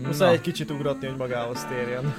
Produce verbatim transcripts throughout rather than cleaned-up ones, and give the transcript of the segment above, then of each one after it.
Muszáj egy kicsit ugratni, hogy magához térjen.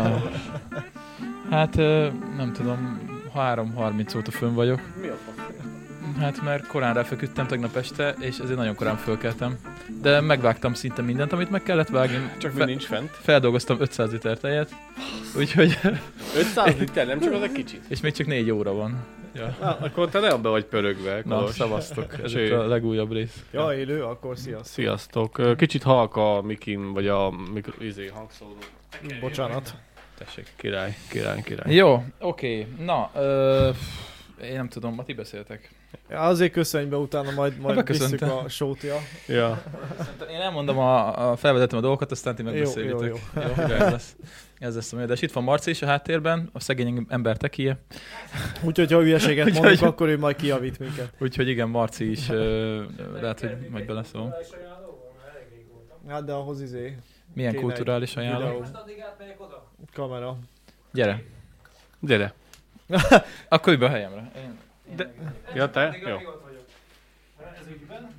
Hát nem tudom, három harminc óta fönn vagyok. Mi a fasz? Hát mert korán ráfeküdtem tegnap este, és ezért nagyon korán fölkeltem. De megvágtam szinte mindent, amit meg kellett vágni. Csak Fe- mi nincs fent. Feldolgoztam ötszáz liter tejet, úgyhogy... ötszáz liter, nem csak az egy kicsit. És még csak négy óra van. Ja. Na, akkor te nem be vagy pörögve, Na, Kolos. szavaztok. Ez Cső. a legújabb rész. Ja, élő, akkor sziasztok. Sziasztok. Kicsit halk a mikin, vagy a mikro, izé, hangszóró. Bocsánat. Tessék, király, király, király. Jó, oké. Na, ö, én nem tudom, ma ti beszéltek. Ja, azért köszönj be, utána majd, majd visszük beköszöntem. a sót, ja. Ja. Én elmondom, a, a felvezetem a dolgokat, aztán ti Jó, megbeszélitek. jó, jó. jó ez lesz. Ez lesz a megoldás. Itt van Marci is a háttérben, a szegény ember tekie. Úgyhogy ha hülyeséget Úgyhogy- mondunk, akkor ő majd kijavít minket. Úgyhogy igen, Marci is ö, lehet, hogy majd beleszól. Hát de ahhoz izé, Milyen kéne kulturális egy ajánló? videó. Kamera. Gyere. Gyere. Akkor ülj be a helyemre. Én... De... Ja, te? Jó. Ez ügyben.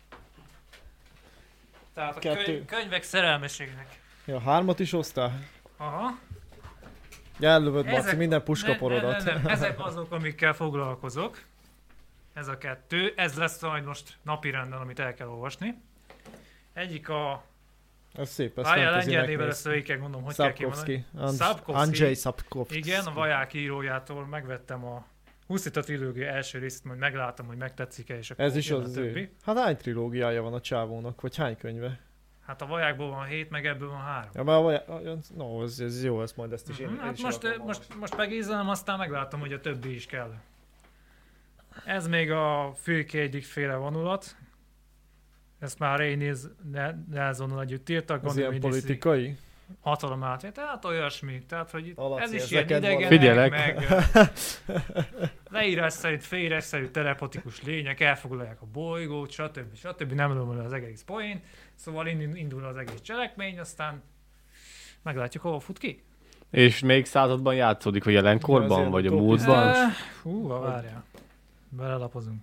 Tehát a Kettő. könyv, könyvek szerelmeségnek. Ja, hármat is hoztál? Aha. Ellövöd, Marci, Ezek- minden puskaporodat. Ne, ne, ne, ne. Ezek azok, amikkel foglalkozok. Ez a kettő. Ez lesz majd most napirenden, amit el kell olvasni. Egyik a... Ez szép, ez Várjál, fantasynek lengyel néven néz. ezt végig kell gondolom, hogy kell kimondani. Sapkowski. Sapkowski. Andrzej Sapkowski. Igen, a Vaják írójától megvettem a Huszita trilógia első részét, majd meglátom, hogy megtetszik-e, és akkor Ez is jön az a ő. többi. Hát hány trilógiája van a csávónak, vagy hány könyve? Hát a Vajákból van hét, meg ebből van három. Ja, mert a vaj... No, ez, ez jó, ez majd ezt is én, Mhm, én hát is most, el akarom most, olvasni. most megízelem, aztán meglátom, hogy a többi is kell. Ez még a fülke egyik féle vonulat. Ezt már Ray Nelsonnal együtt írtak. Ez gondolom, ilyen hogy politikai? hatalom átvétel, tehát olyasmi. Tehát, hogy itt Alaci, ez is ez ilyen neked idegenek, valami. Figyelek. meg ö, leírás szerint félresszerű telepatikus lények elfoglalják a bolygót, stb. stb. Nem lőm az egész poént. Szóval ind- indul az egész cselekmény, aztán meglátjuk, hova fut ki. És még században játszódik, vagy jelenkorban, Azért vagy a utópisztus. múltban? Eh, Hú, ha várjál. Belelapozunk.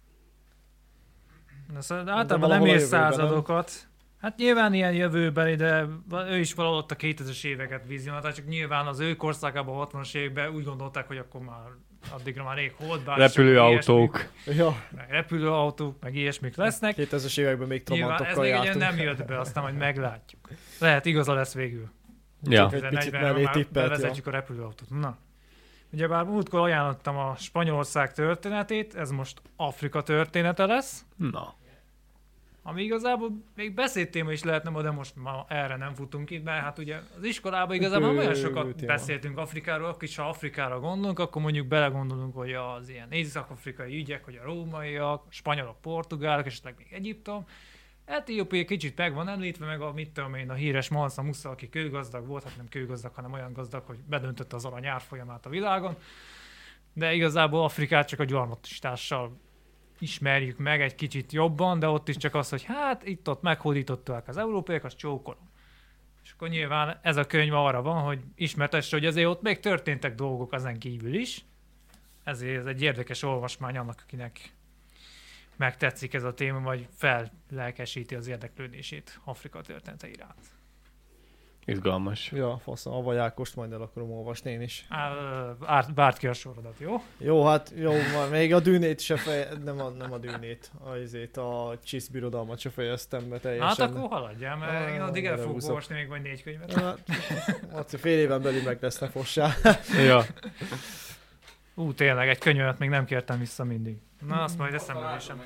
De szóval általában nem valahol a ér jövőben, nem? századokat. Hát nyilván ilyen jövőbeli, de ő is valahol ott a kétezres éveket vizionálta, csak nyilván az ő korszakában, a hatvanas években úgy gondolták, hogy akkor már addigra már rég holdbás. Repülőautók. Ja, Repülőautók, meg ilyesmik lesznek. kétezres években még Nyilván ez trabantokkal még ugye jártunk. nem jött be, aztán majd meglátjuk. Lehet igaza lesz végül. Ja. Egy picit negyvenre mellé már tippelt, ja. bevezetjük a repülőautót. Na. Ugyebár múltkor ajánlottam a Spanyolország történetét, ez most Afrika története lesz, Na. ami igazából még beszédtéma is lehetne, de most ma erre nem futunk itt, mert hát ugye az iskolában igazából Bő olyan sokat téma. beszéltünk Afrikáról, akkor is ha Afrikára gondolunk, akkor mondjuk belegondolunk, hogy az ilyen észak-afrikai ügyek, hogy a rómaiak, a spanyolok, portugálok, esetleg még Egyiptom. Etiópia kicsit meg van említve, meg a mit tudom én, a híres Mansa Musa, aki kőgazdag volt, hát nem kőgazdag, hanem olyan gazdag, hogy bedöntötte az arany árfolyamát a világon. De igazából Afrikát csak a gyarmatistással ismerjük meg egy kicsit jobban, de ott is csak az, hogy hát itt-ott meghódították az európaiak, az csókolom. És akkor nyilván ez a könyv arra van, hogy ismertesse, hogy azért ott még történtek dolgok ezen kívül is. Ezért ez egy érdekes olvasmány annak, akinek megtetszik ez a téma, vagy fellelkesíti az érdeklődését Afrika története iránt. Izgalmas. Ja, faszom, a vajákost majd el akarom olvasni én is. Á, árt- Várt ki a sorodat, jó? Jó, hát jó, már még a dűnét se feje... nem, a, nem a dűnét, a, izét, a csisz birodalmat se fejeztem be teljesen. Hát akkor haladjál, mert én addig el fogok belehúzok. olvasni még vagy négy könyvet. Hát, Marci, fél éven belül meg lesznek fossá. Ja. Ú, tényleg, egy könyvet még nem kértem vissza mindig. Na, azt majd eszembe vésem.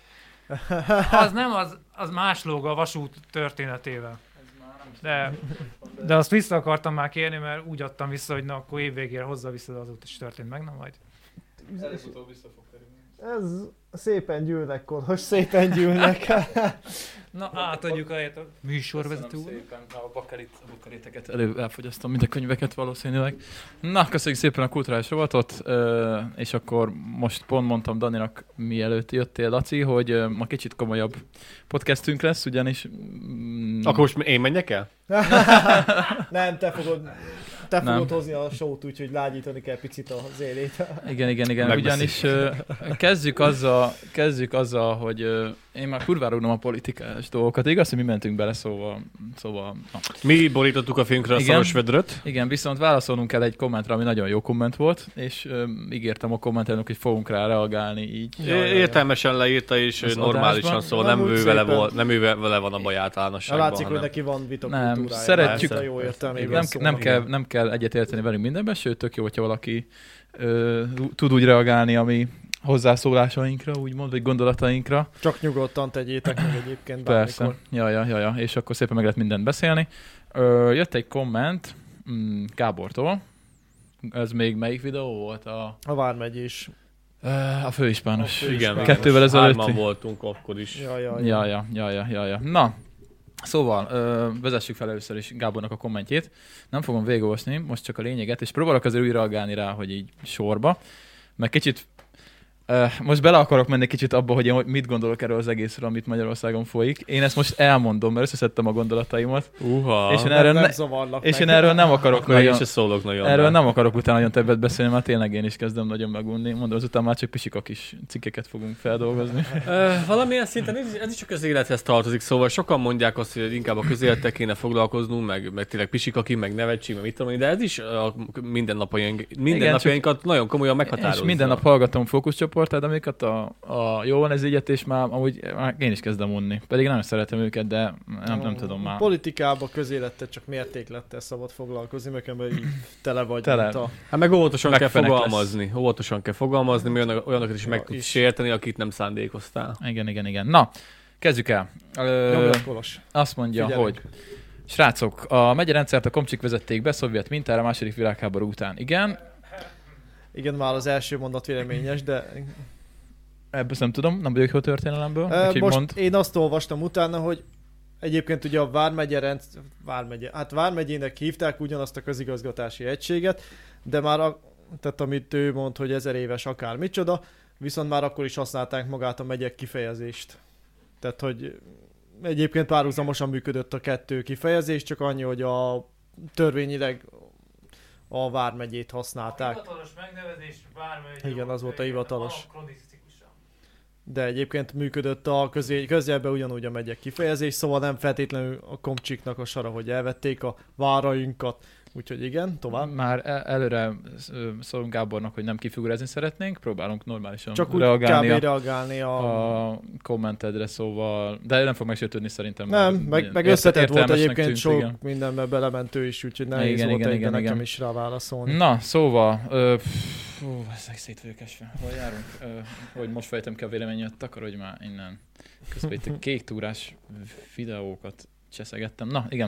Az nem, az, az más lóg a vasút történetével. De, de azt vissza akartam már kérni, mert úgy adtam vissza, hogy na, akkor évvégére hozza vissza, de azóta is történt meg, na majd. Előbb-utóbb vissza fog kerülni. Ez szépen gyűlnek, Kolos, szépen gyűlnek. Na, átadjuk a helyet a műsorvezető Köszönöm úr. szépen a bakarit, a bakaréteket elő elfogyasztom, mind a könyveket valószínűleg. Na, köszönjük szépen a kulturális rovatot, ö, és akkor most pont mondtam Daninak, mielőtt jöttél, Laci, hogy ö, ma kicsit komolyabb podcastünk lesz, ugyanis... Mm, Akkor most én menjek el? Nem, te fogod... te Nem. fogod hozni a sót, úgyhogy lágyítani kell picit az élét. Igen, igen, igen. Megbeszéljük. Ugyanis ö, kezdjük azzal, kezdjük azzal, hogy ö, én már kurvára unom a politikás dolgokat. Igaz, hogy mi mentünk bele, szóval... szóval na. Mi borítottuk a filmkre a Igen. szaros vedröt. Igen, viszont válaszolnunk kell egy kommentre, ami nagyon jó komment volt, és ö, ígértem a kommentelőnek, hogy fogunk rá reagálni így. Ja, Értelmesen leírta, és Az normálisan, adásban? szóval Nem nem, úgy ő vele, szépen. volt, nem ő vele van a baj Na, általánosságban, látszik, hogy hanem... neki van Nem, vitakultúrája. szeretjük- Persze, jó értelmében Nem, szólnak. nem, kell, nem kell egyet érteni velünk mindenben, sőt, tök jó, hogyha valaki ö, tud úgy reagálni, ami hozzászólásainkra, úgymond, vagy gondolatainkra. Csak nyugodtan tegyétek meg egyébként Persze. bármikor. Ja, ja, ja, ja, és akkor szépen meg lehet mindent beszélni. Ö, jött egy komment mm, Gábortól. Ez még melyik videó volt? A, A Vármegyés. ö, a főispános. A Igen, Kettővel ezelőtti. hárman voltunk akkor is. Ja, ja, Ja, ja, ja, ja, ja, ja. Na, szóval ö, vezessük fel először is Gábornak a kommentjét. Nem fogom végigolvasni, most csak a lényeget, és próbálok azért úgy reagálni rá, hogy így sorba. Mert kicsit, ö, most bele akarok menni kicsit abba, hogy én mit gondolok erről az egészről, amit Magyarországon folyik. Én ezt most elmondom, mert összeszedtem a gondolataimat, Uha. és én Nem, erről, nem ne, zavarlak és meg. én erről nem akarok Akkor én nagyon, se szólok nagyon. erről de- nem akarok utána nagyon többet beszélni, mert tényleg én is kezdem nagyon megunni. Mondom, azután már csak pisika kis cikkeket fogunk feldolgozni. Ö, valamilyen szinten ez, ez is csak az élethez tartozik, szóval sokan mondják azt, hogy inkább a közélettel kéne foglalkoznunk, meg, meg tényleg pisikaki, meg nevetség, meg mit tudom én, de ez is a mindennapjaink, mindennapjainkat nagyon komolyan meghatározza. És minden nap hallgatom fókuszcsoportát, amiket a, a jó van ez igyet, és már amúgy már én is kezdem unni. Pedig nagyon szeretem őket, de nem, nem tudom már. Politikában, közélettel csak mértéklettel szabad foglalkozni, mert ebben így tele vagy, Tele. mint a... Hát meg óvatosan kell Megfenek fogalmazni. Óvatosan kell fogalmazni, mert olyan- olyanokat is Ja, meg tudsz is. sérteni, akit nem szándékoztál. Igen, igen, igen. Na, kezdjük el. Ö, Nyomjad, Kolos. azt mondja, Figyelünk. hogy srácok, a megyerendszert a komcsik vezették be szovjet mintára a második világháború után. Igen, Igen, már az első mondat véleményes, de ebből nem tudom, nem vagyok jó történelemből. Ö, Úgyhogy most mond. én azt olvastam utána, hogy egyébként ugye a Vármegye, rend, Vármegye, hát Vármegyének hívták ugyanazt a közigazgatási egységet, de már a, tehát amit ő mond, hogy ezer éves akár micsoda, viszont már akkor is használták magát a megyek kifejezést. Tehát, hogy egyébként párhuzamosan működött a kettő kifejezés, csak annyi, hogy a törvényileg a Vármegyét használták. Hivatalos megnevezés Vármegye. Igen, az volt a hivatalos. Anakronistikusan. De egyébként működött a közé, közjelben ugyanúgy a megyek kifejezés, szóval nem feltétlenül a komcsiknak a sara, hogy elvették a várainkat. Úgyhogy igen, tovább. Már el- előre ö, szólunk Gábornak, hogy nem kifigurázni szeretnénk, próbálunk normálisan Csak úgy reagálni kb. a, reagálni a... a kommentedre, szóval, de nem fog megsértődni szerintem. Nem, mert meg, meg érte- összetett volt értelmesnek egyébként tűnt, sok igen. mindenbe belementő is, úgyhogy nehéz Igen, volt igen, egyben igen, nekem igen. is rá válaszolni. Na, szóval, ö, fú, ezek szét vagyok esve. Hol járunk? Ö, hogy most fejtem ki a véleményet, takarodj már innen. Közben itt a kék túrás videókat cseszegettem. Na, igen.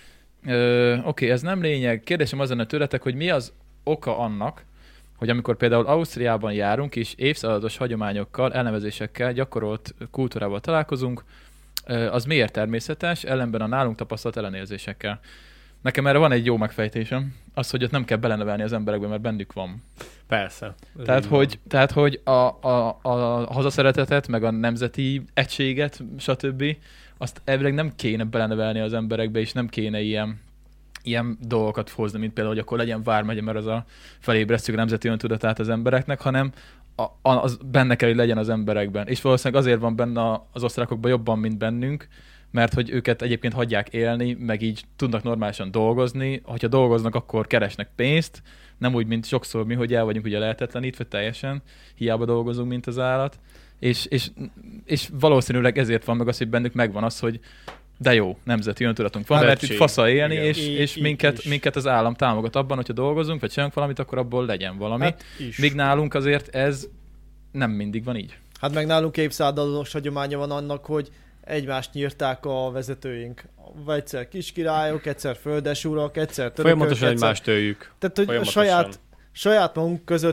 Ö, Oké, ez nem lényeg. Kérdésem az lenne tőletek, hogy mi az oka annak, hogy amikor például Ausztriában járunk, és évszázados hagyományokkal, elnevezésekkel, gyakorolt kultúrával találkozunk, ö, az miért természetes, ellenben a nálunk tapasztalt ellenérzésekkel. Nekem erre van egy jó megfejtésem, az, hogy ott nem kell belenevelni az emberekbe, mert bennük van. Persze. Ez Tehát így van. hogy, tehát, hogy a, a, a hazaszeretetet, meg a nemzeti egységet, stb. Azt elvileg nem kéne belenevelni az emberekbe, és nem kéne ilyen, ilyen dolgokat hozni, mint például, hogy akkor legyen Vármegye, mert az a felébresztjük a nemzeti öntudatát az embereknek, hanem a, a, az benne kell, hogy legyen az emberekben. És valószínűleg azért van benne az osztrákokban jobban, mint bennünk, mert hogy őket egyébként hagyják élni, meg így tudnak normálisan dolgozni. Ha dolgoznak, akkor keresnek pénzt, nem úgy, mint sokszor mi, hogy el vagyunk ugye lehetetlenítve teljesen, hiába dolgozunk, mint az állat. És, és, és valószínűleg ezért van meg az, hogy bennük megvan az, hogy de jó, nemzeti öntudatunk van, mert itt Szövetség. fasza élni, Igen. és, Így- és így minket, is. minket az állam támogat abban, hogyha dolgozunk, vagy csinálunk valamit, akkor abból legyen valami. Hát is. Míg nálunk azért ez nem mindig van így. Hát meg nálunk évszázados hagyománya van annak, hogy egymást nyírták a vezetőink. Egyszer kiskirályok, egyszer földesúrak, egyszer törökök. Folyamatosan egyszer... egymást töljük. Tehát, hogy a Folyamatosan. saját, saját magunk között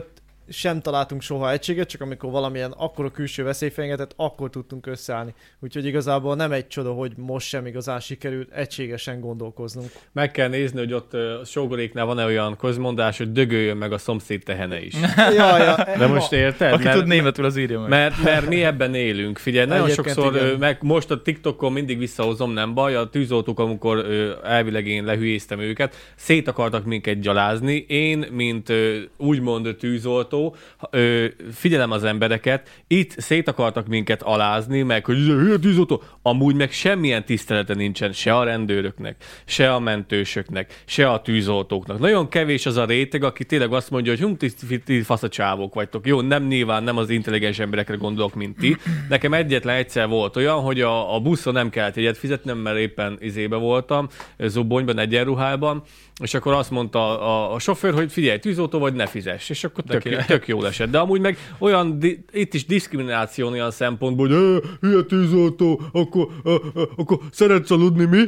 sem találtunk soha egységet, csak amikor valamilyen akkora külső veszély fenyegetett, akkor tudtunk összeállni. Úgyhogy igazából nem egy csoda, hogy most sem igazán sikerült egységesen gondolkoznunk. Meg kell nézni, hogy ott uh, Sógoréknál van-e olyan közmondás, hogy dögöljön meg a szomszéd tehene is. ja, ja, de most érted? Aki mert, tud németül, az írja meg. Mert, mert mi ebben élünk. Figyelj, nagyon Egyébként sokszor, igen. meg most a TikTokon mindig visszahozom, nem baj, a tűzoltók, amikor ö, elvileg én lehülyéztem őket, szét akartak minket gyalázni. Én, mint ö, úgymond tűzoltó, ö, figyelem az embereket, itt szét akartak minket alázni, meg hogy hülye tűzoltó, amúgy meg semmilyen tisztelete nincsen se a rendőröknek, se a mentősöknek, se a tűzoltóknak. Nagyon kevés az a réteg, aki tényleg azt mondja, hogy hum, ti, ti, ti faszacsávok vagytok. Jó, nem nyilván nem az intelligens emberekre gondolok, mint ti. Nekem egyetlen egyszer volt olyan, hogy a, a buszon nem kellett jegyet fizetnem, mert éppen izébe voltam, Zobonyban, egyenruhában, és akkor azt mondta a, a sofőr, hogy figyelj, tűzoltó vagy, ne fizess, és akkor tök, tök jól esett. De amúgy meg olyan, di, itt is diszkrimináció olyan szempontból, hogy hülye tűzoltó, akkor, a, a, akkor szeretsz aludni, mi?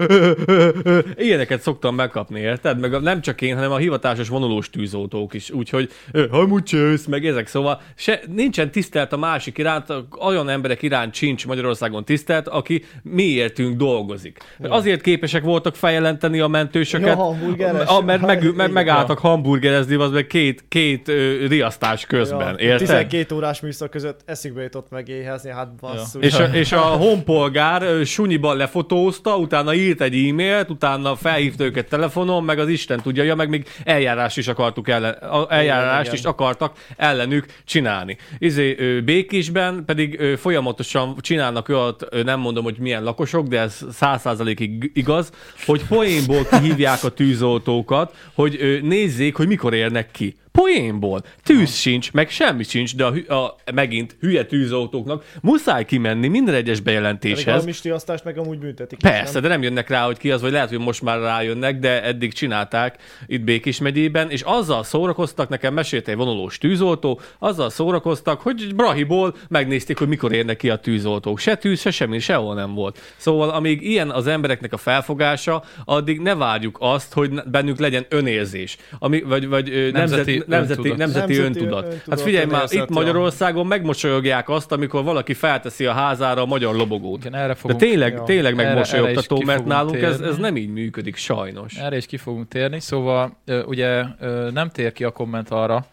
Ilyeneket szoktam megkapni, érted? Meg nem csak én, hanem a hivatásos vonulós tűzoltók is, úgyhogy amúgy csősz, meg ezek, szóval se, nincsen tisztelt a másik iránt, olyan emberek iránt sincs Magyarországon tisztelt, aki miértünk dolgozik. Ja. Azért képesek voltak feljelenteni a mentősöket, ja, a, mert meg, meg, megálltak hamburgerezni, az meg két, két ö, riasztás közben, ja, érted? tizenkét órás műszak között eszükbe jutott meg éhezni, hát basszus. Ja. És, a, és a honpolgár ö, sunyiban lefotózta, utána írt egy e-mailt, utána felhívta őket telefonon, meg az Isten tudja, ja, meg még eljárást is akartuk ellen, eljárást igen, is igen. akartak ellenük csinálni. Izé, ö, Békésben pedig ö, folyamatosan csinálnak olyat, ö, nem mondom, hogy milyen lakosok, de ez száz százalékig igaz, hogy poénból kihívják a tűzoltókat, hogy ö, nézzék, hogy mikor érnek ki. Poénból. Tűz ha. sincs, meg semmi sincs, de a, a, megint hülye tűzoltóknak muszáj kimenni minden egyes bejelentéshez. Pedig a misriasztást meg amúgy büntetik. Persze, nem? de nem jönnek rá, hogy ki az, vagy lehet, hogy most már rájönnek, de eddig csinálták itt Békés megyében, és azzal szórakoztak, nekem mesélte egy vonulós tűzoltó, azzal szórakoztak, hogy Brahiból megnézték, hogy mikor érnek ki a tűzoltók. Se tűz, se semmi, sehol nem volt. Szóval amíg ilyen az embereknek a felfogása, addig ne várjuk azt, hogy bennük legyen önérzés. Ami, vagy, vagy nemzeti Nemzeti, nemzeti, nemzeti öntudat. öntudat. Hát figyelj már, itt Magyarországon megmosolyogják azt, amikor valaki felteszi a házára a magyar lobogót. Igen, erre fogunk, de tényleg, ja. tényleg megmosolyogtató, mert nálunk ez, ez nem így működik, sajnos. Erre is ki fogunk térni, szóval ugye nem tér ki a komment arra,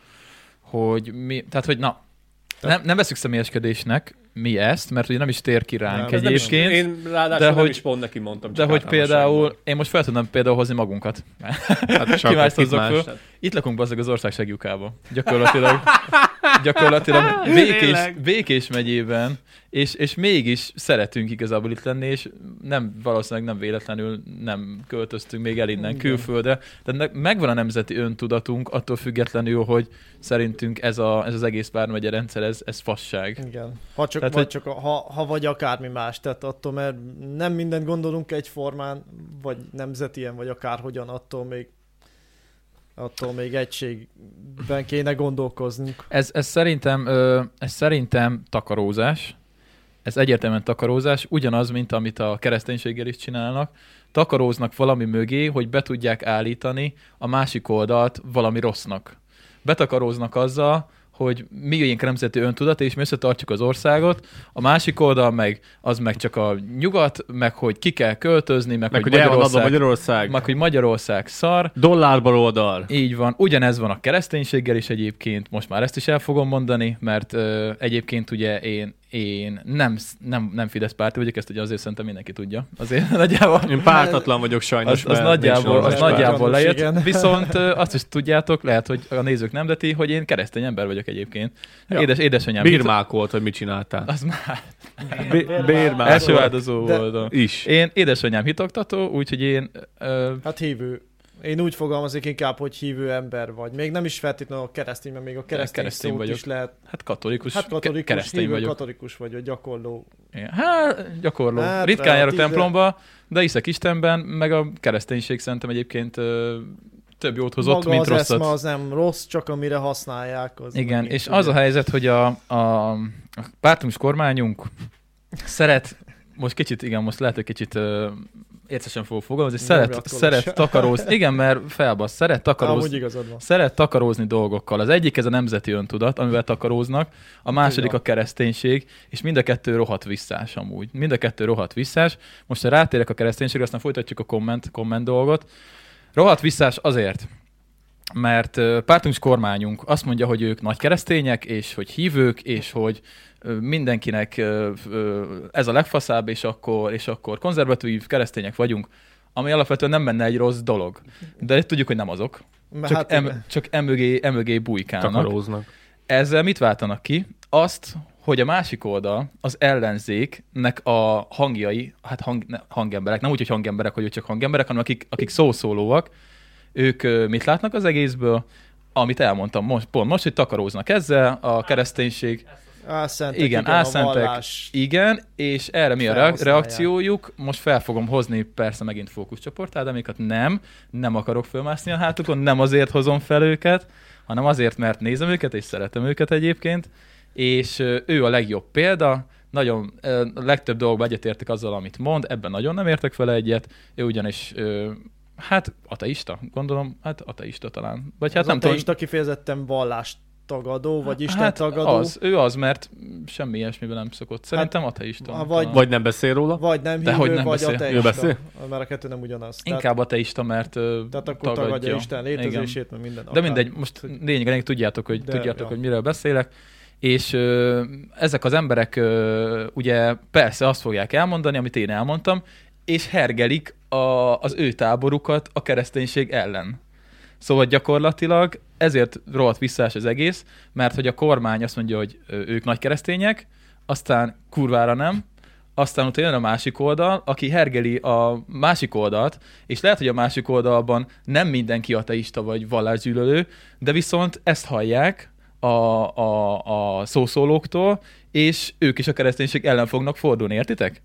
hogy mi, tehát hogy na, nem, nem veszük személyeskedésnek mi ezt, mert ugye nem is tér ki ránk nem, egyébként. Én ráadásul de nem hogy, is pont neki mondtam. De hogy például, én most fel tudnám például hozni magunkat. Hát ki más hozzak föl. Itt lakunk bazzeg az ország segjukába. Gyakorlatilag, gyakorlatilag Békés, Békés megyében, és, és mégis szeretünk igazából itt lenni, és nem, valószínűleg nem véletlenül nem költöztünk még el innen külföldre. Tehát megvan a nemzeti öntudatunk, attól függetlenül, hogy szerintünk ez, a, ez az egész vármegye rendszer, ez, ez fasság. Igen. Ha csak, tehát, vagy, hogy... csak a, ha, ha vagy akármi más, tehát attól, mert nem mindent gondolunk egyformán, vagy nemzetien, vagy akárhogyan, attól még attól még egységben kéne gondolkoznunk. Ez, ez, szerintem, ez szerintem takarózás. Ez egyértelműen takarózás, ugyanaz, mint amit a kereszténységgel is csinálnak. Takaróznak valami mögé, hogy be tudják állítani a másik oldalt valami rossznak. Betakaróznak azzal, hogy mi ilyen nemzeti öntudat, és mi összetartjuk az országot, a másik oldal meg, az meg csak a nyugat, meg hogy ki kell költözni, meg, meg hogy, hogy Magyarország, Magyarország. meg hogy Magyarország szar. Dollárban oldal. Így van. Ugyanez van a kereszténységgel is egyébként, most már ezt is el fogom mondani, mert ö, egyébként ugye én Én nem, nem, nem Fidesz párti vagyok, ezt ugye azért szerintem mindenki tudja. Azért nagyjából... Én pártatlan vagyok sajnos. Az, az nagyjából, az nagyjából lejött. Viszont azt is tudjátok, lehet, hogy a nézők nem deti, hogy én keresztény ember vagyok egyébként. Ja. Édes, édesanyám. Birmákolt, hogy mit csináltál. Az már... Birmákolt. Első áldozó De... volt. Is. Én édesanyám hitoktató, úgyhogy én... Ö... Hát hívő. Én úgy fogalmazok inkább, hogy hívő ember vagy. Még nem is feltétlenül a keresztény, mert még a keresztény, keresztény szót vagyok. Is lehet. Hát katolikus. Hát katolikus, keresztény hívő vagyok. katolikus vagy, vagy gyakorló. Hát gyakorló. Hát, ritkán járok tíze... templomba, de hiszek Istenben, meg a kereszténység szerintem egyébként ö, több jót hozott, maga mint az rosszat. Maga az eszme az nem rossz, csak amire használják. Az igen, és az a helyzet, hogy a, a, a pártunk és kormányunk szeret, most kicsit, igen, most lehet, hogy kicsit ö, értesen fogok fogalmazni, szeret, szeret takarózni, igen, mert felbasz, szeret takarózni, szeret takarózni dolgokkal. Az egyik ez a nemzeti öntudat, amivel takaróznak, a második a kereszténység, és mind a kettő rohadt visszás amúgy. Mind a kettő rohadt visszás. Most ha rátérek a kereszténységre, aztán folytatjuk a komment, komment dolgot. Rohadt visszás azért, mert pártunk és kormányunk azt mondja, hogy ők nagy keresztények, és hogy hívők, és hogy mindenkinek ez a legfaszább, és akkor, és akkor konzervatív keresztények vagyunk, ami alapvetően nem benne egy rossz dolog. De tudjuk, hogy nem azok. Csak, hát em, csak emögé, emögé bujkálnak. Takaróznak. Ezzel mit váltanak ki? Azt, hogy a másik oldal, az ellenzéknek a hangjai, hát hang, ne, hangemberek, nem úgy, hogy hangemberek, hogy csak hangemberek, hanem akik, akik szószólóak, ők mit látnak az egészből? Amit elmondtam most, pont most, hogy takaróznak ezzel, a kereszténység. Álszentek, igen, igen, álszentek, igen, és erre mi a reakciójuk? Most fel fogom hozni persze megint fókuszcsoportádamékat, nem, nem akarok fölmászni a hátukon, nem azért hozom fel őket, hanem azért, mert nézem őket, és szeretem őket egyébként, és ő a legjobb példa, nagyon, a legtöbb dolgokban egyetértek azzal, amit mond, ebben nagyon nem értek vele egyet, ő ugyanis hát ateista, gondolom, hát ateista talán. Vagy hát az nem ateista tudom. kifejezetten vallást tagadó, vagy Isten hát tagadó. Az, ő az, mert semmi ilyesmiben nem szokott. Szerintem hát, ateista. Vagy, vagy nem beszél róla. Vagy nem De hívő, hogy nem vagy beszél. ateista. Ő beszél? Mert a kettő nem ugyanaz. Inkább tehát, ateista, mert tehát akkor tagadja. tagadja Isten létezését, mert minden. De akár. mindegy, most lényeg, lényeg tudjátok, hogy, De, tudjátok ja. hogy miről beszélek. És ö, ezek az emberek ö, ugye persze azt fogják elmondani, amit én elmondtam, és hergelik a, az ő táborukat a kereszténység ellen. Szóval gyakorlatilag ezért rohadt visszás az egész, mert hogy a kormány azt mondja, hogy ők nagy keresztények, aztán kurvára nem, aztán utána jön a másik oldal, aki hergeli a másik oldalt, és lehet, hogy a másik oldalban nem mindenki ateista vagy vallásgyűlölő, de viszont ezt hallják a, a, a szószólóktól, és ők is a kereszténység ellen fognak fordulni, értitek?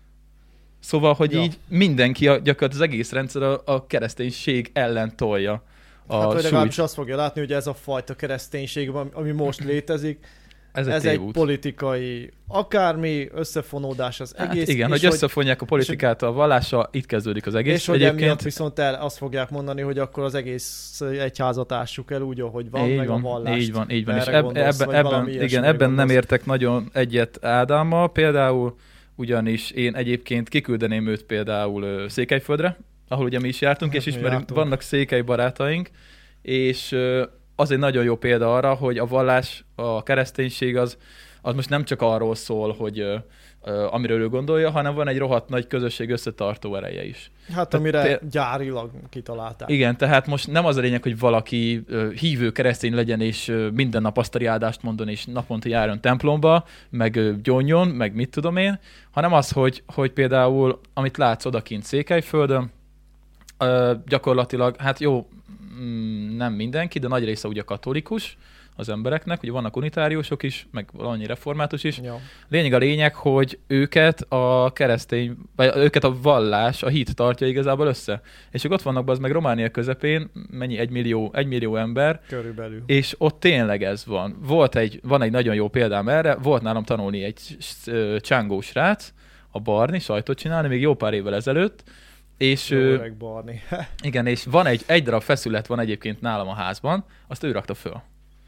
Szóval, hogy ja. így mindenki, a, gyakorlatilag az egész rendszer a, a kereszténység ellen tolja a hát, súlyt. legalábbis azt fogja látni, hogy ez a fajta kereszténység, ami most létezik, ez, ez egy politikai akármi összefonódás az egész. Hát igen, hogy összefonják a politikát a vallással, itt kezdődik az egész. És hogy emiatt viszont el azt fogják mondani, hogy akkor az egész egyházat ássuk el úgy, ahogy van, így meg van, a vallást. Így van, így van. És ebben, gondolsz, ebben, ebben, igen, ebben nem értek nagyon egyet Ádámmal, például ugyanis én egyébként kiküldeném őt például Székelyföldre, ahol ugye mi is jártunk, hát és ismerünk, jártunk. Vannak székely barátaink, és az egy nagyon jó példa arra, hogy a vallás, a kereszténység az, az most nem csak arról szól, hogy uh, amiről ő gondolja, hanem van egy rohadt nagy közösség összetartó ereje is. Hát tehát amire te... gyárilag kitalálták. Igen, tehát most nem az a lényeg, hogy valaki uh, hívő keresztény legyen, és uh, minden nap asztali áldást mondon, és naponta járjon templomba, meg uh, gyónjon, meg mit tudom én, hanem az, hogy, hogy például, amit látsz odakint Székelyföldön, uh, gyakorlatilag, hát jó, nem mindenki, de nagy része ugye katolikus az embereknek, ugye vannak unitáriusok is, meg valami református is. Ja. Lényeg a lényeg, hogy őket a keresztény, vagy őket a vallás, a hit tartja igazából össze. És ők ott vannak az meg Románia közepén, mennyi, egy millió, egy millió ember. Körülbelül. És ott tényleg ez van. Volt egy, van egy nagyon jó példám erre, volt nálam tanulni egy csángó srác, a Barni, sajtot csinálni, még jó pár évvel ezelőtt, és ő, igen, és van egy, egy darab feszület van egyébként nálam a házban, azt ő rakta föl.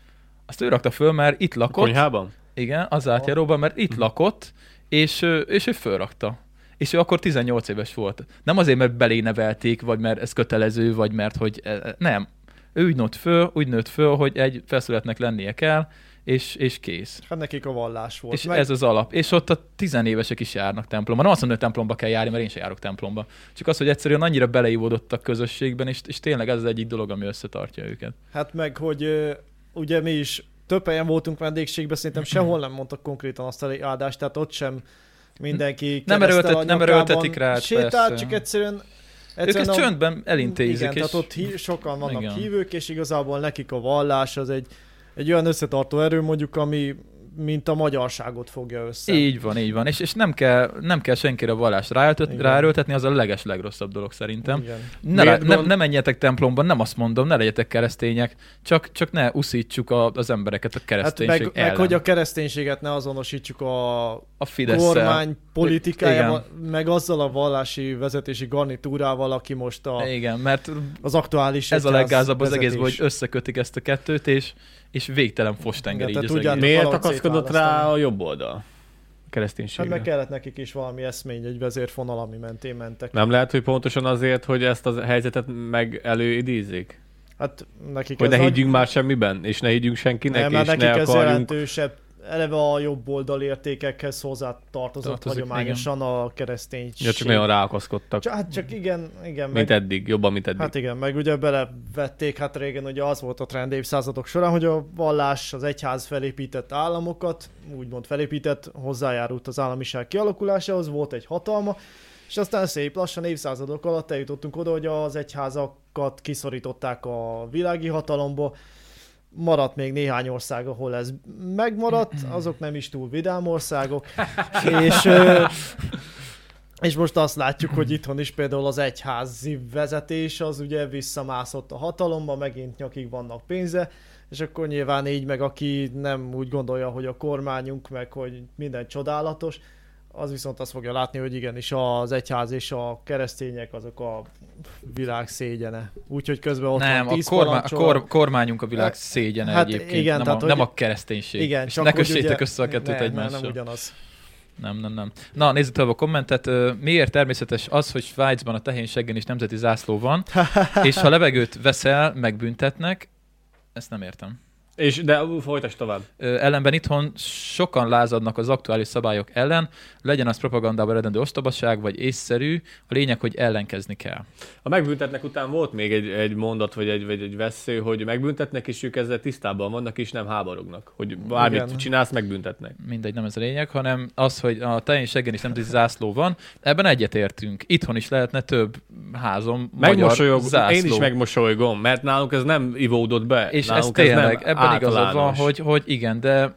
Azt ő rakta föl, mert itt lakott. A konyhában? Igen, az átjáróban, mert itt lakott, és, és ő fölrakta. És ő akkor tizennyolc éves volt. Nem azért, mert belénevelték, vagy mert ez kötelező, vagy mert hogy nem. Ő úgy nőtt föl, úgy nőtt föl, hogy egy feszületnek lennie kell, és, és kész. Hát nekik a vallás volt. És meg... ez az alap. És ott a tizenévesek is járnak templomba. Nem azt mondom, hogy templomba kell járni, mert én sem járok templomba. Csak az, hogy egyszerűen annyira beleívódott a közösségben, és, és tényleg ez az egyik dolog, ami összetartja őket. Hát meg, hogy ugye mi is több helyen voltunk vendégségben, szerintem sehol nem mondtak konkrétan azt a áldást, tehát ott sem mindenki nem, erőltet, nem erőltetik rá, sétált, csak egyszerűen Ők ezt csöndben elintézik. Igen, és... tehát ott hí- sokan vannak igen. hívők, és igazából nekik a vallás az egy, egy olyan összetartó erő mondjuk, ami mint a magyarságot fogja össze. Így van, így van. És, és nem, kell, nem kell senkire a vallást ráerőltetni, az a leges legrosszabb dolog szerintem. Ne, rá, ne, ne menjetek templomba, nem azt mondom, ne legyetek keresztények, csak, csak ne uszítsuk a, az embereket a kereszténység hát meg, ellen. meg hogy a kereszténységet ne azonosítsuk a a Fidesz-szel. kormány politikájával, meg azzal a vallási vezetési garnitúrával, aki most a, igen, mert az aktuális ez a leggázabb az egészben, vezetés. hogy összekötik ezt a kettőt, és, és végtelen fostengeri Igen, így tehát az tudjátok, egész. Miért valahogy akaszkodott rá szétválasztani. a jobb oldal? Hát Kereszténységre. meg kellett nekik is valami eszmény, egy vezérfonal, ami mentén mentek. Nem lehet, hogy pontosan azért, hogy ezt a helyzetet meg előidézik? Hát nekik Hogy ez ne nagy- higgyünk már semmiben, és ne higgyünk senkinek, nem, mert és nekik ne ez akarjunk... jelentősebb, eleve a jobb oldal értékekhez hozzá tartozott Tartozik, hagyományosan a kereszténység. Ja, csak nagyon ráakaszkodtak. Csak, hát csak igen, igen. Mint meg, eddig, jobban, mint eddig. hát igen, meg ugye belevették, hát régen ugye az volt a trend évszázadok során, hogy a vallás, az egyház felépített államokat, úgymond felépített, hozzájárult az államiság kialakulásához, volt egy hatalma, és aztán szép lassan évszázadok alatt eljutottunk oda, hogy az egyházakat kiszorították a világi hatalomba, maradt még néhány ország, ahol ez megmaradt, azok nem is túl vidám országok, és, ö, és most azt látjuk, hogy itthon is például az egyházi vezetés az ugye visszamászott a hatalomba, megint nyakig vannak pénze, és akkor nyilván így meg aki nem úgy gondolja, hogy a kormányunk meg, hogy minden csodálatos, az viszont azt fogja látni, hogy igenis az egyház és a keresztények azok a világ szégyene. Úgyhogy közben ott Nem, van a, tíz kormá- a parancsol. kor- kormányunk a világ Hát- szégyene hát egyébként, igen, nem, tehát, a, nem hogy- a kereszténység. Igen, és csak ne hogy kössétek ugye- össze a kettőt nem, mert egymással. nem ugyanaz. Nem, nem, nem. Na, nézzük tovább a kommentet. Ö, Miért természetes az, hogy Svájcban a tehén seggen is nemzeti zászló van, és ha levegőt veszel, megbüntetnek? Ezt nem értem. És, de ú, folytasd tovább. Ö, Ellenben itthon sokan lázadnak az aktuális szabályok ellen, legyen az propagandában eredendő ostobaság, vagy észszerű, a lényeg, hogy ellenkezni kell. A megbüntetnek után volt még egy, egy mondat, vagy egy, vagy egy vesző, hogy megbüntetnek, és ők ezzel tisztában vannak, és nem háborognak. Hogy bármit Igen. csinálsz, megbüntetnek. Mindegy, nem ez a lényeg, hanem az, hogy a tehén seggen is nemzeti zászló van, ebben egyetértünk. Itthon is lehetne több házom magyar Megmosolyog, zászló. én is megmosolygom, mert nálunk ez nem ivódott be. És ez nálunk tényleg, nem ebben igazad van, általános. hogy, hogy igen, de,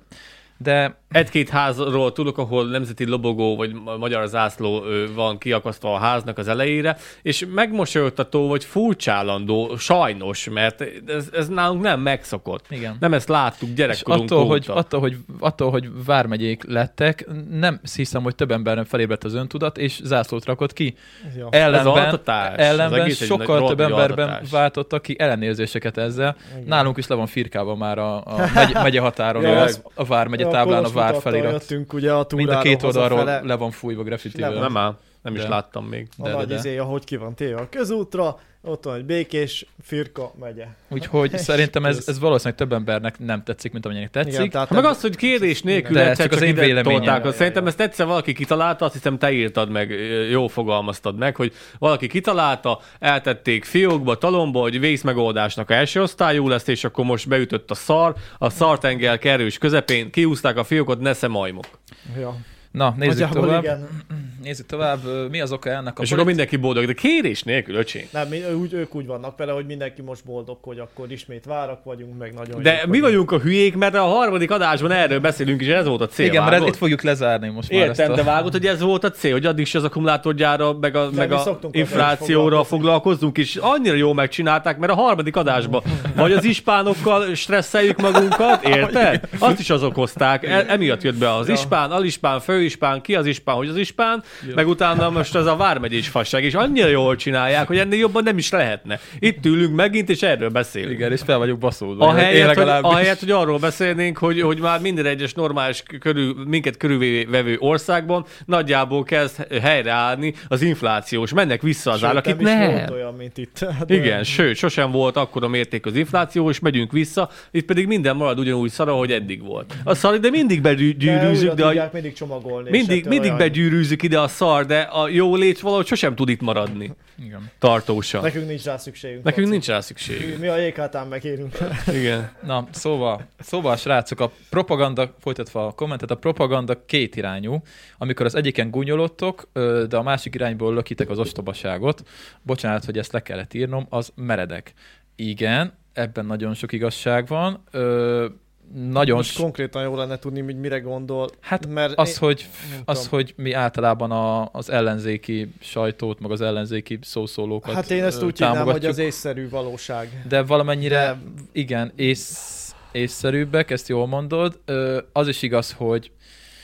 de Egy-két házról tudok, ahol nemzeti lobogó vagy ma- magyar zászló ö, van kiakasztva a háznak az elejére, és megmosolyogtató vagy furcsálandó, sajnos, mert ez, ez nálunk nem megszokott. igen. Nem ezt láttuk És gyerekkorunk attól óta. hogy, attól, hogy, attól, hogy vármegyék lettek, nem hiszem, hogy több embernek felébredt az öntudat, és zászlót rakott ki. Ja. Ez Ellenben, altatás. Az ellenben egész egy sokkal rohadt több nagy emberben altatás. váltottak ki ellenérzéseket ezzel. Igen. Nálunk is le van firkálva már a, a megye, megye határon, Ja, a, az- a vármegye Ja, táblán a Kolos vár mutattal felirat. jöttünk ugye a Mind túráról a két oldalról hazafele. le van fújva Le graffitivel. van. Nem áll, nem is De. láttam még. A De, de, nagy de. izé, ahogy ki van téve a közútra, ott van egy békés Firka megye. Úgyhogy szerintem ez, ez valószínűleg több embernek nem tetszik, mint amennyinek tetszik. Igen, tehát Ha meg az, hogy kérdés nélkül De ez egyszer csak az csak én ide véleményem. tolták. Ja, Szerintem ja, ja. ezt egyszer valaki kitalálta, azt hiszem te írtad meg, jó fogalmaztad meg, hogy valaki kitalálta, eltették fiókba, talomba, hogy vészmegoldásnak első osztályú lesz, és akkor most beütött a szar, a szartengel kerős közepén, kiúzták a fiókot, nesze majmok. Ja. Na, nézzük Nagyjából tovább. igen. Nézzük tovább. Mi az oka ennek a És akkor mindenki boldog, de kérés nélkül, öcsém. Nem, mi, úgy, ők úgy vannak vele, hogy mindenki most boldog, hogy akkor ismét várak vagyunk, meg nagyon De jók mi vagyunk a hülyék, mert a harmadik adásban erről beszélünk, és ez volt a cél. Igen, mert vágod? itt fogjuk lezárni most már Értem, ezt de a... vágod, hogy ez volt a cél, hogy addig is az akkumulátorgyára, meg a, meg mi a szoktunk azzal is inflációra foglalkozni. foglalkozzunk, és annyira jól megcsinálták, mert a harmadik adásban vagy az ispánokkal stresszeljük magunkat, érted? Azt is azok hozták, e- emiatt jött be az Ja. ispán, alispán, főispán, ki az ispán, hogy az ispán, meg utána most az a vármegyés fasság, és annyira jól csinálják, hogy ennél jobban nem is lehetne. Itt ülünk megint, és erről beszélünk. Igen, és fel vagyok baszódva. Én Ahelyett, hogy, legalábbis. ahelyett, hogy arról beszélnénk, hogy, hogy már minden egyes normális körül, minket körülvevő országban nagyjából kezd helyreállni az inflációs. Mennek vissza az Sőt, árak. nem Itt is nem. volt olyan, mint itt. De- Igen, sőt, sosem volt akkora mérték az infláció, és megyünk vissza, itt pedig minden marad ugyanúgy szar, ahogy eddig volt. A szar, de mindig De begyűrűzzük, újra de a, tudják mindig csomagolni. és mindig, ettől mindig olyan- begyűrűzzük ide a szar, de a jó lét valahogy sosem tud itt maradni. Igen. Tartósan. Nekünk nincs rá szükségünk. Nekünk Laci. nincs rá szükség. Mi a jéghátán megérünk. Igen. Na, szóval, szóval srácok, a propaganda, folytatva a kommentet, a propaganda kétirányú, amikor az egyiken gúnyolottok, ö, de a másik irányból lökitek az ostobaságot. Bocsánat, hogy ezt le kellett írnom, az meredek. Igen, ebben nagyon sok igazság van. Ö, nagyon Most s- konkrétan jó lenne tudni, hogy mire gondol. Hát mert az, én- hogy, nem az, tudom. hogy mi általában a, az ellenzéki sajtót, meg az ellenzéki szószólókat Hát én ezt ö, úgy hívnám, hogy támogatjuk, az észszerű valóság. de valamennyire, De- igen, ész, észszerűbbek, ezt jól mondod. Ö, az is igaz, hogy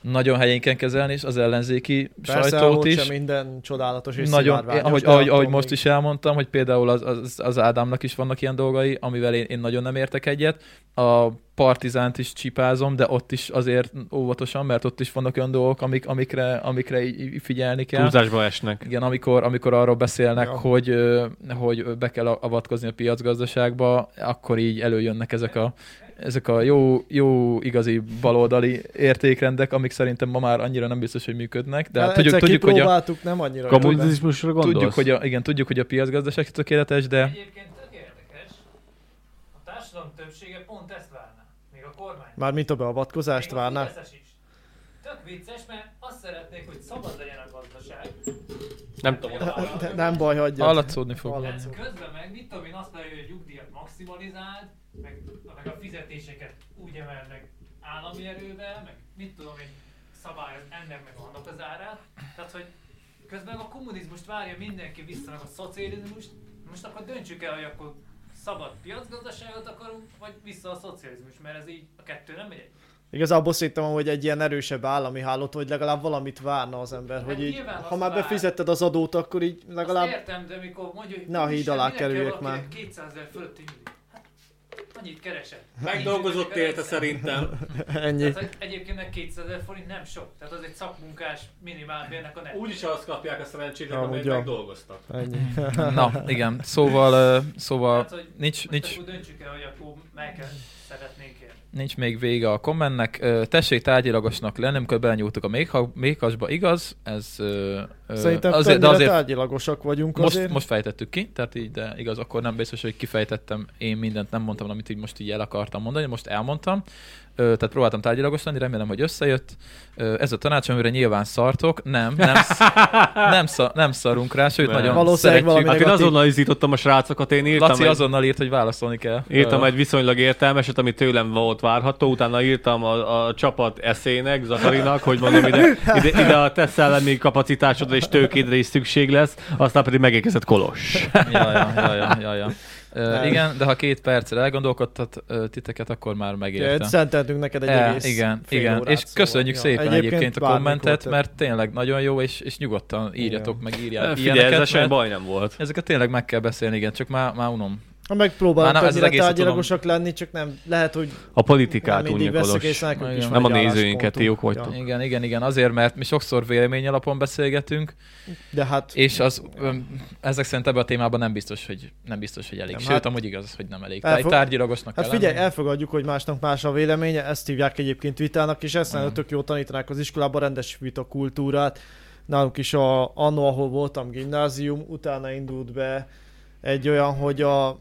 nagyon helyénken kezelni, és az ellenzéki Persze, sajtót is. Persze, minden csodálatos és nagyon, szivárványos, ahogy, de ahogy, ahogy attól most még- is elmondtam, hogy például az, az, az Ádámnak is vannak ilyen dolgai, amivel én, én nagyon nem értek egyet. A Partizánt is csipázom, de ott is azért óvatosan, mert ott is vannak olyan dolgok, amik, amikre, amikre így- így figyelni kell. Túlzásba esnek. Igen, amikor, amikor arról beszélnek, Ja. hogy, ö, hogy be kell avatkozni a piacgazdaságba, akkor így előjönnek ezek a, ezek a jó, jó, igazi baloldali értékrendek, amik szerintem ma már annyira nem biztos, hogy működnek. De hát Egyszer tudjuk, tudjuk, hogy a, kipróbáltuk, nem annyira. jó, de- Kommunizmusra gondolsz? tudjuk, hogy a, igen, tudjuk, hogy a piacgazdaság tökéletes, de Egyébként tök érdekes. A társadalom többsége pont ezt várná. Még a kormány. Mármint a beavatkozást Még a várná. Fideszes is. Tök vicces, mert azt szeretnék, hogy szabad legyen a gazdaság. Nem tudom. De nem baj, hagyjad. hallatszódni fog. Hallat- De közben meg, mit tudom én, azt mondja, hogy a nyugdíjat maximalizáld, meg, meg a fizetéseket úgy emeld meg állami erővel, meg mit tudom én, szabályoz ennek meg annak az árát. Tehát, hogy közben a kommunizmust várja mindenki vissza, meg a szocializmust. Most akkor döntsük el, hogy akkor szabad piacgazdaságot akarunk, vagy vissza a szocializmus, mert ez így a kettő nem megy. Igazából szerintem, hogy egy ilyen erősebb állami hálót, hogy legalább valamit várna az ember, Hát hogy így, nyilván ha azt már vár. befizetted az adót, akkor így legalább... Azt értem, de mikor mondja, hogy Ne a híd úristen, alá mindenki kerüljek valakinek már. kétszázezer fölötti nyugdíj. Hát, annyit keresett. Megdolgozott érte szerintem. Ennyi. Tehát, hogy egyébként meg kétszázezer forint nem sok. Tehát az egy szakmunkás minimálbérnek a net. Úgyis azt kapják a szerencsétek, Amúgy amelyet ja. megdolgoztak. Ennyi. Na, igen, szóval, ö, szóval Tehát, hogy nincs, most nincs, akkor döntsük el, hogy akkor melyiket szeretnénk érni. nincs még vége a kommentnek. Ö, Tessék tárgyilagosnak lenni, amikor belenyúltuk a méha- méhasba, igaz? Ez ö, ö, Szerintem azért, de azért azért tárgyilagosak vagyunk most, azért. most fejtettük ki, tehát így, de igaz, akkor nem biztos, hogy kifejtettem, én mindent nem mondtam, amit így most így el akartam mondani, most elmondtam. Ö, tehát próbáltam tárgyilagos lenni, remélem, hogy összejött. Ö, ez a tanács, amire nyilván szartok. Nem, nem, nem, szar, nem szarunk rá, sőt, Nem. nagyon Valószínűleg szeretjük. valami Hát én negatív. azonnal izítottam a srácokat, én írtam, Laci egy, azonnal írt, hogy válaszolni kell. írtam Ö, egy viszonylag értelmeset, ami tőlem volt várható, utána írtam a, a csapat eszének, Zakarinak, hogy mondom, ide, ide, ide a te szellemi kapacitásodra és tőkédre is szükség lesz, aztán pedig megérkezett Kolos. Ja, ja, ja, ja, ja, ja. Ö, Nem. igen, de ha két percre elgondolkodtat ö, titeket, akkor már megértem. Szenteltünk neked egy E, egész igen, fél igen. órát, És köszönjük szóval. szépen Ja, egyébként, a bármikor kommentet, több. mert tényleg nagyon jó, és, és nyugodtan írjatok, meg írják Figyelj, ilyeneket, ezzel semmi mert baj nem volt. ezeket tényleg meg kell beszélni, igen, csak már, már unom. Ha megpróbálunk Már nem, ez az annyira egészet tárgyilagosak lenni, csak nem, lehet, hogy A politikát nem mindig unja veszek Kolos. észre, nekünk is Igen. van Nem a egy nézőinket, álláspontunk. jók vagytok. Igen, igen, igen, azért, mert mi sokszor vélemény alapon beszélgetünk, De hát és az, öm, ezek szerint ebben a témában nem biztos, hogy, nem biztos, hogy elég. Nem, Sőt, hát- amúgy igaz, hogy nem elég. Elfog- Elfog... Tárgyilagosnak Hát kell figyelj, lenni. elfogadjuk, hogy másnak más a véleménye, ezt hívják egyébként vitának, és ezt Mhm. nagyon tök jó tanítanák az iskolában, rendes vita kultúrát. Nálunk is a, anno, ahol voltam gimnázium, utána indult be egy olyan, hogy a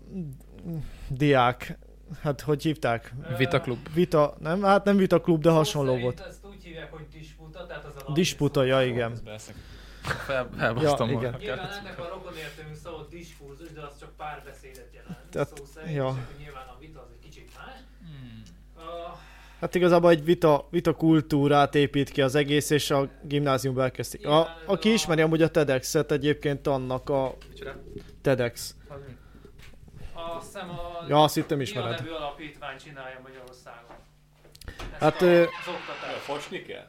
diák, hát hogy hívták? Vitaklub. Vita, nem, hát nem vita klub, de hasonló volt. Ezt úgy hívják, hogy disputa, tehát az a Disputa, ja igen. Fel, felbasztam Ja, volna. igen. Nyilván ennek a rokonértelmű szó a diskurzus, de az csak pár beszédet jelent. Tehát, szó szerint, ja. és akkor nyilván a vita az egy kicsit más. Hmm. Uh, Hát igazából egy vita, vita kultúrát épít ki az egész, és a gimnáziumban elkezdték. A, aki ismeri amúgy a TEDx-et, egyébként annak a TEDx. azt hiszem a Ja, azt hittem Mia ismered. nevű alapítvány csinálja Magyarországon. Ezt Hát, a, ö- az oktatás. Fosni kell?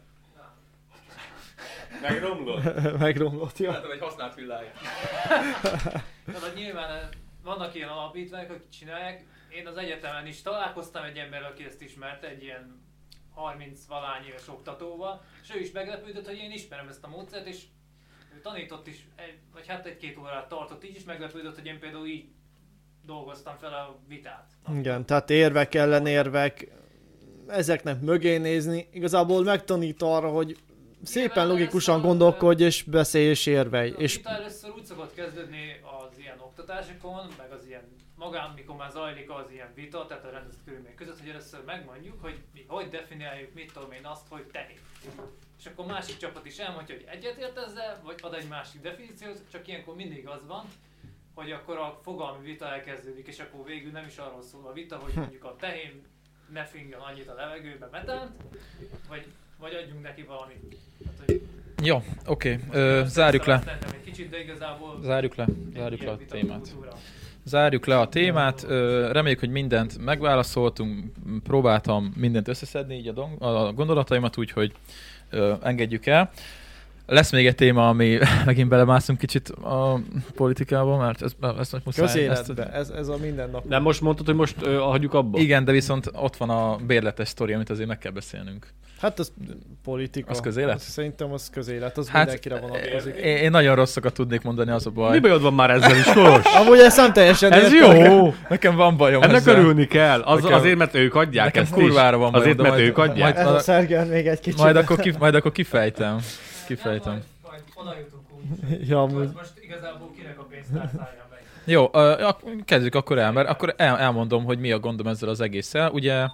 Megromlott? Megromlott, ja. egy használt villája. Tehát hogy nyilván eh, vannak ilyen alapítványok, akik csinálják. Én az egyetemen is találkoztam egy emberrel, aki ezt ismerte, egy ilyen harminc-valány éves oktatóval, és ő is meglepődött, hogy én ismerem ezt a módszert, és ő tanított is, egy, vagy hát egy-két órát tartott, így is meglepődött, hogy én például így dolgoztam fel a vitát. Igen, tehát érvek, ellenérvek, ezeknek mögé nézni, igazából megtanít arra, hogy szépen logikusan gondolkodj, és beszélj, és érvelj. A És vita először úgy szokott kezdődni az ilyen oktatásokon, meg az ilyen magán, mikor már zajlik az ilyen vita, tehát a rendezett körülmények között, hogy először megmondjuk, hogy mi hogy definiáljuk, mit tudom én azt, hogy tehén. És akkor másik csapat is elmondja, hogy egyetért ezzel, vagy ad egy másik definíciót, csak ilyenkor mindig az van, hogy akkor a fogalmi vita elkezdődik, és akkor végül nem is arról szól a vita, hogy mondjuk a tehén ne fingjon annyit a levegőbe metánt, vagy, vagy adjunk neki valamit. Hát, hogy Jó, oké, okay. zárjuk le. egy kicsit, de igazából Zárjuk le, egy zárjuk le ilyen a vita témát. kultúra. Zárjuk le a témát, Ö, reméljük, hogy mindent megválaszoltunk, próbáltam mindent összeszedni így a, don- a gondolataimat, úgyhogy ö, engedjük el. Lesz még egy téma, ami megint belemászunk kicsit a politikába, mert ez, ezt most muszáj. Közéletbe, ez, ez a mindennap. Nem most mondtad, hogy most ö, hagyjuk abba? Igen, de viszont ott van a bérletes sztori, amit azért meg kell beszélnünk. Hát az politika. Az közélet? Az, szerintem az közélet, az Hát, mindenkire vonatkozik. Én, én nagyon rosszakat tudnék mondani, az a baj. Mi bajod van már ezzel is, Kos? Amúgy ez nem teljesen Ez értem. jó! Nekem van bajom Ennek ezzel. örülni kell. Az, Nekem- azért, mert ők adják Nekem ezt kurvára is. van bajom, Azért, de mert majd- ők adják. majd- Ez a Szergen még egy kicsit. Majd akkor, ki, majd akkor kifejtem. Kifejtem. Majd, majd oda jutunk úgy. Ja, amúgy. Most igazából kinek a pénztárcája megy. Jó, ö, ak- kezdjük akkor el, mert akkor el, elmondom, hogy mi a gondom ezzel az egésszel. Ugye,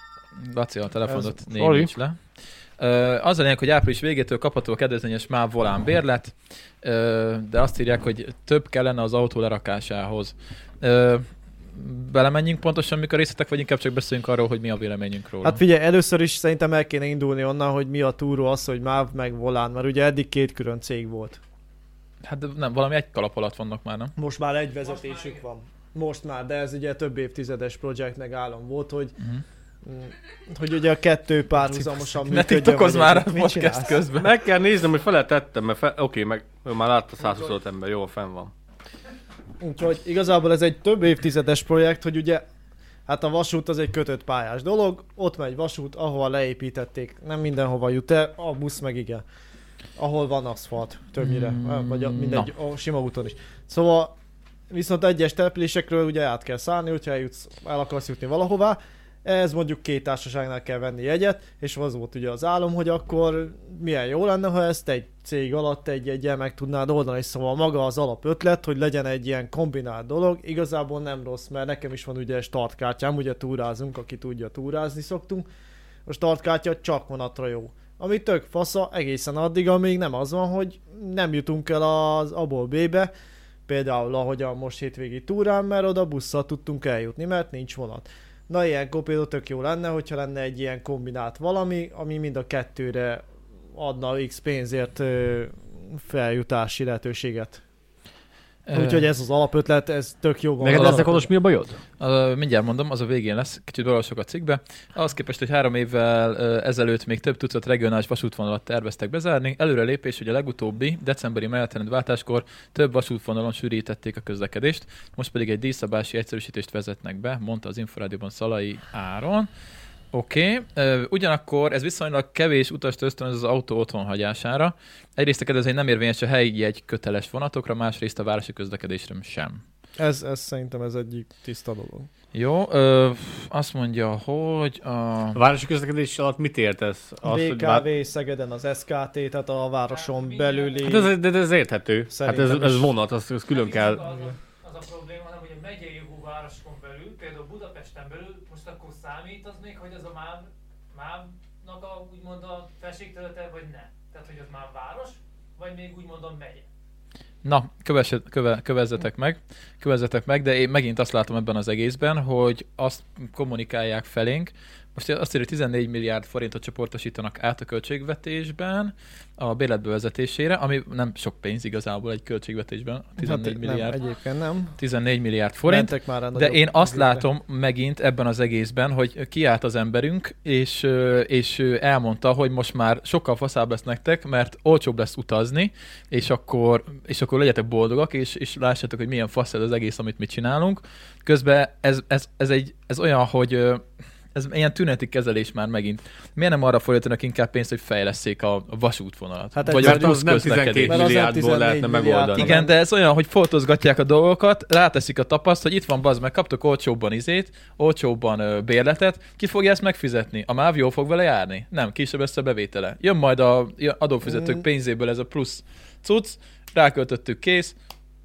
Laci, a telefonot Ez- némíts le. Ö, az a lényeg, hogy április végétől kapható a kedvezményes MÁV volán bérlet, ö, de azt írják, hogy több kellene az autó lerakásához. Ö, belemenjünk pontosan, mikor részletek, vagy inkább csak beszéljünk arról, hogy mi a véleményünk róla. Hát figyelj, először is szerintem el kéne indulni onnan, hogy mi a túró az, hogy MÁV meg Volán, mert ugye eddig két külön cég volt. Hát de nem, valami egy kalap alatt vannak már, nem? Most már egy vezetésük van. Most már, de ez ugye több évtizedes projekt meg állam volt, hogy, Uh-huh. mm, hogy ugye a kettő párhuzamosan Ne működjön. tiktokozz vagy már egy- a mit podcast csinálsz? közben. Meg kell néznem, hogy fel tettem, mert fel... oké, meg jó, már látta százhuszonöt ember, jó, fenn van. Úgyhogy igazából ez egy több évtizedes projekt, hogy ugye hát a vasút az egy kötött pályás dolog, ott megy vasút, ahova leépítették, nem mindenhova jut el, a busz meg igen. Ahol van aszfalt, többnyire, Mm, vagy a, mindegy, a sima úton is. Szóval viszont egyes településekről ugye át kell szállni, hogyha eljutsz, el akarsz jutni valahová, ez mondjuk két társaságnál kell venni jegyet, és az volt ugye az álom, hogy akkor milyen jó lenne, ha ezt egy cég alatt egy egyen meg tudnád oldani, szóval maga az alapötlet, hogy legyen egy ilyen kombinált dolog, igazából nem rossz, mert nekem is van ugye startkártyám, ugye túrázunk, aki tudja, túrázni szoktunk, a startkártya csak vonatra jó. Ami tök fasza egészen addig, amíg nem az van, hogy nem jutunk el az A-ból B-be, például ahogy a most hétvégi túrán, mert oda busszal tudtunk eljutni, mert nincs vonat. Na ilyenkor például tök jó lenne, hogyha lenne egy ilyen kombinált valami, ami mind a kettőre adna X pénzért ö, feljutási lehetőséget. Úgyhogy ez az alapötlet, ez tök jó van. Neked az ezzel Kolos mi a bajod? Uh, mindjárt mondom, az a végén lesz, kicsit beolvasok a cikkbe. Ahhoz képest, hogy három évvel uh, ezelőtt még több tucat regionális vasútvonalat terveztek bezárni, előrelépés, hogy a legutóbbi decemberi menetrendváltáskor több vasútvonalon sűrítették a közlekedést, most pedig egy díjszabási egyszerűsítést vezetnek be, mondta az Inforádióban Szalai Áron. Oké, okay. uh, ugyanakkor ez viszonylag kevés utast ösztönöz az autó otthonhagyására. Egyrészt a kedvezmény nem érvényes a helyi jegy köteles vonatokra, másrészt a városi közlekedésre sem. Ez, ez szerintem ez egyik tiszta dolog. Jó, ö, azt mondja, hogy a... A városi közlekedés alatt mit értesz? Azt, bé hogy ká vé, vá- Szegeden az es ká té, tehát a városon belüli... Hát ez, de ez érthető. Hát Szerintem ez, ez is. vonat, az, az külön kell. Az a, az a probléma, hanem, hogy a megyei jogú városokon belül, például Budapesten belül, most akkor számít az még, hogy ez a MÁV, MÁV-nak a, úgymond a felségterülete, vagy ne? Tehát, hogy az már város, vagy még úgymond a megye? Na, kövesset, köve, kövezzetek meg, kövezzetek meg, de én megint azt látom ebben az egészben, hogy azt kommunikálják felénk, most azt írja, hogy tizennégy milliárd forintot csoportosítanak át a költségvetésben a bérletbevezetésére, ami nem sok pénz igazából egy költségvetésben, tizennégy hát, milliárd, Nem, egyébként nem. tizennégy milliárd forint. Mentek már rá De nagyobb én azt üzletre. látom megint ebben az egészben, hogy kiállt az emberünk, és, ö, és ö, elmondta, hogy most már sokkal faszább lesz nektek, mert olcsóbb lesz utazni, és akkor, és akkor legyetek boldogak, és, és lássátok, hogy milyen fasz ez az egész, amit mi csinálunk. Közben ez, ez, ez, egy, ez olyan, hogy ö, ez ilyen tüneti kezelés már megint. Miért nem arra fordítanak inkább pénzt, hogy fejlesszék a, a vasútvonalat? Hát vagy egy- a Mert az nem buszközlekedést? tizenkét Mert az nem milliárdból tizennégy lehetne milliárd. megoldani. Igen, de ez olyan, hogy fotózgatják a dolgokat, ráteszik a tapaszt, hogy itt van bazd meg, kaptok olcsóbban izét, olcsóbban ö, bérletet, ki fogja ezt megfizetni? A MÁV jól fog vele járni? Nem, később lesz a bevétele. Jön majd a adófizetők Mm. pénzéből ez a plusz cucc, ráköltöttük, kész,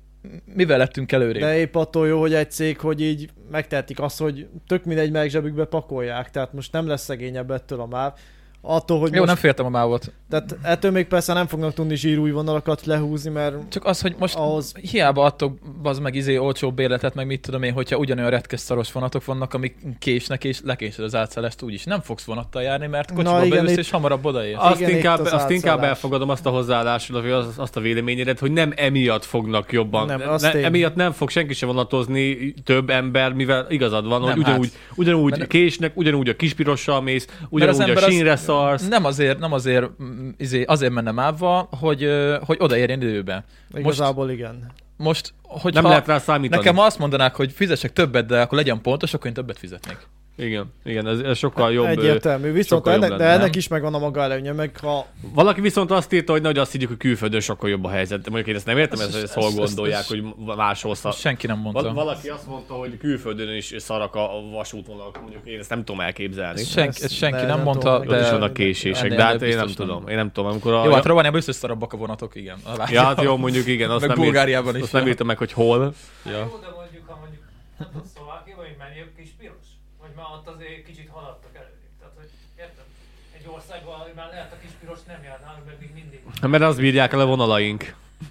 mivel lettünk előrébb? De épp attól jó, hogy egy cég, hogy így megtehetik azt, hogy tök mindegy meg zsebükbe pakolják, tehát most nem lesz szegényebb ettől a MÁV. Attól, hogy Jó, most, nem féltem a mávot. tehát ettől még persze nem fognak tudni zsírúj vonalakat lehúzni, mert Csak az, hogy most ahhoz hiába adtok az meg izé olcsó bérletet, meg mit tudom én, hogyha ugyanolyan retkes szaros vonatok vannak, amik késnek, és lekésed az átszállást úgyis. Nem fogsz vonattal járni, mert kocsiba igen, beülsz, itt- és hamarabb odaérsz. Azt Igen, inkább, itt az azt inkább átszállás. elfogadom azt a hozzáállásodat, vagy az, azt a véleményedet, hogy nem emiatt fognak jobban. Nem, Ne, az tény. emiatt nem fog senki sem vonatozni több ember, mivel igazad van, Nem, hogy ugyanúgy, ugyanúgy Mert- késnek, ugyanúgy a kispirossal mész, az ugyanúgy a ember az- sínre szar. beszarsz. Nem azért, nem azért, azért menne mávva, hogy, hogy odaérjen időbe. Igazából most, igen. Most, hogyha nem lehet rá számítani. Nekem azt mondanák, hogy fizessek többet, de akkor legyen pontos, akkor én többet fizetnék. Igen, igen, ez, ez sokkal jobb. Egyértelmű, viszont ennek, jobb de ennek is megvan a maga előnye, meg ha... Valaki viszont azt írta, hogy nagy azt higgyük, hogy külföldön sokkal jobb a helyzet. De mondjuk én ezt nem értem, ezt, ezt, ezt gondolják, ezt, hogy máshol szar. Senki nem mondta. Val- valaki azt mondta, hogy külföldön is szarak a vasútvonalak, mondjuk én ezt nem tudom elképzelni. Ezt senki, ezt senki nem, nem mondta, de... Ott is vannak késések, de hát én nem tudom. Én nem tudom, amikor a... Jó, hát Romániában biztos szarabbak a vonatok, igen. Ja, hát jó, mondjuk igen. Azt meg nem Bulgáriában írt, is. Azt nem írtam meg, hogy hol. Ja. Jó, de mondjuk, ha mondjuk, nem tudom, Szlovákiában, hogy mennyi a kis piros? Vagy már ott azért kicsit haladtak előrébb. Tehát, hogy értem, egy országban már lehet a kis piros nem jár nálunk, meg még mindig. Mert azt bírják el a vonalaink.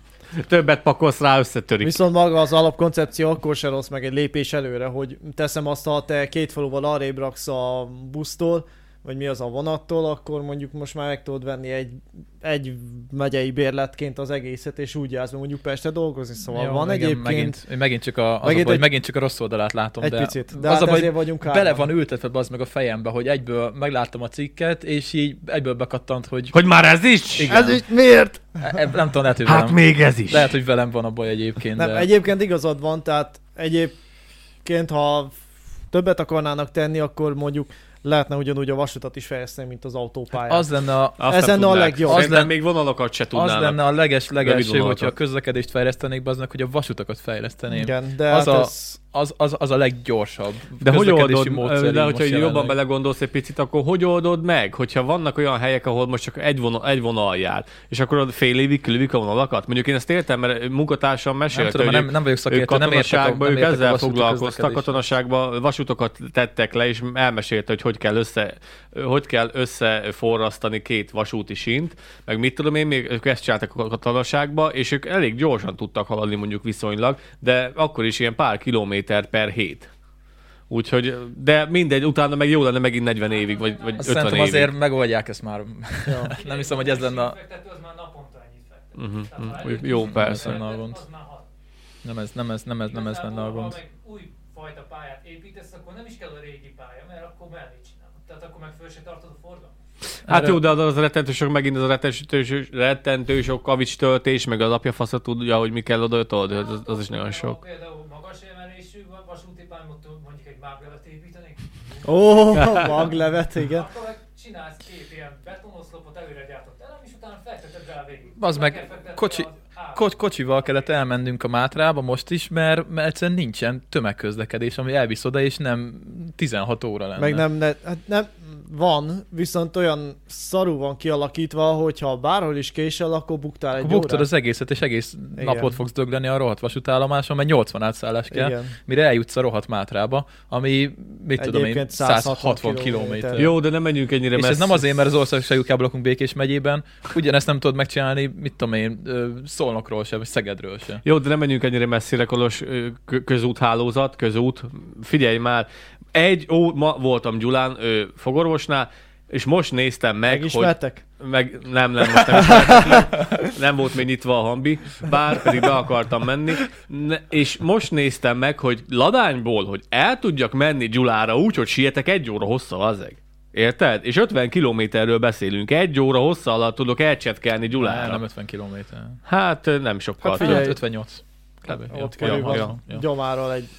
Többet pakolsz rá, összetörik. Viszont maga az alapkoncepció akkor se rossz, meg egy lépés előre, hogy teszem azt, ha te két faluval arrébb raksz a busztól, vagy mi az a vonattól, akkor mondjuk most már meg tudod venni egy, egy megyei bérletként az egészet, és úgy jársz, mondjuk Pestre dolgozni. Szóval jó, van egyébként... Megint, megint, csak a, az megint, a baj, egy, megint csak a rossz oldalát látom. egy de picit, de az hát a baj, ezért vagyunk bele árban. Van ültetve az meg a fejembe, hogy egyből megláttam a cikket, és így egyből bekattant, hogy... Hogy már ez is? Igen. Ez is miért? E, nem tudom, lehet, hogy hát velem, még ez is. Lehet, hogy velem van a baj egyébként. Nem, de... egyébként igazad van, tehát egyébként, ha többet akarnának tenni, akkor mondjuk lehetne ugyanúgy a vasutat is fejleszteni, mint az autópályát. Az lenne a, ez lenne a legjobb. Az lenne, még vonalokat se tudnának. Az lenne a leges, legelső, hogyha a közlekedést fejlesztenék be, aznak, hogy a vasutakat fejleszteném. Igen, de az, hát a, ez... az, az, az a leggyorsabb de hogy oldod, módszer. De hogyha jobban belegondolsz egy picit, akkor hogy oldod meg? Hogyha vannak olyan helyek, ahol most csak egy vonal, egy vonal jár, és akkor ott fél évig külövik a vonalakat? Mondjuk én ezt értem, mert munkatársam mesélte, nem, hogy nem, nem vagyok szakértő, nem értek ők ezzel foglalkoztak, katonaságban vasutakat tettek le, és elmesélte, hogy hogy kell össze, hogy kell összeforrasztani két vasúti sínt, meg mit tudom én, még ők ezt csináltak a katonaságba, és ők elég gyorsan tudtak haladni mondjuk viszonylag, de akkor is ilyen pár kilométer per hét. Úgyhogy, de mindegy, utána meg jó lenne megint negyven évig, vagy, vagy ötven szerintem évig. azért megoldják ezt már. Ja. Nem hiszem, hogy ez lenne a... Az már naponta ennyit fektet. Uh-huh. Uh-huh. Jó, persze. Nem, nem ez, nem ez, nem ez, nem ez lenne a gond. Ha meg új fajta pályát építesz, akkor nem is kell a régi pálya, mert akkor mellé csinálod. Tehát akkor meg föl se tartod a forgalmat. Hát erre... jó, de az, az a rettentő sok, megint az a rettentő, rettentő sok kavics töltés, meg az apja fasza tudja, hogy mi kell oda ötöld, az, az is nagyon sok. Például magas emelésű vasúti pályán mondjuk egy maglevet építenék. Ó, oh, maglevet, igen. Akkor meg csinálsz két ilyen betonoszlopot, előre gyártott elem, és utána felteted rá végig. Az meg kocsi, ko- kocsival kellett elmennünk a Mátrába most is, mert, mert egyszerűen nincsen tömegközlekedés, ami elvisz oda, és nem tizenhat óra lenne. Meg nem, ne, hát nem, van, viszont olyan szarú van kialakítva, hogyha bárhol is késel, akkor buktál egy akkor buktad az egészet, és egész igen. napot fogsz dögleni a rohadt vasútállomáson, mert nyolcvan átszállás kell, igen. mire eljutsz a rohadt Mátrába, ami, mit tudom én, száz hatvan kilométer. Jó, de nem menjünk ennyire és messze. ez nem azért, mert az országságukában lakunk Békés megyében, ugyanezt nem tudod megcsinálni, mit tudom én, Szolnokról se, vagy Szegedről se. Jó, de nem menjünk ennyire messzire, Kolos, közúthálózat, közút. Figyelj már, egy, ó, ma voltam Gyulán, ő, fogorvosnál, és most néztem meg, Megismertek? hogy... Meg, nem, nem, most nem ismertek. Nem volt még nyitva a hambi, bár pedig be akartam menni. Ne, és most néztem meg, hogy Ladányból, hogy el tudjak menni Gyulára úgy, hogy sietek egy óra hossza azeg. Érted? És ötven kilométerről beszélünk. Egy óra hossza alatt tudok elcsetkelni Gyulára. Nem, nem ötven kilométer. Hát nem sokkal. Hát figyelj, ötvennyolc. Hát, ott körül van gyomáról egy...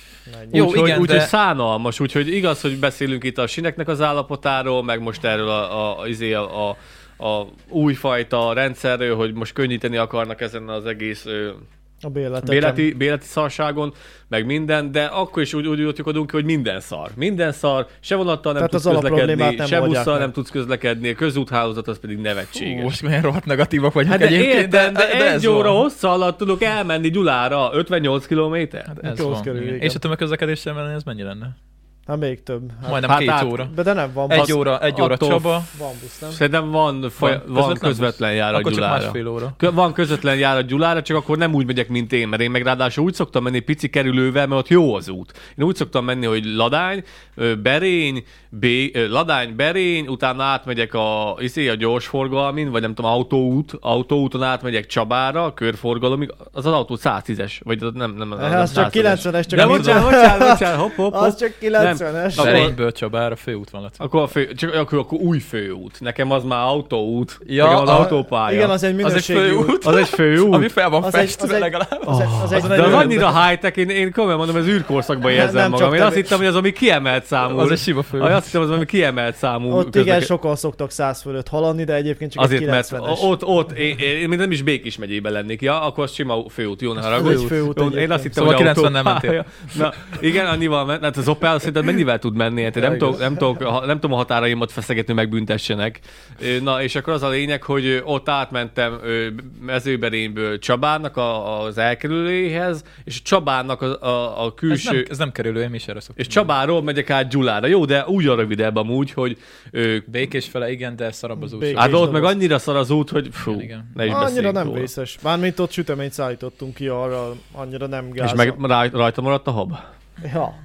Jó, úgyhogy úgy, úgy, szánalmas, úgyhogy igaz, hogy beszélünk itt a sineknek az állapotáról, meg most erről a, a, a, a, a újfajta rendszerről, hogy most könnyíteni akarnak ezen az egész a béleti, béleti szarságon, meg minden, de akkor is úgy, úgy jutjuk, hogy minden szar. Minden szar, se vonattal nem tehát tudsz közlekedni, nem se busszal nem tudsz közlekedni, a közúthálózat az pedig nevetséges. Most milyen rohadt negatívak vagyunk hát de egyébként. De, de, de egy óra hossza alatt tudok elmenni Gyulára, ötvennyolc kilométer. Hát ez van. Körül, és a tömegközlekedéssel menni, ez mennyi lenne? Hát még több. Hát, majdnem hát, két hát, óra. De nem van. Egy óra, egy óra Csaba. Van busz, nem? Szerintem van, van, van közvetlen járat Gyulára. Akkor csak másfél óra. Van közvetlen járat Gyulára, csak akkor nem úgy megyek, mint én, mert én meg ráadásul úgy szoktam menni pici kerülővel, mert ott jó az út. Én úgy szoktam menni, hogy Ladány, Berény, B, Ladány, Berény, utána átmegyek a, izé, a gyorsforgalmin, vagy nem tudom, autóút, autóúton átmegyek Csabára, körforgalomig, az az autó száztízes, vagy nem, nem, az, az csak kilencvenes, csak de bocsánat, bocsánat, bocsánat, hopp, hopp, az csak kilencvenes. kilencvenes. Szerényből Csabára főút van, Laci. Akkor, a fő, csak, akkor, akkor új főút. Nekem az már autóút. Ja, nekem az a, autópálya. Igen, az egy minőségi az egy út. főút. Az egy főút. Ami fel van Az festve egy- az egy- legalább. Az, egy- az, egy- De az annyira high-tech, én, én komolyan mondom, az űrkorszakban érzem Nem, magam. csak Én te- azt hittem, hogy az, ami kiemelt számú. Az egy sima főút. Azt hittem, az, ami kiemelt számú. Ott igen, közleke- sokan szoktak száz fölött haladni, de egyébként csak Azért, egy mert kilencvenes. ott, ott én, én, én nem is Békés megyében lennék, ja, akkor az sima főút, jó, ne Ez haragudj. egy főút Jó, Én egyébként. azt hittem, Szóval hogy kilencvennel autópálya. Na, igen, annyival ment. Hát az Opel szerinted mennyivel tud menni? Hát én nem, Ja, tudok, igaz. nem, tudok, ha- nem tudom a határaimat feszegetni, megbüntessenek. Ö, Na, és akkor az a lényeg, hogy ö, ott átmentem ö, Mezőberényből Csabának a, az elkerülőjéhez, és Csabának a, a, a Ez külső... nem, ez nem kerülő, én is erre szoktam. És Csabáról megyek át Gyulára. Jó, de úgy a rövidebb amúgy, hogy... Ö, Békés fele, igen, de szarabb az út. Békés. hát ott doboz. meg annyira szar az út, hogy fú, Igen, igen. ne is Annyira beszéljünk nem róla. vészes. Mármint ott süteményt szállítottunk ki arra, annyira nem gáz. És meg raj, rajta maradt a hab? Ja.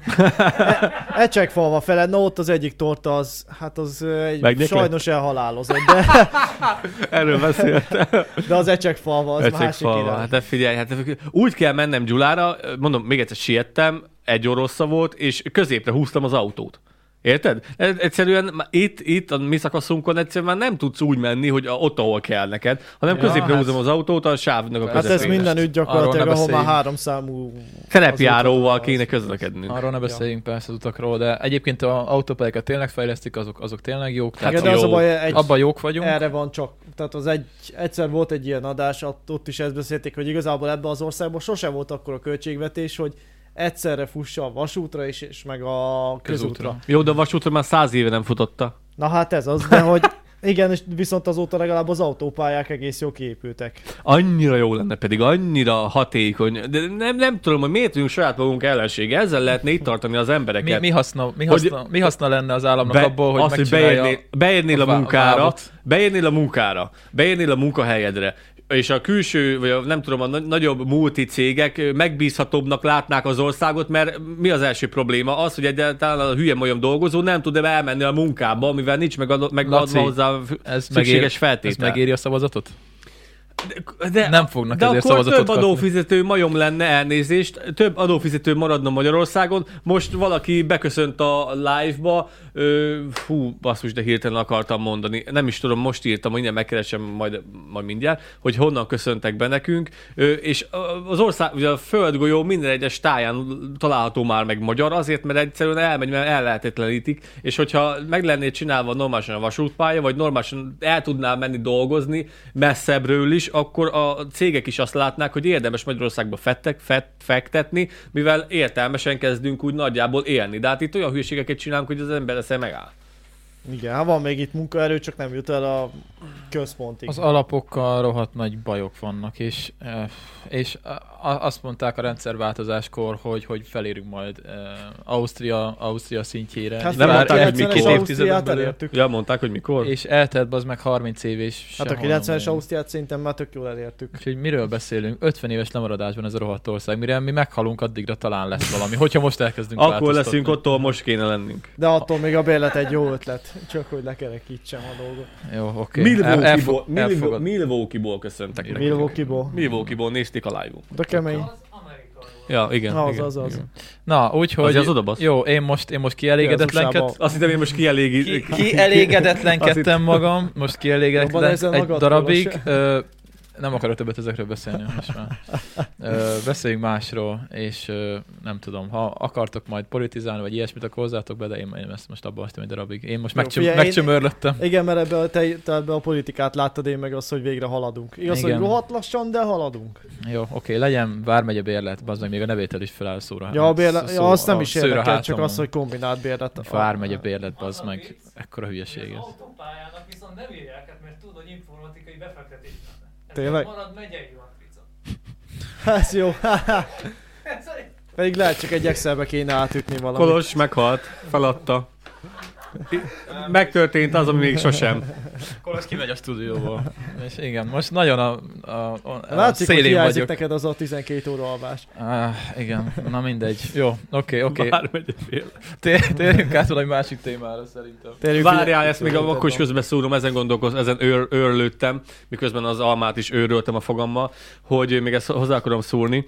E- Ecsekfalva fele, no ott az egyik torta az, hát az ö, egy Megnyekle? sajnos elhalálozott, de, Erről beszéltem. de az Ecsekfalva az másik Ecsekfalva. irány. Hát de figyelj, hát úgy kell mennem Gyulára, mondom, még egyszer siettem, egy orossza volt, és középre húztam az autót. Érted? Ez egyszerűen már itt, itt a mi szakaszunkon egyszerűen már nem tudsz úgy menni, hogy a, ott, ahol kell neked, hanem Ja, középre hát- húzom az autót a sávnak a Hát ez közepére. mindenütt gyakorlatilag, Arról ne ahol már beszéljünk. három számú... Terepjáróval az kéne út- közlekednünk. Arról ne beszéljünk persze az utakról, de egyébként az autópályákat tényleg fejlesztik, azok, azok tényleg jók. Tehát Igen, de az a jó. baj, egy, abban jók vagyunk. erre van csak, tehát az egy, egyszer volt egy ilyen adás, ott ott is ezt beszélték, hogy igazából ebben az országban sose volt akkor a költségvetés, hogy egyszerre fussa a vasútra is, és meg a közútra. Közútra. Jó, de a vasútra már száz éve nem futotta. Na hát ez az, de hogy igen, és viszont azóta legalább az autópályák egész jól kiépültek. Annyira jó lenne pedig, annyira hatékony. De nem, nem tudom, hogy miért vagyunk saját magunk ellensége. Ezzel lehetne itt tartani az Mi, embereket. mi, haszna, mi, Hogy- haszna, mi haszna lenne az államnak Be- abból, hogy azt, hogy megcsinálja beérnél, beérnél a, a vá- munkára, vávot? beérnél a munkára, beérnél a munkahelyedre, és a külső, vagy a, nem tudom, a na- nagyobb multi cégek megbízhatóbbnak látnák az országot, mert mi az első probléma? Az, hogy egyáltalán a hülye majom dolgozó nem tud elmenni a munkába, mivel nincs megadva, megadva Laci, hozzá a ez szükséges megér, ez feltétel. megéri a szavazatot? De, Nem fognak de ezért akkor szavazatot több kapni. adófizető majom lenne, elnézést, több adófizető maradna Magyarországon. Most valaki beköszönt a live-ba, ö, fú, basszus, de hirtelen akartam mondani. Nem is tudom, most írtam, mindjárt megkeresem majd, majd mindjárt, hogy honnan köszöntek be nekünk. Ö, és az ország, ugye a földgolyó minden egyes táján található már meg magyar, azért, mert egyszerűen elmegy, mert ellehetetlenítik, és hogyha meg lenné csinálva normálisan a vasútpálya, vagy normálisan el tudnál menni dolgozni messzebbről is, akkor a cégek is azt látnák, hogy érdemes Magyarországba fettek, fet, fektetni, mivel értelmesen kezdünk úgy nagyjából élni. De hát itt olyan hülyeségeket csinálunk, hogy az ember esze megáll. Igen, hát van még itt munkaerő, csak nem jut el a központig. Az alapokkal rohadt nagy bajok vannak, és, eh, és a- azt mondták a rendszerváltozáskor, hogy, hogy felérünk majd eh, Ausztria, Ausztria szintjére. Hát nem nem mondták, mondták, hogy hogy mikor. két évtizeden Ausztriát belül. elértük. Ja, mondták, hogy mikor? És eltelt az meg harminc év, és Hát a sehol kilencvenes nem Ausztriát szerintem már tök jól elértük. Úgyhogy miről beszélünk? ötven éves lemaradásban ez a rohadt ország. Mire mi meghalunk, addigra talán lesz valami. Hogyha most elkezdünk Akkor változtatni. leszünk ott, ahol most kéne lennünk. De attól még a bérlet egy jó ötlet, csak hogy lekerekítsem a dolgot. Jó, oké. Milwaukee-ból, Elfog- elfogad- Milwaukee-ból köszöntek nekünk. Milwaukee-ból. Milwaukee-ból nézték a live-ot. De kemény. Az Amerikai. Ja, igen. Az, igen, az, az. igen. Na, úgyhogy... Azért az odabasz. Jó, én most, én most kielégedetlenkedtem. Jézusába. Azt hittem, én most kielégít. Ki, kielégedetlenkedtem magam, most Jobban kielégedetlen érzed egy magad, darabig. Kolos? Ö, nem akarok többet ezekről beszélni most már. Ö, beszéljünk másról, és ö, nem tudom, ha akartok majd politizálni, vagy ilyesmit, akkor hozzátok be, de én, én ezt most abba hagytam egy darabig. Én most Jó, megcsöm, figyelj, én- megcsömörlöttem. Igen, mert ebbe a, te, te ebbe a politikát láttad, én meg az, hogy végre haladunk. Igaz, Igen. hogy rohadt lassan, de haladunk. Jó, oké, legyen Vármegye bérlet, bazd meg, még a nevétel is feláll szóra. Ja, a bérle, Szó- ja azt nem a is szőre érdekel, csak hátamon. az, hogy kombinált bérlet. Vármegye bérlet, bazd meg. Ekkora hülyeség Az ez. autópályának viszont nem írják át, mert tud, hogy informatikai befektetés lenne. Ez Tényleg? marad megyei matrica. Ez jó. Ez egy- Pedig lehet csak egy Excelbe kéne átütni valamit. Kolos meghalt, feladta. Megtörtént az, ami még sosem. Akkor az kimegy a stúdióból. És igen, most nagyon a, a, a, a Látszik, hogy szélén hiányzik vagyok. neked az a tizenkét óra alvás. Ah, igen, na mindegy. Jó, oké, oké. Vármegyeféle. Tér- Térjünk át valami másik témára szerintem. Térjünk Várjál, ide- ezt még akkor is közben szúrom, ezen gondolkoz, ezen őr, őrlődtem, miközben az almát is őröltem a fogammal, hogy még ezt hozzá akarom szúrni.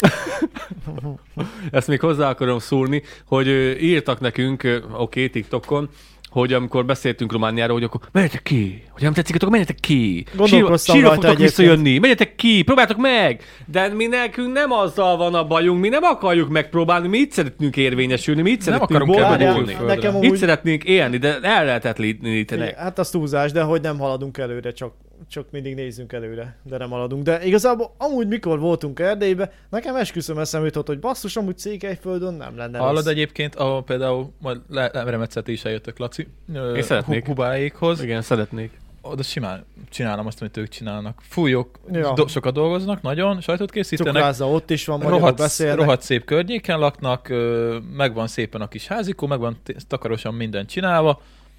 Ezt még hozzá akarom szúrni, hogy ö, írtak nekünk, ö, oké, okay, TikTokon, hogy amikor beszéltünk Romániáról, hogy akkor menjetek ki, hogy nem tetszik, akkor menjetek ki. Gondolkoztam Sírva rajta fogtok egyébként. visszajönni, menjetek ki, próbáltok meg. De mi nekünk nem azzal van a bajunk, mi nem akarjuk megpróbálni, mi itt szeretnénk érvényesülni, mi itt szeretnénk akarunk boldogulni. elmenni Nekem Itt amúgy, szeretnénk élni, de ellehetetlenítenek. igen, hát az túlzás, de hogy nem haladunk előre, csak, csak mindig nézzünk előre, de nem haladunk. De igazából amúgy mikor voltunk Erdélybe, nekem esküszöm eszembe jutott, hogy basszus, amúgy Székelyföldön nem lenne Hallod rossz. egyébként, ahol például majd le- remélem egyszer ti is eljöttök, Laci. Ö, Én szeretnék. Hu- Hubáékhoz. Igen, szeretnék. Oda simán csinálom azt, amit ők csinálnak. Fújok, Ja. do- sokat dolgoznak, nagyon, sajtot készítenek. Cukrászda ott is van, magyarok Rohadt, beszélnek. rohadt szép környéken laknak, ö, megvan szépen a kis házikó, megvan t- takarosan mindent csinálva.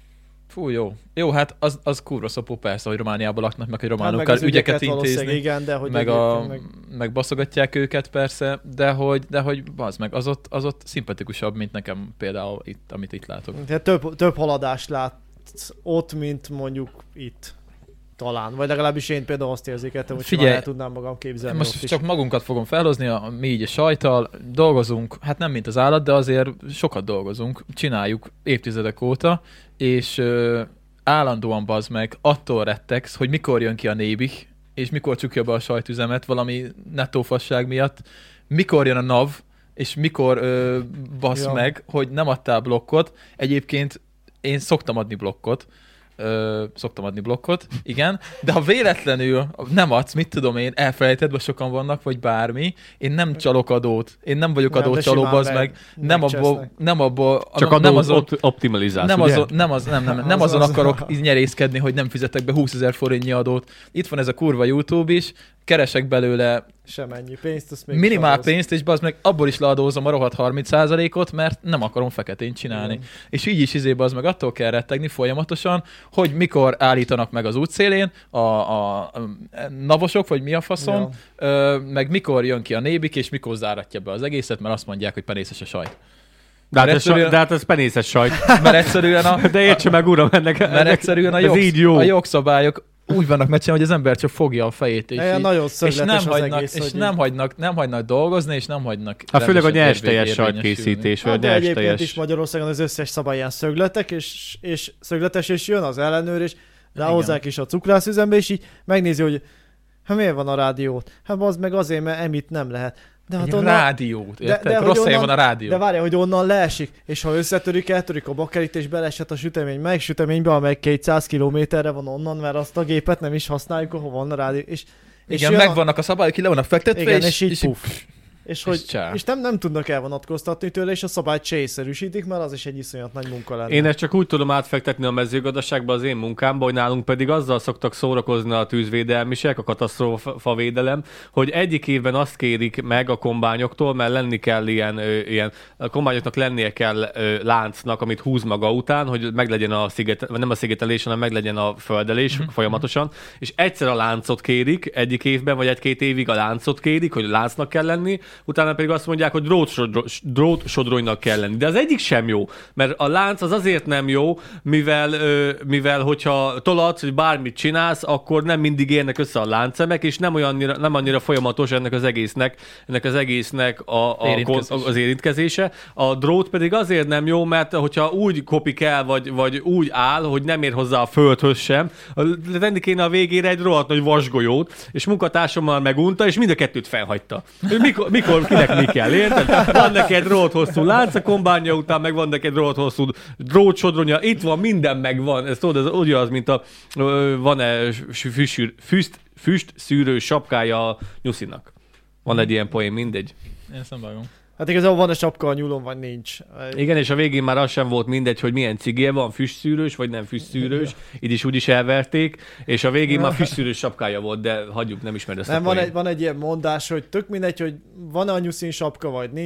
Fú, jó. Jó, hát az, az kurva szopó persze, hogy Romániában laknak, meg hogy Hát meg románokkal az ügyeket valószínűleg intézni, igen, de hogy meg, a, egyébként meg... meg baszogatják őket persze, de hogy, de hogy bazd meg, az ott, az ott szimpatikusabb, mint nekem például itt, amit itt látok. Tehát több, több haladást látsz ott, mint mondjuk itt. Talán. Vagy legalábbis én például azt érzékeltem, hogy Figyelj, simán el tudnám magam képzelni Most ott is. csak magunkat fogom felhozni, a, mi így a sajttal, dolgozunk, hát nem mint az állat, de azért sokat dolgozunk, csináljuk évtizedek óta, és ö, állandóan bazd meg, attól rettegsz, hogy mikor jön ki a Nébih, és mikor csukja be a sajtüzemet valami nettófasság miatt, mikor jön a NAV, és mikor ö, basz Ja. meg, hogy nem adtál blokkot. Egyébként én szoktam adni blokkot, Ö, szoktam adni blokkot, igen, de ha véletlenül nem adsz, mit tudom én, elfelejted, vagy sokan vannak, vagy bármi, én nem csalok adót, én nem vagyok Nem, de adócsaló, simán bazd meg- meg, nem abból, megcsesznek. nem abból, Csak nem adó azon, ott optimalizálsz, nem, ugye? azon, nem, az, nem, nem, nem Az- azon az- akarok így nyerészkedni, hogy nem fizetek be húszezer forintnyi adót. Itt van ez a kurva YouTube is, keresek belőle Sem ennyi pénzt, azt még minimál sarolsz. pénzt, és bazd meg abból is leadózom a rohadt harminc százalékot, mert nem akarom feketén csinálni. Igen. És így is izé bazd meg attól kell rettegni folyamatosan, hogy mikor állítanak meg az útszélén a, a, a navosok, vagy mi a faszom, Ja. ö, meg mikor jön ki a nébik, és mikor záratja be az egészet, mert azt mondják, hogy penészes a sajt. De hát, Mert ez, sa- egyszerűen- de hát ez penészes sajt. Mert egyszerűen a, De értse meg, uram, ennek, mert ennek egyszerűen a, ez jogsz, így jó. a jogszabályok úgy vannak megcsinálva, hogy az ember csak fogja a fejét, és, Ilyen így, nagyon és szögletes nem az hagynak, egész, és hogy nem így- hagynak, nem hagynak dolgozni, és nem hagynak Hát főleg a rendesen nyers-teljes érvényesülni. sajtkészítés, vagy Hát, a de egyébként is nyers-teljes. Magyarországon az összes szabály ilyen szögletek, és, és szögletes, és jön az ellenőr, és Igen. ráhozzák is a cukrászüzembe, és így megnézi, hogy hát miért van a rádiót? Hát az meg azért, mert emit nem lehet. De hát Egy onnan, rádiót, érted? de hogy Rossz helyen onnan- van a rádió. de várja, hogy onnan leesik, és ha összetörik, eltörik a bakelit, és beleesett a sütemény, meg süteménybe, amely kétszáz kilométerre van onnan, mert azt a gépet nem is használjuk, ahol van a rádió. És, és Igen, jön a- megvannak a szabályok, ki le vannak fektetve, Igen, és, és így és puff. És, hogy, csá. és nem, nem tudnak elvonatkoztatni tőle, és a szabályt se észszerűsítik, mert az is egy iszonyat nagy munka lenne. Én ezt csak úgy tudom átfektetni a mezőgazdaságba az én munkámba, hogy nálunk pedig azzal szoktak szórakozni a tűzvédelmisek, a katasztrófa védelem, hogy egyik évben azt kérik meg a kombányoktól, mert lenni kell ilyen, ö, ilyen a kombányoknak lennie kell ö, láncnak, amit húz maga után, hogy meglegyen a sziget, vagy nem a szigetelés, hanem meglegyen a földelés Mhm. folyamatosan, és egyszer a láncot kérik, egyik évben vagy egy-két évig a láncot kérik, hogy láncnak kell lenni, utána pedig azt mondják, hogy drótsodro- drótsodronynak kell lenni. De az egyik sem jó, mert a lánc az azért nem jó, mivel, ö, mivel hogyha toladsz, hogy bármit csinálsz, akkor nem mindig érnek össze a láncszemek, és nem, olyannyira, nem annyira folyamatos ennek az egésznek, ennek az egésznek a, a, Érintkezés. az érintkezése. A drót pedig azért nem jó, mert hogyha úgy kopik el, vagy, vagy úgy áll, hogy nem ér hozzá a földhöz sem, tenni kéne a végére egy rohadt nagy vasgolyót, és munkatársammal megunta, és mind a kettőt felhagyta. Mikor, mikor kinek mi kell, érted? Van neked rohadt hosszú lánc a kombánya után, meg van neked rohadt hosszú drótsodronya, itt van, minden megvan. Ez tudod, ez úgy az, mint a ö, van-e füst, füst, füst szűrő sapkája a nyuszinak. Van egy ilyen poén, mindegy. Én ezt nem vágom. Hát igazából van a sapka a nyúlon, vagy nincs. Igen, és a végén már az sem volt mindegy, hogy milyen cigje van, füstszűrős, vagy nem füstszűrős. Így is úgy is elverték, és a végén már füstszűrős sapkája volt, de hagyjuk, nem ismered ezt Nem, a van poént. egy, van egy ilyen mondás, hogy tök mindegy, hogy van-e a nyuszin sapka, vagy nincs,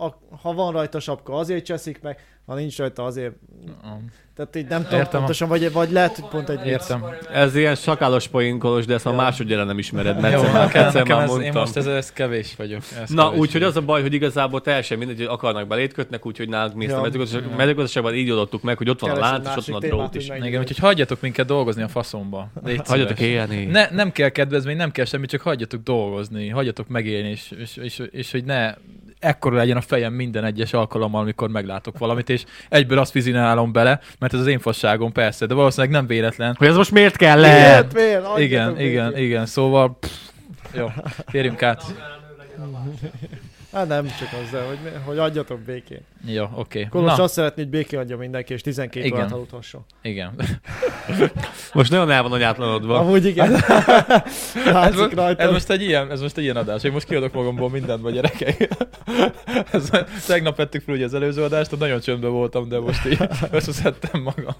a, ha van rajta sapka, azért cseszik meg, ha nincs rajta, azért... Tehát így nem tudom Értem. pontosan, vagy, vagy lehet, hogy pont egy... Értem. Ez ilyen sakálos poénkolos, de ezt már másodjára nem ismered, mert Jó, egyszer, nekem, egyszer nekem már ez, én mondtam. most ez, ez kevés vagyok. Ez Na, kevés úgyhogy vagyok. az a baj, hogy igazából teljesen mindegy, hogy akarnak belét kötnek, úgyhogy nálunk mi ezt a Ja. mezőgazdaság- mezőgazdaságban így oldottuk meg, hogy ott van a Keresünk lánc, és ott van a másik drót témát, is. hogy meg- Igen, úgyhogy hagyjatok minket dolgozni a faszomba. Légy Hagyjatok szíves. élni. Ne, nem kell kedvezmény, nem kell semmi, csak hagyjatok dolgozni, hagyjatok megélni, és, és, és, és hogy ne ekkora legyen a fejem minden egyes alkalommal, amikor meglátok valamit, és egyből azt fizinálom bele, mert ez az én fasságom persze, de valószínűleg nem véletlen. Hogy ez most miért kell le? Miért? Miért? Adjatok Igen, békét. igen, igen, szóval pff, jó, térjünk át. Hát nem csak azzal, hogy, mi- hogy adjatok békén. Jó, oké. Akkor most Na, azt szeretné, hogy békén adja mindenki, és tizenkét Igen. órát aludhasson. igen. Most nagyon el van anyátlanodva. Amúgy igen. Ez, Látszik most, ez, rajta. most egy ilyen, ez most egy ilyen adás, hogy most kiadok magamból mindent, vagy gyerekek. Ez, tegnap vettük fel ugye az előző adást, ott nagyon csöndben voltam, de most így összeszedtem magam.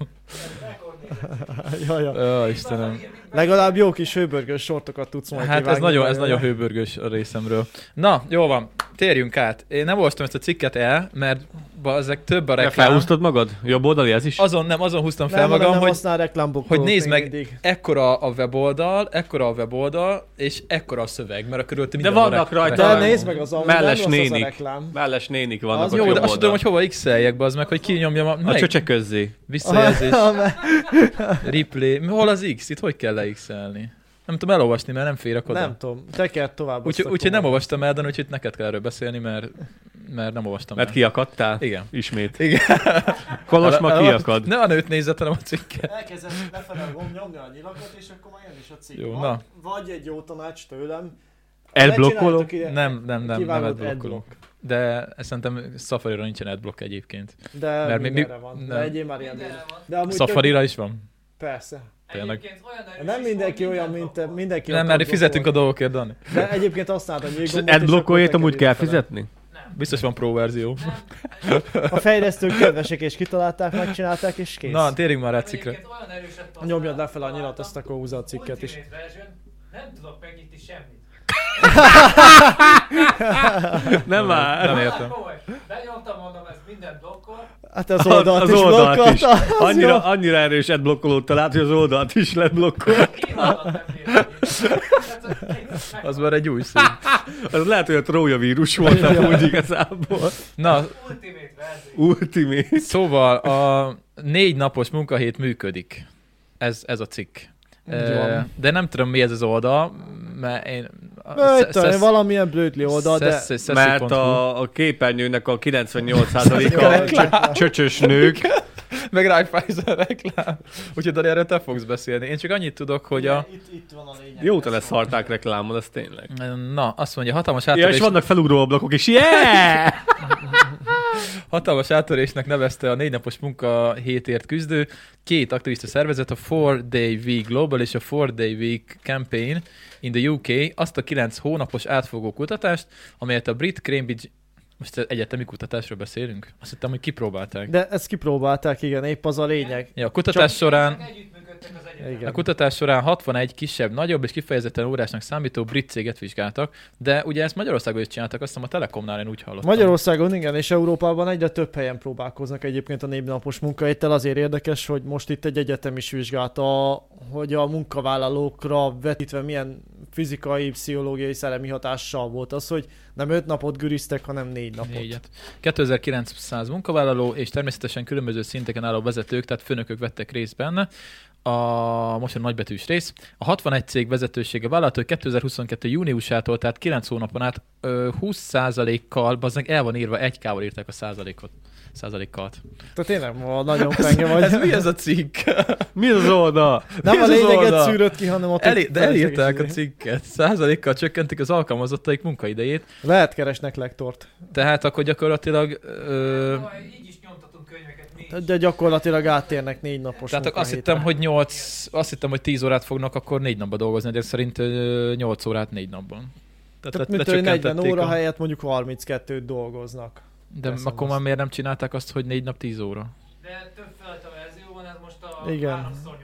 Ja, ja. Ó, Istenem. Legalább jó kis hőbörgős sortokat tudsz majd Hát ez kivágni nagyon, ez belőle. nagyon hőbörgős a részemről. Na, jó van, térjünk át. Én nem olvastam ezt a cikket el, mert ezek több a Te reklám. felhúztad magad? Jobb oldali ez is? Azon nem, azon húztam fel Nem, magam, nem hogy, használ reklámbokrot hogy nézd még meg, mindig. ekkora a weboldal, ekkora a weboldal, és ekkora a szöveg, mert a körülötte De minden vannak rek- rajta- De reklám. nézd meg az, ami Melles nem rossz az a nénik. reklám. Melles nénik vannak Az ott Jó, jobb de azt tudom, hogy oldalon. hova x-eljek be, az meg, hogy kinyomjam a... A Melyik? csöcsek közzé. Visszajelzés. Ah, Replay. Hol az X? Itt hogy kell le-x-elni? Nem tudom elolvasni, mert nem férek oda. Nem tudom, tekerd tovább. Úgyhogy azt úgyhogy nem akkor. olvastam el, de úgyhogy neked kell erről beszélni, mert, mert nem olvastam Mert el. kiakadtál? Igen. Ismét. Igen. Kolos ma El- el- kiakad. Ne a nőt nézzet, hanem a cikket. Elkezdem lefele nyomni a nyilakat, és akkor már jön is a cikk. Jó, Vagy- na. Vagy egy jó tanács tőlem. Elblokkoló? Ne csináljátok ide- Nem, nem, nem, nem kivágod adblockolunk. adblock. De szerintem Safari-ra nincsen adblock egyébként. De Mert mi- mindenre mi- van. nem. De egyéb már ilyen. Mindenre van. De amúgy Safari-ra is van? tök- Persze. Tényleg. Egyébként olyan erős Nem is, mindenki hogy olyan, minden mint blokkol. mindenki. Nem, akar mert fizetünk a blokkolni. dolgokért, Dani. De egyébként használod a És nyílgombot, és adblockolét akkor amúgy kell neked ide fizetni? Biztos van pro verzió. fele. A fejlesztők kedvesek és kitalálták, megcsinálták és kész. Na, térjünk már rá a cikkre. Egyébként olyan erőset Nyomjad lefele a nyilat, azt akkor húzza a cikket is. Ultimate version, nem tudok megnyitni semmit. Nem már. Nem értem. Komoly. Benyomtam, mondom, ez minden blokkol. Hát az oldalt az is oldalt is. blokkolta. az jó. Annyira, annyira erős adblokkolót talált, hogy az oldalt is lett blokkolt. Kínálat nem bír. Az már egy új szín. Az lehet, hogy a trója vírus volt amúgy igazából. Na, Ultimate verzió. Ultimate. szóval a négy napos munkahét működik. Ez, ez a cikk. Így Eh, van. De nem tudom, mi ez az oldal, mert én... a- Öt, szesz- valamilyen blötli oldal, de... szesz- szeszi Mert pont hu. a, a képernyőnek a kilencvennyolc százaléka csö- csöcsös nők. Meg Raiffeisen reklám. Úgyhogy Dani, erről te fogsz beszélni. Én csak annyit tudok, hogy a... Itt, itt van a lényeg. Jóta leszarták reklámon, az tényleg. Na, azt mondja, hatalmas Ja, áttörés... és vannak felugró ablakok is. Yeah! Hatalmas áttörésnek nevezte a négy napos munkahétért küzdő két aktivista szervezet, a four day week Global és a four day week Campaign in the U K azt a kilenc hónapos átfogó kutatást, amelyet a brit Cambridge, most egyetemi kutatásról beszélünk? Azt hittem, hogy kipróbálták. De ezt kipróbálták, igen, épp az a lényeg. Ja, a kutatás Csak- során Együttműködtek az egyetem. Igen. A kutatás során hatvanegy kisebb, nagyobb és kifejezetten órásnak számító brit céget vizsgáltak, de ugye ezt Magyarországon is csináltak, azt hiszem a Telekomnál én úgy hallottam. Magyarországon igen, és Európában egyre több helyen próbálkoznak egyébként a négy napos munkahéttel. Azért érdekes, hogy most itt egy egyetem is vizsgálta, hogy a munkavállalókra vetítve milyen fizikai, pszichológiai, szellemi hatással volt az, hogy nem öt napot güriztek, hanem négy napot. Négyet. kétezer-kilencszáz munkavállaló és természetesen különböző szinteken álló vezetők, tehát főnökök vettek részt benne. A, most a nagybetűs rész. A hatvanegy cég vezetősége vállalt, hogy kétezer-huszonkettő júniusától, tehát kilenc hónapon át ö, húsz százalékkal, bazdmeg el van írva, egy kával írták a százalékot. Százalékkal. Tehát tényleg ma nagyon penge vagy. Ez mi ez a cikk? Mi az oldal? Nem mi a az lényeget oldal? szűrött ki, hanem ott... Elé, de elírták a cikk. cikket. Százalékkal csökkentik az alkalmazottaik munkaidejét. Lehet keresnek lektort. Tehát akkor gyakorlatilag... Ö, Így is nyomtatunk könyveket mi is. De gyakorlatilag áttérnek négy napos tehát azt munkahétre. hittem, hogy nyolc, azt hittem, hogy tíz órát fognak akkor négy napban dolgozni, de szerint ö, nyolc órát négy napban. Tehát le- mint hogy negyven lecsökkentették óra a- helyett mondjuk harminckettőt dolgoznak. De Teszem akkor azt. már miért nem csinálták azt, hogy négy nap tíz óra? De több felt a verzióban, ez most a Igen. háromszor nyolc óra.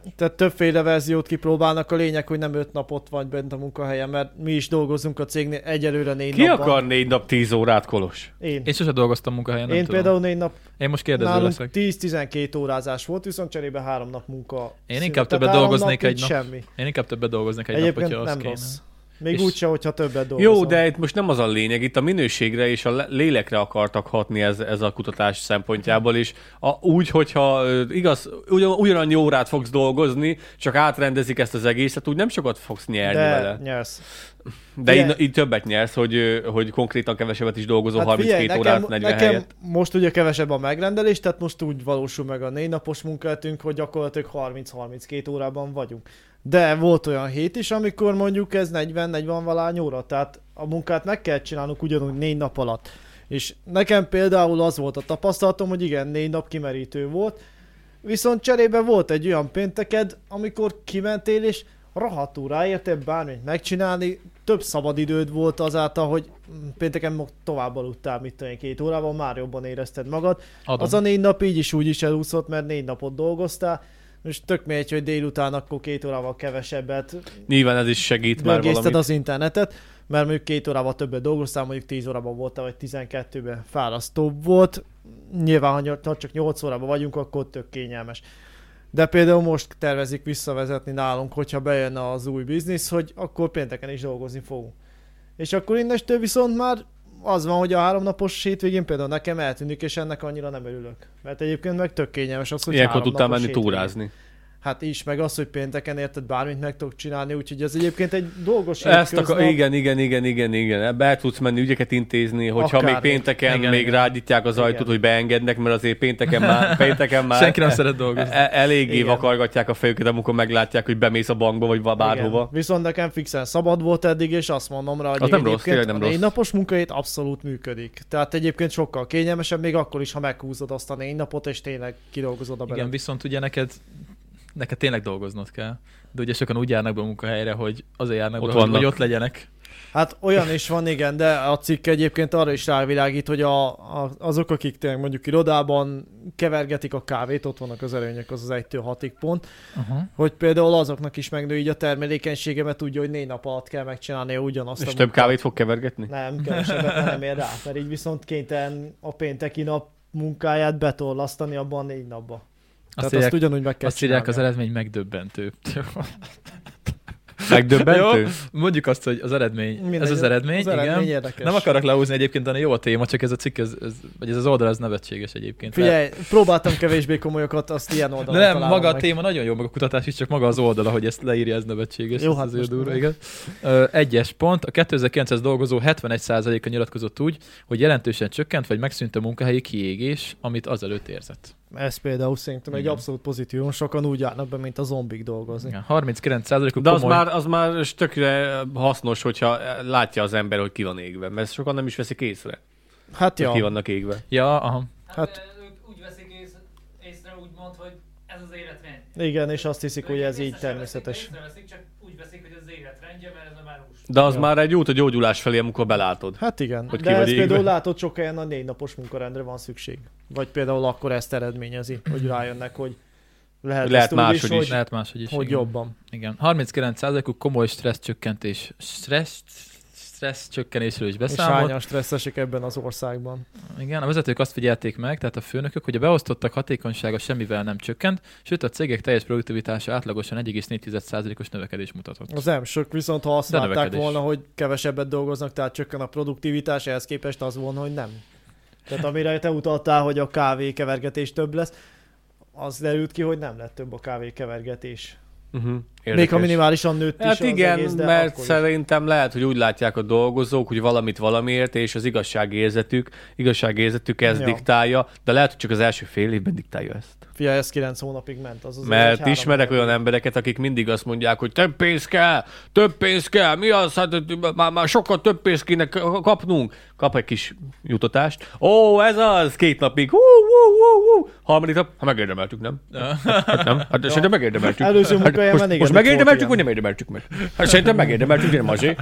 Tehát többféle verziót kipróbálnak, a lényeg, hogy nem öt napot vagy bent a munkahelyen, mert mi is dolgozunk a cégnél egyelőre négy Ki napban. akar négy nap tíz órát, Kolos? Én. Én sosem dolgoztam munkahelyen, nem Én tudom. például négy nap, Én most kérdező nálunk leszek. tíz-tizenkét órázás volt, viszont cserébe három nap munka. Én inkább szünet. többet Tehát három dolgoznék nap, egy így nap. Semmi. Én inkább többet dolgoznék egy Egyébként nap, hogyha nem az kéne. rossz. Még És- úgyse, hogyha többet dolgozol. Jó, de itt most nem az a lényeg, itt a minőségre és a le- lélekre akartak hatni ez, ez a kutatás szempontjából is. A, úgy, hogyha ö, igaz, ugyan, ugyanannyi órát fogsz dolgozni, csak átrendezik ezt az egészet, úgy nem sokat fogsz nyerni de vele. nyersz. De Figyelj- így, így többet nyersz, hogy, ö, hogy konkrétan kevesebbet is dolgozol, Hát harminckét figyelj, órát nekem, negyven nekem helyett. most ugye kevesebb a megrendelés, tehát most úgy valósul meg a négy napos munkahetünk, hogy gyakorlatilag harminc-harminckét órában vagyunk. De volt olyan hét is, amikor mondjuk ez negyven-negyven valány óra, tehát a munkát meg kell csinálnunk ugyanúgy négy nap alatt. És nekem például az volt a tapasztalatom, hogy igen, négy nap kimerítő volt, viszont cserébe volt egy olyan pénteked, amikor kimentél és rohadtul ráértél bármit megcsinálni, több szabadidőd volt azáltal, hogy pénteken mo- tovább aludtál, mit tudom én, két órával, már jobban érezted magad. Adom. Az a négy nap így is úgy is elúszott, mert négy napot dolgoztál, és tök mindegy, hogy délután akkor két órával kevesebbet Nyilván ez is segít már böngészted valamit. az internetet, mert mondjuk két órával többet dolgoztál, mondjuk tíz órában voltál, vagy tizenkettőben fárasztóbb volt. Nyilván, ha ny- ha csak nyolc órában vagyunk, akkor tök kényelmes. De például most tervezik visszavezetni nálunk, hogyha bejönne az új biznisz, hogy akkor pénteken is dolgozni fogunk. És akkor innestől viszont már az van, hogy a háromnapos hétvégén például nekem eltűnik, és ennek annyira nem örülök. Mert egyébként meg tök kényelmes az, hogy Ilyenkor három tudtál napos menni hétvégén. túrázni. Hát is, meg az, hogy pénteken érted, bármit meg tudok csinálni, úgyhogy ez egyébként egy dolgos Ezt hétköznap. akar, igen, igen, igen, igen, igen. Ebbe el tudsz menni, ügyeket intézni, hogyha Akármi. még pénteken Igen, még igen. rágyítják az ajtót, Igen. hogy beengednek, mert azért pénteken már, pénteken már Senki nem szeret dolgozni. e- eléggé Igen. vakargatják a fejüket, amikor meglátják, hogy bemész a bankba, vagy va- bárhova. Igen. Viszont nekem fixen szabad volt eddig, és azt mondom rá, hogy Az nem rossz, egyébként tényleg nem a négy rossz. napos munkahét abszolút működik. Tehát egyébként sokkal kényelmesebb, még akkor is, ha meghúzod azt a négy napot, és tényleg kidolgozod a Igen, beled. viszont ugye neked, neked tényleg dolgoznod kell. De ugye sokan úgy járnak be a munkahelyre, hogy azért járnak Ott be, hogy, vannak. hogy ott legyenek. Hát olyan is van, igen, de a cikk egyébként arra is rávilágít, hogy a, a, azok, akik tényleg mondjuk irodában kevergetik a kávét, ott vannak az előnyök, az az egytől hatig pont, Uh-huh. hogy például azoknak is megnő így a termelékenysége, mert tudja, hogy négy nap alatt kell megcsinálni ugyanazt És a több munkát. kávét fog kevergetni? Nem, kevesebbet mert nem ér rá, mert így viszont kénytelen a pénteki nap munkáját betorlasztani abban a négy napba. Azt Tehát írják, azt ugyanúgy meg kell azt írják, az csinálni. eredmény megdöbbentő. Megdöbbentő? Jó, mondjuk azt, hogy az eredmény, Mindegy, ez az eredmény, az eredmény igen. érdekes. Nem akarok leúzni egyébként, de jó a téma, csak ez a cikk, ez, ez, vagy ez az oldal, ez nevetséges egyébként. Figyelj, próbáltam kevésbé komolyokat, azt ilyen De oldalon nem, találom maga a meg. téma nagyon jó, meg a kutatás is, csak maga az oldala, hogy ezt leírja, ez nevetséges. Jó, ez hát azért most durva, nem. igen. Ö, Egyes pont, a kétezer-kilences dolgozó hetvenegy százaléka nyilatkozott úgy, hogy jelentősen csökkent, vagy megszűnt a munkahelyi kiégés, amit azelőtt érzett. Ez például szerintem egy Igen. abszolút pozitívum, sokan úgy járnak be, mint a zombik dolgozni. Igen, harminckilenc százalékuk De az komoly... már, az már tökre hasznos, hogyha látja az ember, hogy ki van égve. Mert sokan nem is veszik észre, Hát hogy ja, ki vannak égve. Ja, aha. Hát- Hát, ők úgy veszik észre, észre úgymond, hogy ez az életrendje. igen, és azt hiszik, hogy Ők ez így észre sem természetes. Veszik, észreveszik, csak úgy veszik, hogy ez az életrendje, mert ez a már hús. De az Ja. már egy út a gyógyulás felé, amikor belátod. Hát igen, Hogy ki de vagy ez égve. például látod, sok helyen a négy napos munkarendre van szükség. Vagy például akkor ezt eredményezi, hogy rájönnek, hogy lehet, Lehet ezt úgy máshogy is, is. hogy, Lehet máshogy is. hogy igen. jobban. Igen. harminckilenc százalékuk komoly stressz csökkentés. Stressz, stressz csökkenésről is És beszámolt. hányan stresszesek ebben az országban. Igen, a vezetők azt figyelték meg, tehát a főnökök, hogy a beosztottak hatékonysága semmivel nem csökkent, sőt a cégek teljes produktivitása átlagosan egy egész négy százalékos növekedést mutatott. Az nem sok, viszont ha azt De látták növekedés. volna, hogy kevesebbet dolgoznak, tehát csökken a produktivitás, ehhez képest az volna, hogy nem. Tehát amire te utaltál, hogy a kávé kevergetés több lesz, az derült ki, hogy nem lett több a kávé kevergetés. Uh-huh. Még ha minimálisan nőtt Hát is az igen, egész, de mert akkor is. szerintem lehet, hogy úgy látják a dolgozók, hogy valamit valamiért, és az igazságérzetük, igazságérzetük ezt Ja. diktálja, de lehet, hogy csak az első fél évben diktálja ezt. Figyelj, ez kilenc hónapig ment. Az az Mert ismerek olyan embereket, akik mindig azt mondják, hogy több pénz kell, több pénz kell, mi az, hát már, már sokkal több pénzt kéne kapnunk. Kap egy kis jutatást. Ó, ez az, két napig. Hú, hú, hú, hú. Harmadik nap, ha megérdemeltük, nem? Hát nem, hát ja. Szerintem megérdemeltük. Előző Hát munkahelyemen most, igen, most itt megérdemeltük, volt vagy nem érdemeltük meg? Hát szerintem megérdemeltük, nem azért.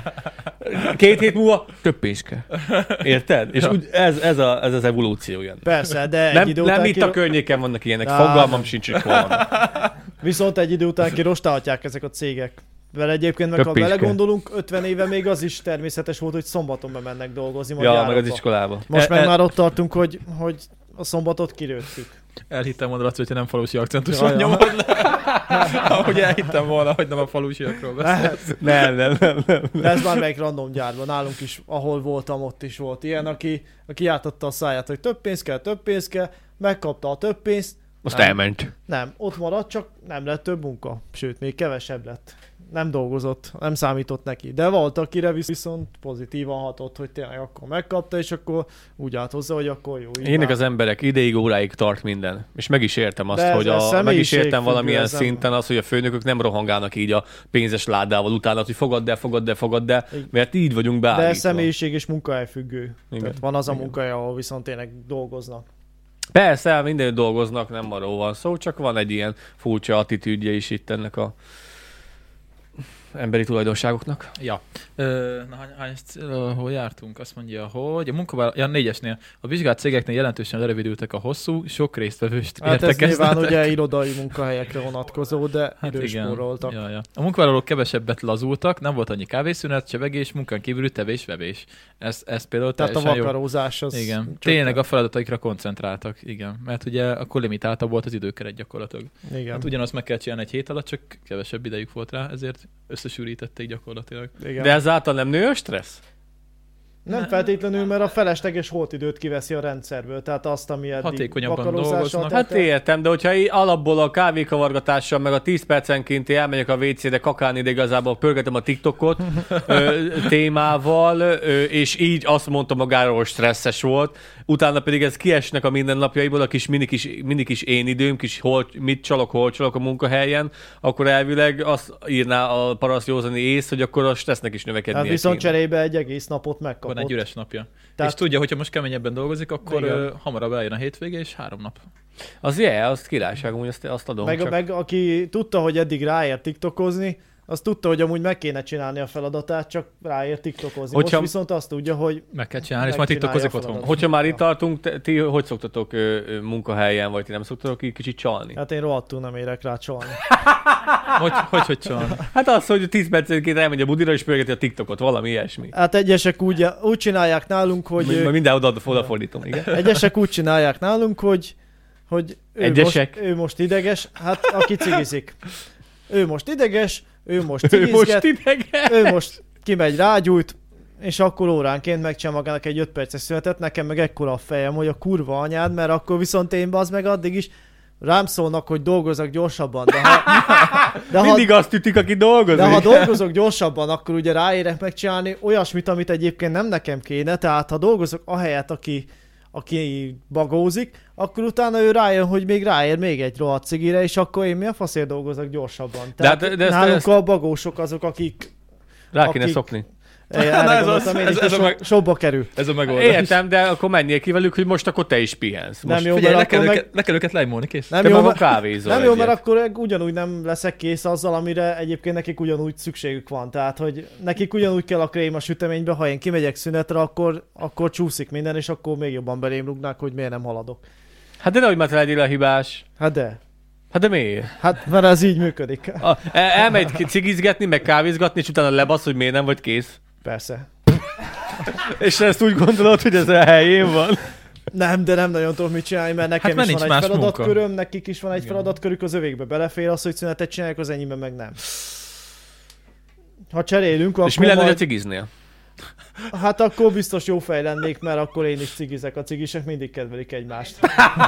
Két hét múlva több pénz kell. Érted? És úgy ez, ez, a, ez az evolúció jön. Persze, de Nem, egy idő nem után itt ki... a környéken vannak ilyenek, Á, fogalmam nem. sincs, hogy hol van. Viszont egy idő után kirostálhatják ezek a cégek. Vele egyébként meg, ha vele gondolunk, ötven éve még az is természetes volt, hogy szombaton bemennek dolgozni. Ja, meg az iskolába. Most E- meg e- már ott tartunk, hogy, hogy a szombatot kilőttük. Elhittem volna, Laci, hogyha nem falusi akcentus Jaj, van ja. nyomod le. Ahogy elhittem volna, hogy nem a falusiakról beszélsz. Nem, nem, nem, nem. De ez már melyik random gyárban. Nálunk is, ahol voltam, ott is volt ilyen, aki, aki játotta a száját, hogy több pénz kell, több pénz kell, megkapta a több pénzt. Most nem, elment. Nem, ott maradt, csak nem lett több munka. Sőt, még kevesebb lett. Nem dolgozott, nem számított neki. De volt, akire viszont pozitívan hatott, hogy tényleg akkor megkapta, és akkor úgy állt hozzá, hogy akkor jó. Ének az emberek ideig, óráig tart minden. És meg is értem azt, De ez- hogy ez a, meg is értem személyiségfüggő, valamilyen ez nem- szinten az, hogy a főnökök nem rohangálnak így a pénzes ládával utána, hogy fogadd el, fogadd el, fogadd el, mert így vagyunk De beállítva. ez személyiség és munkahely függő. Igen. Tehát van az a Igen. munkahely, ahol viszont tényleg dolgoznak. Persze, mindenütt dolgoznak, nem arról van szó, csak van egy ilyen furcsa attitűdje is itt ennek a emberi tulajdonságoknak. Ja. Ö, na, hány, hány, ö, hol jártunk? Azt mondja, hogy a munkavállaló, ja, négyesnél. A vizsgált cégeknél jelentősen lerövidültek a hosszú, sok résztvevőst Hát ez értekeztetek. nyilván ugye irodai munkahelyekre vonatkozó, de Hát idős igen. spóroltak. Ja, ja. A munkavállalók kevesebbet lazultak, nem volt annyi kávészünet, csevegés, munkán kívüli tevés-vevés. Ez, ez például Tehát a teljesen jó. vakarózás az... Igen, csökkent. tényleg a feladataikra koncentráltak, igen. Mert ugye akkor limitáltabb volt az időkeret gyakorlatilag. Igen. Hát ugyanazt meg kell csinálni egy hét alatt, csak kevesebb idejük volt rá, ezért összesűrítették gyakorlatilag. Igen. De ezáltal nem nő a stressz? Nem feltétlenül, mert a felesleges holtidőt kiveszi a rendszerből, tehát azt, ami eddig Hatékonyabban vakarózással dolgoznak. telt Hát el. értem, de hogyha így alapból a kávékavargatással, meg a tíz percenként elmegyek a vécére kakálni, de igazából pörgetem a TikTokot ö, témával, ö, és így azt mondta magáról, hogy stresszes volt, utána pedig ez kiesnek a mindennapjaiból, a kis mindig is, mindig is én időm, kis hol, mit csalok, hol csalok a munkahelyen, akkor elvileg azt írná a paraszt józani ész, hogy akkor a stressznek is növekednie Hát viszont kéne. cserébe egy egész napot megkapott. Van egy üres napja. Tehát... Tehát- És tudja, hogyha most keményebben dolgozik, akkor Igen. ö, hamarabb eljön a hétvége, és három nap. Az yeah, az királyság, amúgy azt, azt adom. Meg, csak... meg aki tudta, hogy eddig ráért tiktokozni, az tudta, hogy amúgy meg kéne csinálni a feladatát, csak ráért tiktokozni. Hogyha- Most viszont azt tudja, hogy Meg kell csinálni, és majd Megcsinálja tiktokozik a otthon. feladatot. Hogyha már itt Ja. tartunk, te, ti hogy szoktatok ö, ö, munkahelyen, vagy ti nem szoktatok így kicsit csalni? hát én rohadtul nem érek rá csalni. Hogy, hogy, hogy csinálni? Hát az, hogy tíz percenként elmegy a budira, és pörgeti a TikTokot, valami ilyesmi. Hát egyesek úgy, úgy csinálják nálunk, hogy... Hogy... Minden oda odafordítom, igen. Egyesek úgy csinálják nálunk, hogy, hogy ő, Egyesek? most, ő most ideges, hát aki cigizik. Ő most ideges, ő most Ő most cigizget, idegen. ő most kimegy rágyújt, és akkor óránként megcsinál magának egy öt perces szünetet, nekem meg ekkora a fejem, hogy a kurva anyád, mert akkor viszont én bazd meg addig is rám szólnak, hogy dolgozzak gyorsabban, de ha, de ha, Mindig azt ütik, aki dolgozik. de ha dolgozok gyorsabban, akkor ugye ráérek megcsinálni olyasmit, amit egyébként nem nekem kéne, tehát ha dolgozok ahelyett, aki, aki bagózik, akkor utána ő rájön, hogy még ráér még egy rohadt cigire, és akkor én mi a faszért dolgozok gyorsabban. Tehát de, de ezt, nálunk ezt a bagósok azok, akik rá kéne akik- szokni. erre Na, ez gondoltam az- én ez- is, ez de a so, meg- sokba kerül. Ez a megoldás. Értem, de akkor menjél ki velük, hogy most akkor te is pihensz. Most Nem jó, Figyelj, le mert kell, akkor őket, meg... le kell őket lejmolni, kész. Nem te jó, maga mert, kávézol nem jó, egyet. mert akkor ugyanúgy nem leszek kész azzal, amire egyébként nekik ugyanúgy szükségük van. Tehát, hogy nekik ugyanúgy kell a krém a süteménybe, ha én kimegyek szünetre, akkor, akkor csúszik minden, és akkor még jobban belém rúgnák, hogy miért nem haladok. Hát de nehogy már te legyél a hibás. Hát de. Hát de miért? Hát, mert ez így működik. A, el, elmegy ki- cigizgetni, meg kávézgatni, és utána lebasz, hogy miért nem vagy kész. Persze. És ezt úgy gondolod, hogy ez a helyén van. Nem, de nem nagyon tudok mit csinálni, mert nekem mert is nincs van egy más feladatköröm, nekik is van egy Igen. feladatkörük, az övékbe belefér az, hogy szünetet csinálják, az enyémben meg nem. Ha cserélünk, akkor És mi lenne, hogy a majd... cigiznél? Hát akkor biztos jó fej lennék, mert akkor én is cigizek. A cigisek mindig kedvelik egymást.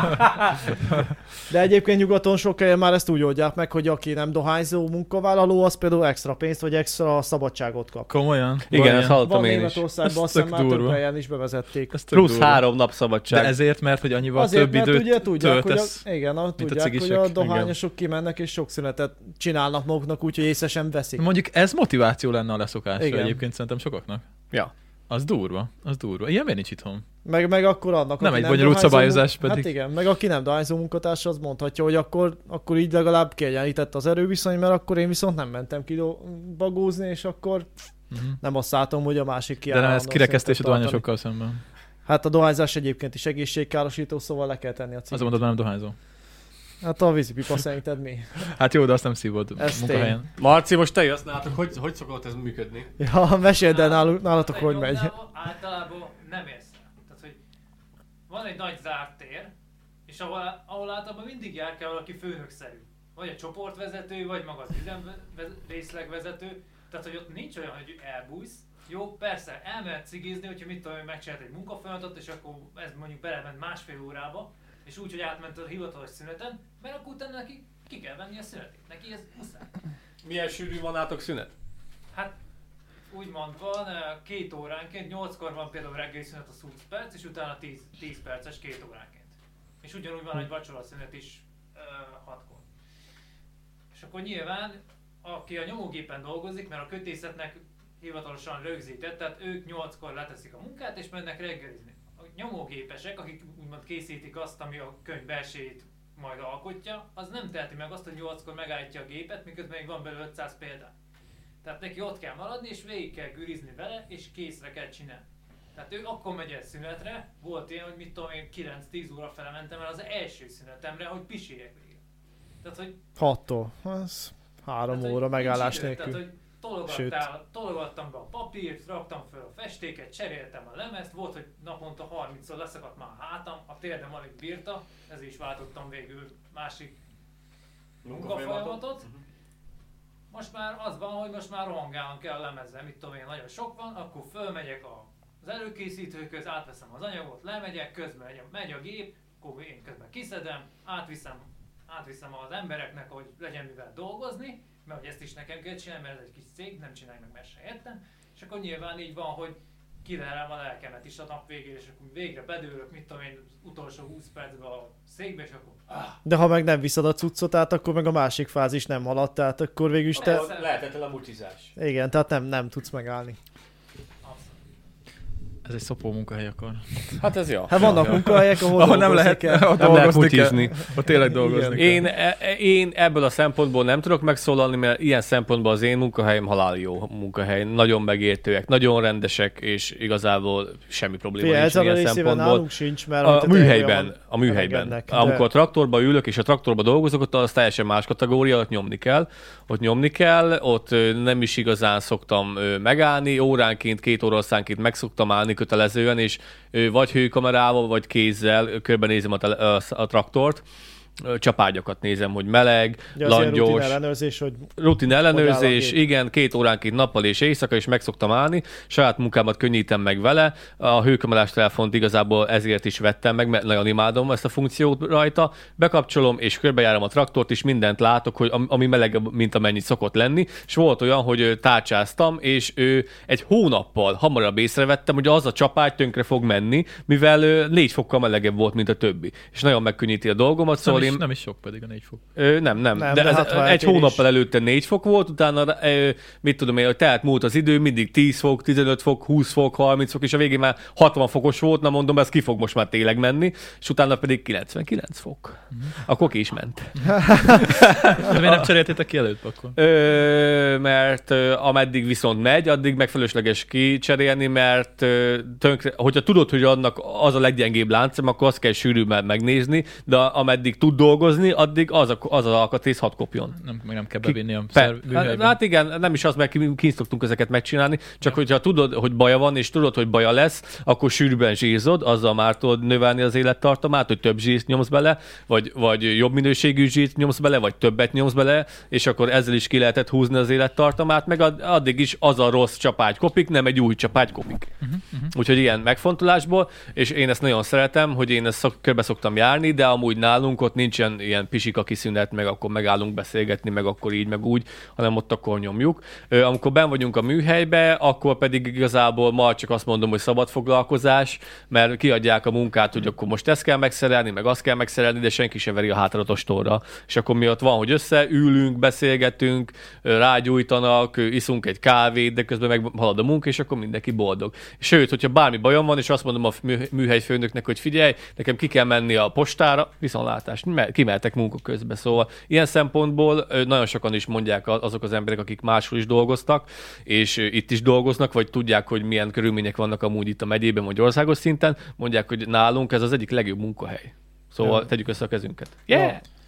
De egyébként nyugaton sok helyen már ezt úgy oldják meg, hogy aki nem dohányzó munkavállaló, az például extra pénzt vagy extra szabadságot kap. Komolyan? Igen, Van ezt ilyen? hallottam Van én is. Németországban, azt Ez hiszem tök már több durva. helyen is bevezették. Ez tök Plusz durva. három nap szabadság. De ezért, mert hogy annyival Azért, több mert időt ugye tudják, hogy töltesz. a, igen, a, a tudják, hogy cigisek. a dohányosok kimennek és sok szünetet csinálnak maguknak, úgyhogy észre sem veszik. Mondjuk ez motiváció lenne a leszokásra Igen. egyébként szerintem sokaknak. Ja. Az durva, az durva. Ilyen miért nincs itthon? Meg, meg akkor annak, Nem aki egy bonyolult dohányzó szabályozás mun- pedig. Hát igen, meg aki nem dohányzó munkatársa, az mondhatja, hogy akkor, akkor így legalább kiegyenlített az erőviszony, mert akkor én viszont nem mentem ki do- bagózni, és akkor Uh-huh. nem azt látom, hogy a másik ki. De nem ez állandóan kirekesztés a szünetet tartani. dohányosokkal szemben. Hát a dohányzás egyébként is egészségkárosító, szóval le kell tenni a Azt cigit. mondod, nem dohányzó. Hát a vízipipa szerinted mi? Hát jó, de azt nem szívod Ez munkahelyen. Marci, most te jössz nálatok, hogy, hogy szokott ez működni? Ja, meséld el náluk, nálatok, Egy hogy megy. nyomdában Általában nem érsz el. Tehát, hogy van egy nagy zárt tér, és ahol, ahol általában mindig jár kell valaki főnökszerű. Vagy a csoportvezető, vagy maga az üzem részlegvezető. Tehát, hogy ott nincs olyan, hogy elbújsz. Jó, persze, elmehet cigizni, hogyha mit tudom, hogy megcsinált egy munkafolyamatot, és akkor ez mondjuk belement másfél órába, és úgy, hogy átment a hivatalos szüneten, mert akkor utána neki ki kell venni a szünetét. Neki ez muszáj. Milyen sűrű van nátok szünet? Hát úgymond van, két óránként, nyolckor van például reggeli szünet a húsz perc, és utána tíz, tíz perces két óránként. És ugyanúgy van egy vacsora szünet is uh, hatkor. És akkor nyilván, aki a nyomógépen dolgozik, mert a kötészetnek hivatalosan rögzített, tehát ők nyolckor leteszik a munkát és mennek reggelizni. A nyomógépesek, akik úgymond készítik azt, ami a könyv belsejét majd alkotja, az nem teheti meg azt, hogy nyolckor megállítja a gépet, miközben még van belőle ötszáz példán. Tehát neki ott kell maradni, és végig kell gürizni vele, és készre kell csinálni. Tehát ő akkor megy el szünetre, volt ilyen, hogy mit tudom én, kilenc-tíz óra fele mentem el az első szünetemre, hogy piséljek végig. Tehát, hogy... Hattól. Az három tehát, óra megállás idő, nélkül. Tehát, hogy tologattál, tologattam be a papírt, raktam fel a festéket, cseréltem a lemezt, volt, hogy naponta harmincszor leszakadt már a hátam, a térdem alig bírta, ezért is váltottam végül másik munkafolyamatot. Most már az van, hogy most már rohangálnom kell a lemezzel, mit tudom én, nagyon sok van, akkor fölmegyek az előkészítőköz, átveszem az anyagot, lemegyek, közben megy a, megy a gép, akkor én közben kiszedem, átviszem, átviszem az embereknek, hogy legyen mivel dolgozni, mert hogy ezt is nekem kell csinálni, mert ez egy kis cég, nem csinálj meg mese értem, és akkor nyilván így van, hogy kiverem a lelkemet is a nap végére, és akkor végre bedőlök, mit tudom én, az utolsó húsz percben a székbe, és akkor... Ah. De ha meg nem viszed a cuccot át, akkor meg a másik fázis nem haladt, tehát akkor végül is te... Lehetetlen a mutizás. Igen, tehát nem, nem tudsz megállni. Ez egy szopó munkahely akkor. Hát ez jó. Hát vannak ja. munkahelyek, ahol, ahol nem lehet, kell. ahol Nem lehet dolgozni kell. mutizni. Ott tényleg dolgozni kell. Én, én ebből a szempontból nem tudok megszólalni, mert ilyen szempontból az én munkahelyem halál jó munkahely. Nagyon megértőek, nagyon rendesek, és igazából semmi probléma Fé, nincs ilyen szempontból. Nálunk sincs, mert a műhelyben, a műhelyben. Engednek, Amikor de... a traktorba ülök, és a traktorba dolgozok, ott az teljesen más kategória, ott nyomni kell. Ott nyomni kell, ott nem is igazán szoktam megállni, óránként, két óraszánként meg szoktam állni kötelezően, és vagy hőkamerával, vagy kézzel körbenézem a, tele, a, a traktort, csapágyakat nézem, hogy meleg, ja, langyos. Rutin ellenőrzés, hogy... Rutin ellenőrzés, igen, két óránként nappal és éjszaka, és meg szoktam állni. Saját munkámat könnyítem meg vele. A hőkamerás telefont igazából ezért is vettem meg, mert nagyon imádom ezt a funkciót rajta. Bekapcsolom, és körbejárom a traktort, és mindent látok, hogy ami melegebb, mint amennyit szokott lenni. És volt olyan, hogy tárcsáztam, és ő egy hónappal hamarabb észrevettem, hogy az a csapágy tönkre fog menni, mivel négy fokkal melegebb volt, mint a többi. És nagyon megkönnyíti a dolgomat, szóval Nem is, nem is sok pedig a négy fok. Ö, nem, nem, nem. De, de hát ez egy hónappal előtte négy fok volt, utána ö, mit tudom én, hogy tehát múlt az idő, mindig tíz fok, tizenöt fok, húsz fok, harminc fok, és a végén már hatvan fokos volt, na mondom, ez ki fog most már tényleg menni, és utána pedig kilencvenkilenc fok. Mm. Akkor ki is ment. De miért nem cseréltétek ki előtt akkor? Ö, mert ö, ameddig viszont megy, addig meg felesleges kicserélni, mert ö, tönkre, hogyha tudod, hogy annak az a leggyengébb láncem, akkor azt kell sűrűbben megnézni, de ameddig tud dolgozni, addig az, a, az az alkatrész hadd kopjon. Nem, meg nem kell bevinni a Pe- szervűhelyben. Hát igen, nem is az, mert kint szoktunk ezeket megcsinálni, csak ja. hogyha tudod, hogy baja van, és tudod, hogy baja lesz, akkor sűrűben zsírzod, azzal már tudod növelni az élettartamát, hogy több zsírt nyomsz bele, vagy, vagy jobb minőségű zsírt nyomsz bele, vagy többet nyomsz bele, és akkor ezzel is ki lehetett húzni az élettartamát, meg addig is az a rossz csapágy kopik, nem egy új csapágy kopik. Uh-huh, uh-huh. Úgyhogy ilyen megfontolásból, és én ezt nagyon szeretem, hogy én ezt szok, körbe szoktam járni, de amúgy nálunk ott nincsen ilyen pisika kiszünet, meg akkor megállunk beszélgetni, meg akkor így, meg úgy, hanem ott akkor nyomjuk. Ö, amikor benn vagyunk a műhelybe, akkor pedig igazából ma csak azt mondom, hogy szabad foglalkozás, mert kiadják a munkát, hogy akkor most ezt kell megszerelni, meg azt kell megszerelni, de senki sem veri a hátadat ostorra. És akkor mi ott van, hogy összeülünk, beszélgetünk, rágyújtanak, iszunk egy kávét, de közben meg halad a munka, és akkor mindenki boldog. Sőt, hogyha bármi bajom van, és azt mondom a műhelyfőnöknek, hogy figyelj, nekem ki kell menni a postára, viszontlátás, kimehetek munka közben. Szóval ilyen szempontból nagyon sokan is mondják azok az emberek, akik máshol is dolgoztak, és itt is dolgoznak, vagy tudják, hogy milyen körülmények vannak amúgy itt a megyében, vagy országos szinten, mondják, hogy nálunk ez az egyik legjobb munkahely. Szóval ja. tegyük össze a kezünket. Yeah!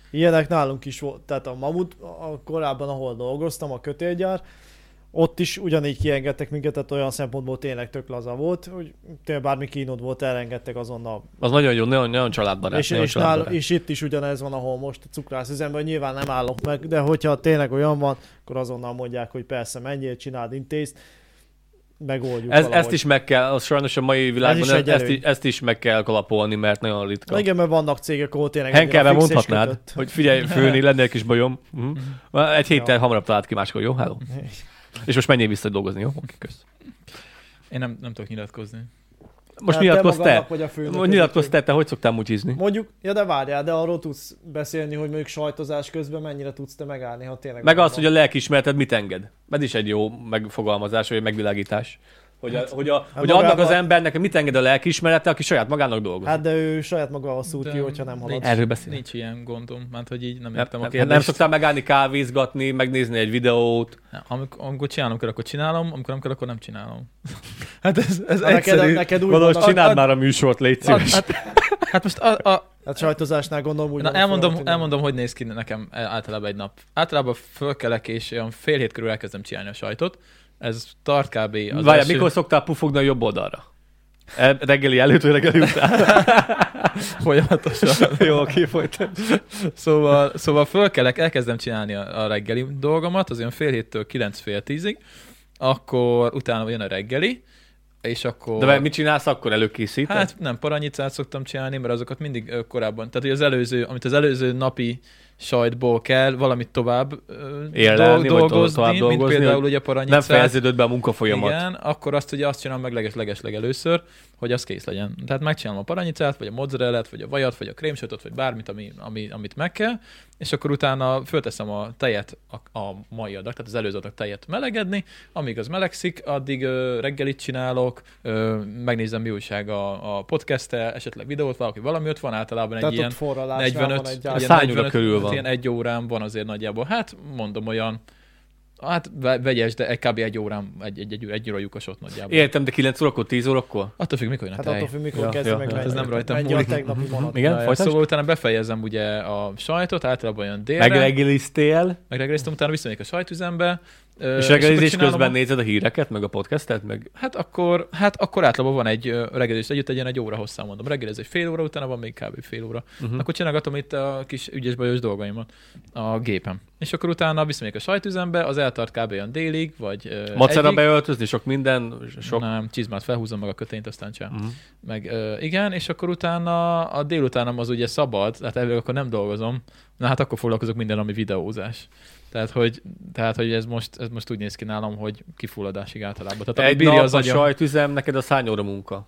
Ilyenek nálunk is volt, tehát a Mamut, a korábban, ahol dolgoztam, a kötélgyár, ott is ugyanígy kiengedtek minket, tehát olyan szempontból tényleg tök laza volt, hogy tényleg bármi kínod volt, elengedtek azonnal. Az nagyon jó, nagyon, nagyon családbarát. És, nagyon és, nál, és itt is ugyanez van, ahol most a cukrászüzemben nyilván nem állok meg, de hogyha tényleg olyan van, akkor azonnal mondják, hogy persze menjél, csináld, intézd, megoldjuk Ez, ezt is meg kell, az sajnos a mai világban, ez ezt, is, ezt is meg kell kalapolni, mert nagyon ritka. Na igen, mert vannak cégek, ahol tényleg... Henkelben mondhatnád, kötött. Hogy figyelj, főni, lenne egy kis bajom. Uh-huh. Egy héttel ja. hamarabb talált ki máskor, jó? Hello. És most menjél vissza dolgozni, jó? Oké, kösz. Én nem, nem tudok nyilatkozni. Most hát nyilatkozz te. Most nyilatkozz te, te hogy szoktál mutyizni? Mondjuk, ja de várjál, de arról tudsz beszélni, hogy mondjuk sajtozás közben mennyire tudsz te megállni, ha tényleg... Meg az, hogy a lelkiismereted mit enged. Ez is egy jó megfogalmazás, vagy megvilágítás. Hogy, a, hogy, a, hát hogy magában... annak az embernek mit enged a lelkiismerete, aki saját magának dolgozik. Hát de ő saját maga szúr ki, hogyha nem halad. Erről beszél. Nincs ilyen gondom, mert hogy így nem értem nem, a kérdést. Nem szoktál megállni, kávézgatni, megnézni egy videót. Nem, amikor, amikor csinálom kell, akkor csinálom, amikor nem kell, akkor nem csinálom. Hát ez, ez hát egyszerű. Neked, neked úgy Valahogy csináld már a műsort, légy szíves. Hát, hát most a... a hát sajtozásnál gondolom úgy... Na, elmondom, elmondom, hogy néz ki nekem általában egy nap. Általában fölkelek és olyan fél hét körül elkezdem csinálni a sajtot. Ez tart kb. Az Várjál, első... mikor szoktál pufogni a jobb oldalra? E, reggeli előtt, vagy reggeli után? Folyamatosan. Jó, oké, folytat. Szóval, szóval fölkelek, elkezdem csinálni a, a reggeli dolgomat, az olyan fél héttől kilenc fél tízig, akkor utána jön a reggeli, és akkor... De mit csinálsz akkor, előkészíted? Hát nem, paranyicát szoktam csinálni, mert azokat mindig korábban, tehát hogy az előző, amit az előző napi sajtból kell valamit tovább Élelni, dolgozni, tovább mint dolgozni, például ugye a paranyicát. Nem fejeződött be a munkafolyamat. Igen, akkor azt ugye azt csinálom meg leges-leges legelőször, hogy az kész legyen. Tehát megcsinálom a paranyicát, vagy a mozzarellát, vagy a vajat, vagy a krémsötöt, vagy bármit, ami, ami, amit meg kell, és akkor utána fölteszem a tejet, a, a mai adag, tehát az előző adag tejet melegedni, amíg az melegszik, addig ö, reggelit csinálok, ö, megnézem mi újság a, a podcast-tel, esetleg videót, valaki valami ott van, általában egy tehát ilyen negyvenöt, negyvenöt körül van. Ilyen egy órám van azért nagyjából. Hát mondom olyan, hát vegyes, de kb. egy órám, egy, egy, egy, egy óra lyukasott nagyjából. Értem, de kilenc órakor, tíz órakor? Attól függ, mikor jön a hát tej. attól függ, mikor ja, kezdi ja, meg ja, menni. ez nem rajtam múlik. múlik. A tegnapi vonat. Igen, ja, szóval utána befejezem ugye a sajtot, általában olyan délre. Megreggeliztél. Megreggeliztem, utána visszamegyek a sajtüzembe. És reggelizés közben nézed a híreket, meg a podcastet? Meg... Hát akkor, hát akkor általában van egy reggelizés együtt, egy ilyen egy óra hosszán mondom. Reggeliz egy fél óra, utána van még kb. Fél óra. Uh-huh. Akkor csinálgatom itt a kis ügyes-bajos dolgaimat a gépem. És akkor utána visszamegyek a sajtüzembe, az eltart kb. Olyan délig, vagy macera beöltözni, sok minden? Sok... Nem, csizmát felhúzom meg a kötényt, aztán csá. Uh-huh. Meg uh, igen, és akkor utána a délutánam az ugye szabad, tehát előbb akkor nem dolgozom. Na hát akkor foglalkozok minden, ami videózás. Tehát, hogy, tehát, hogy ez, most, ez most úgy néz ki nálam, hogy kifulladásig általában. Tehát, egy bírja nap az a agyam... sajtüzem, neked a hány óra munka?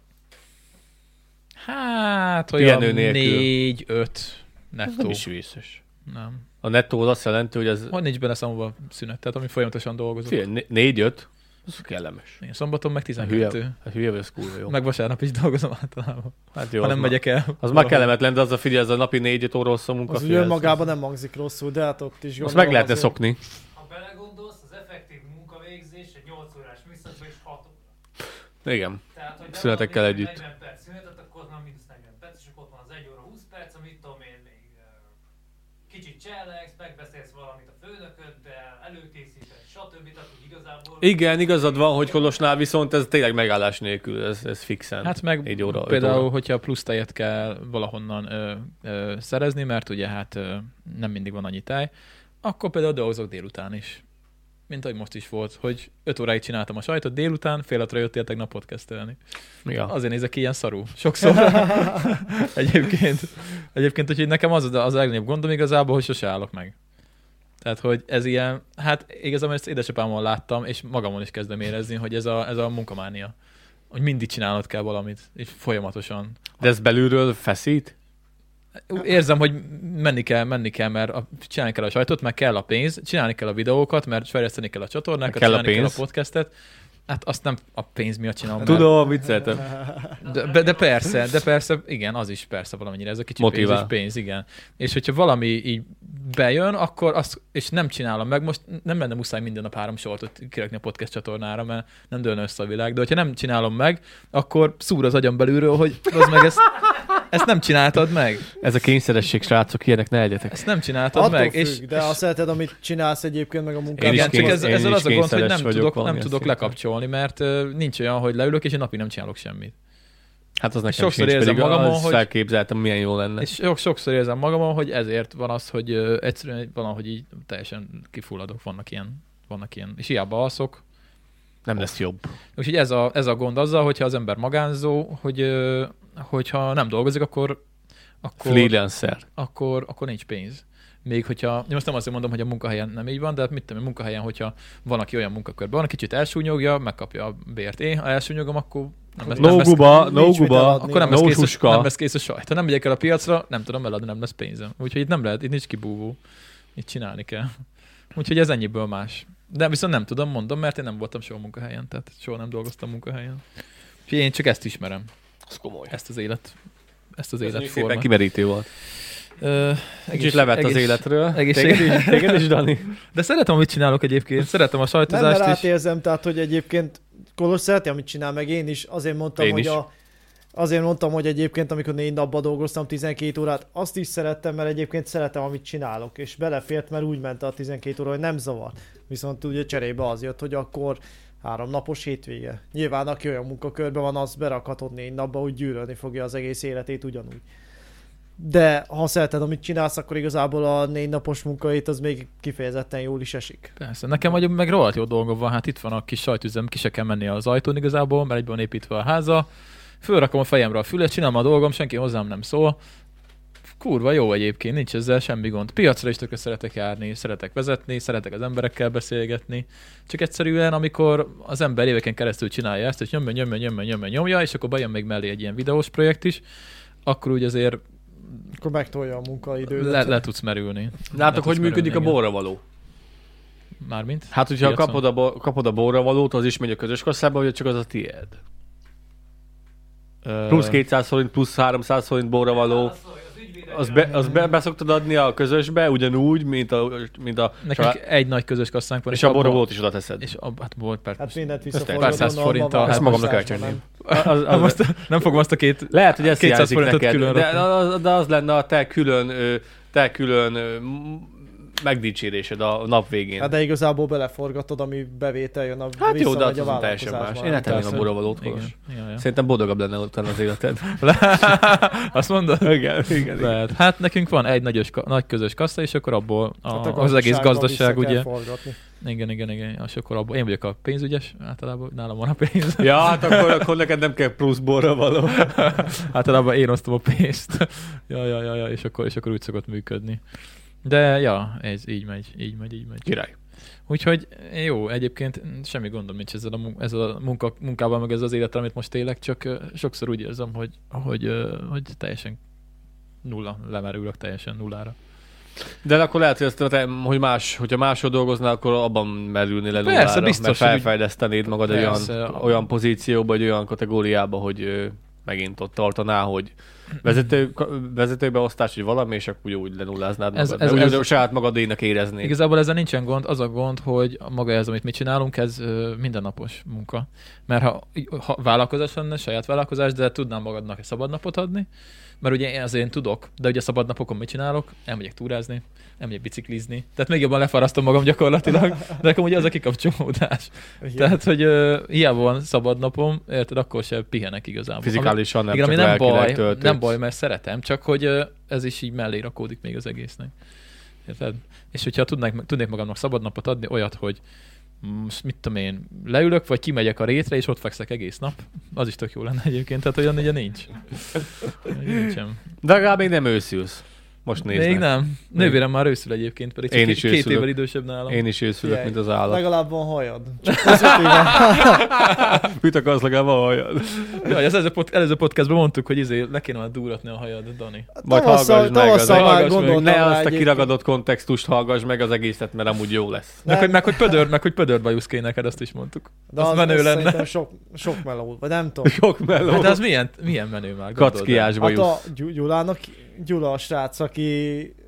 Hát olyan Pihenő négy-öt nettó. Nem is vészes. Nem. A nettó az azt jelenti, hogy ez... Hogy nincs bele számolva szünet, tehát ami folyamatosan dolgozok. Figyelj, négy-öt, az kellemes. Igen, szombaton meg tizenkettő. Hülye, hát hülye vagy, ez kurva jó. Meg vasárnap is dolgozom általában. Hát jó, ha nem az megyek el. Az már kellemetlen, de az a figyelj, ez a napi négy-öt óra hosszú munka. Az ugye magában nem hangzik rosszul, de hát ott is azt meg lehetne azért szokni. Ha belegondolsz, az effektív munkavégzés egy nyolc órás műszakban is hat óra. Igen. Tehát, hogy szünetekkel együtt. negyven perc szünetet, akkor már mínusz negyven perc, és akkor ott van az egy óra húsz perc, amit tudom én még kicsit csellegsz, megbeszélsz valamit a főnököddel, előkészítesz, stb. Tehát, hogy igazából... Igen, igazad van, hogy Kolosnál viszont ez tényleg megállás nélkül, ez, ez fixen. Hát meg egy óra, például, óra. hogyha plusz tejet kell valahonnan ö, ö, szerezni, mert ugye hát ö, nem mindig van annyi tej, akkor például dolgozok délután is. Mint ahogy most is volt, hogy öt óráig csináltam a sajtot, délután fél ötre jöttél tegnap podcastelni. Ja. Azért nézek ki ilyen szarú. Sokszor. egyébként, egyébként, úgyhogy nekem az az legnagyobb gondom igazából, hogy sose állok meg. Tehát, hogy ez ilyen, hát igazából ezt édesapámon láttam, és magamon is kezdem érezni, hogy ez a, ez a munkamánia. Hogy mindig csinálnod kell valamit, és folyamatosan. De ez belülről feszít? Érzem, hogy menni kell, menni kell, mert a, csinálni kell a sajtot, meg kell a pénz, csinálni kell a videókat, mert fejleszteni kell a csatornákat, kell csinálni a kell a podcastet. Hát azt nem a pénz miatt csinálom. Tudom, vicceltem. De, de persze, de persze, igen, az is persze valamennyire, ez a kicsi motivál. Pénz, és pénz, igen. És hogyha valami így bejön, akkor azt, és nem csinálom meg, most nem lenne muszáj minden nap három sortot kirakni a podcast csatornára, mert nem dőlne össze a világ, de hogyha nem csinálom meg, akkor szúr az agyam belülről, hogy az meg ezt, ezt nem csináltad meg. Ez a kényszeresség, srácok, ilyenek ne legyetek. Ezt nem csináltad Attól meg. függ, És, de azt szereted, amit csinálsz egyébként, meg a munkát. Én is igen, csak kénysz- ez, én ezzel is az a gond, hogy kényszeres nem vagyok tudok, nem valamilyen tudok szinten. lekapcsolni, mert uh, nincs olyan, hogy leülök, és egy napig nem csinálok semmit. Hát az nekem sokszor sincs, érzem pedig magamon, az hogy- felképzeltem, milyen jó lenne. És sok, sokszor érzem magamon, hogy ezért van az, hogy uh, egyszerűen valahogy így teljesen kifulladok, vannak ilyen, vannak ilyen. És hiába alszok. Nem lesz jobb. Úgyhogy ez a, ez a gond azzal, hogyha az ember magánzó, hogy uh, hogyha nem dolgozik, akkor akkor, Freelancer. akkor, akkor nincs pénz. Még hogyha, én most nem azt mondom, hogy a munkahelyen nem így van, de mit tudom, a munkahelyen, hogyha van, aki olyan munkakörben van, kicsit elsúnyogja, megkapja a bért. Én, ha elsúnyogom, akkor nem lesz, No nem lesz, guba, nincs no mit guba. eladni. akkor nem lesz, no kész a, suska. nem lesz kész a sajt. Ha nem megyek el a piacra, nem tudom eladni, nem lesz pénzem. Úgyhogy itt nem lehet, itt nincs kibúvó. Itt csinálni kell. Úgyhogy ez ennyiből más. De viszont nem tudom, mondom, mert én nem voltam soha munkahelyen, tehát soha nem dolgoztam munkahelyen. Úgyhogy én csak ezt ismerem. Ez komoly. Ezt az élet. Ezt az Szépen életformát. kimerítő volt. Ö, Kicsit levett az életről. egészség- Téged is, téged is, Dani? De szeretem, amit csinálok egyébként. Szeretem a Nem, mert sajtozást is. átérzem, tehát, hogy egyébként Kolos szereti, amit csinál, meg én is. Azért mondtam, Én hogy is. a Azért mondtam, hogy egyébként, amikor négy napban dolgoztam tizenkét órát, azt is szerettem, mert egyébként szeretem, amit csinálok, és belefért, mert úgy ment a tizenkét óra, hogy nem zavar. Viszont ugye cserébe az jött, hogy akkor három napos hétvége. Nyilván aki olyan munkakörben van, az berakhatod négy napba, hogy gyűlölni fogja az egész életét ugyanúgy. De ha szereted, amit csinálsz, akkor igazából a négy napos munkahét az még kifejezetten jól is esik. Persze, nekem vagy meg rohadt jó dolgom van, hát itt van a kis sajtüzem, ki se kell menni az ajtón igazából, mert egyben van építve a háza. Fölrakom a fejemre a fület, csinálom a dolgom, senki hozzám nem szól. Kurva jó egyébként, nincs ezzel semmi gond. Piacra is tökre szeretek járni, szeretek vezetni, szeretek az emberekkel beszélgetni. Csak egyszerűen, amikor az ember éveken keresztül csinálja ezt, és nyomja, nyomja, nyomja, nyomja, nyomja, és akkor bejön még mellé egy ilyen videós projekt is, akkor úgy azért Akkor megtolja a munkaidőt. le, le tudsz merülni. Látok, Le tudsz hogy működik a merülni, igen. borravaló. Mármint? Hát, hogyha Piacon? kapod a, bo- kapod a borravalót, az is megy a közös kasszába, vagy csak az a tiéd? Ö, Plusz kétszáz forint, plusz háromszáz forint borravaló. Az, be, az be, be szoktad adni a közösbe, ugyanúgy, mint a, mint a Nekünk család- egy nagy közös kasszánk van, és a abban- borravalót is oda teszed. És ab, hát volt pár. Hát mindent pár visszafordulod. száz onnan, forinttal, abban ezt van magamnak száz, elcserélném. nem? Az, az, Most nem fogom azt a két... lehet, hogy ez kétszáz hiányzik forintot neked, külön de, rakni. az, de az lenne a te külön, ö, te külön ö, m- megdicsérésed a nap végén. Hát de igazából beleforgatod, ami bevétel jön a Hát jó, de visszamegy az a az teljesen más. vállalkozásba. Én eltenném a Persze. borravalót, Igen. Kolos. Ja, ja. Szerintem boldogabb lenne utána az életed. Azt mondod? Igen, igen. Lehet. Hát nekünk van egy nagyos, ka- nagy közös kassa, és akkor abból a, Hát a az egész gazdaságba gazdaság, vissza kell ugye. forgatni. Igen, igen, igen. És akkor abból én vagyok a pénzügyes, általában nálam van a pénz. Ja, hát akkor, akkor neked nem kell plusz borravaló. Általában én osztom a pénzt. ja, ja, ja, ja, és akkor, és akkor úgy szokott működni. De ja, ez így megy, így megy, így megy. Király. Úgyhogy jó, egyébként semmi gondom nincs ezzel a, mun- ezzel a munka, munkával, meg ez az élettel, amit most élek, csak uh, sokszor úgy érzem, hogy, hogy, uh, hogy teljesen nulla, lemerülök teljesen nullára. De akkor lehet, hogy, ezt, te- hogy más, hogyha máshol dolgoznál, akkor abban merülni le Persze, nullára, biztos, mert hogy úgy- felfejlesztenéd magad egy olyan, Persze. olyan pozícióba, vagy olyan kategóriába, hogy ö, megint ott tartanál, hogy vezető, ka- vezetőbeosztás, vagy valami, és akkor úgy lenulláznád Ez- magad. ez- Ez, ez- ez, saját magadénak éreznéd. Igazából ezzel nincsen gond, az a gond, hogy maga ez, amit mi csinálunk, ez ö, mindennapos munka. Mert ha, ha vállalkozás lenne, saját vállalkozás, de tudnám magadnak egy szabad napot adni, mert ugye én azért én tudok, de ugye szabad napokon mit csinálok? Elmegyek túrázni, elmegyek biciklizni, tehát még jobban lefarasztom magam gyakorlatilag, de akkor ugye az a kikapcsolódás. Igen. Tehát, hogy uh, hiába van szabad napom, érted, akkor se pihenek igazából. Fizikálisan nem, Igen, csak ami nem lelkileg baj, töltődsz. nem baj, mert szeretem, csak hogy uh, ez is így mellé rakódik még az egésznek. Érted? És hogyha tudnék, tudnék magamnak szabad napot adni, olyat, hogy most mit tudom én, leülök, vagy kimegyek a rétre, és ott fekszek egész nap, az is tök jó lenne egyébként, tehát olyan ugye nincs. Nincsen. De legalább még nem őszülsz. Most nézd Még meg. nem. Nővérem már őszül egyébként, pedig csak Én két, is két őszülök. évvel idősebb nálam. Én is őszülök, Figyelj, mint az állat. Legalább van hajad. Csak pozitívan. Mit akarsz, legalább a hajad? Ja, az előző, pod, előző podcastban mondtuk, hogy izé, le kéne már dúratni a hajad, Dani. Majd Tavasszal- hallgass meg, az tavasszal már hallgass meg. gondoltam Ne rá azt a egyébként. kiragadott kontextust hallgass meg az egészet, mert amúgy jó lesz. Meg, Nem. hogy, meg, hogy pödör, meg, hogy pödör bajusz kéne neked, azt is mondtuk. De az az, menő az lenne. szerintem sok, sok meló, vagy nem tudom. Sok meló. Hát de az milyen, milyen menő már, gondold el. Kackiásba Hát jusz. a Gy- Gyulának, Gyula a srác, aki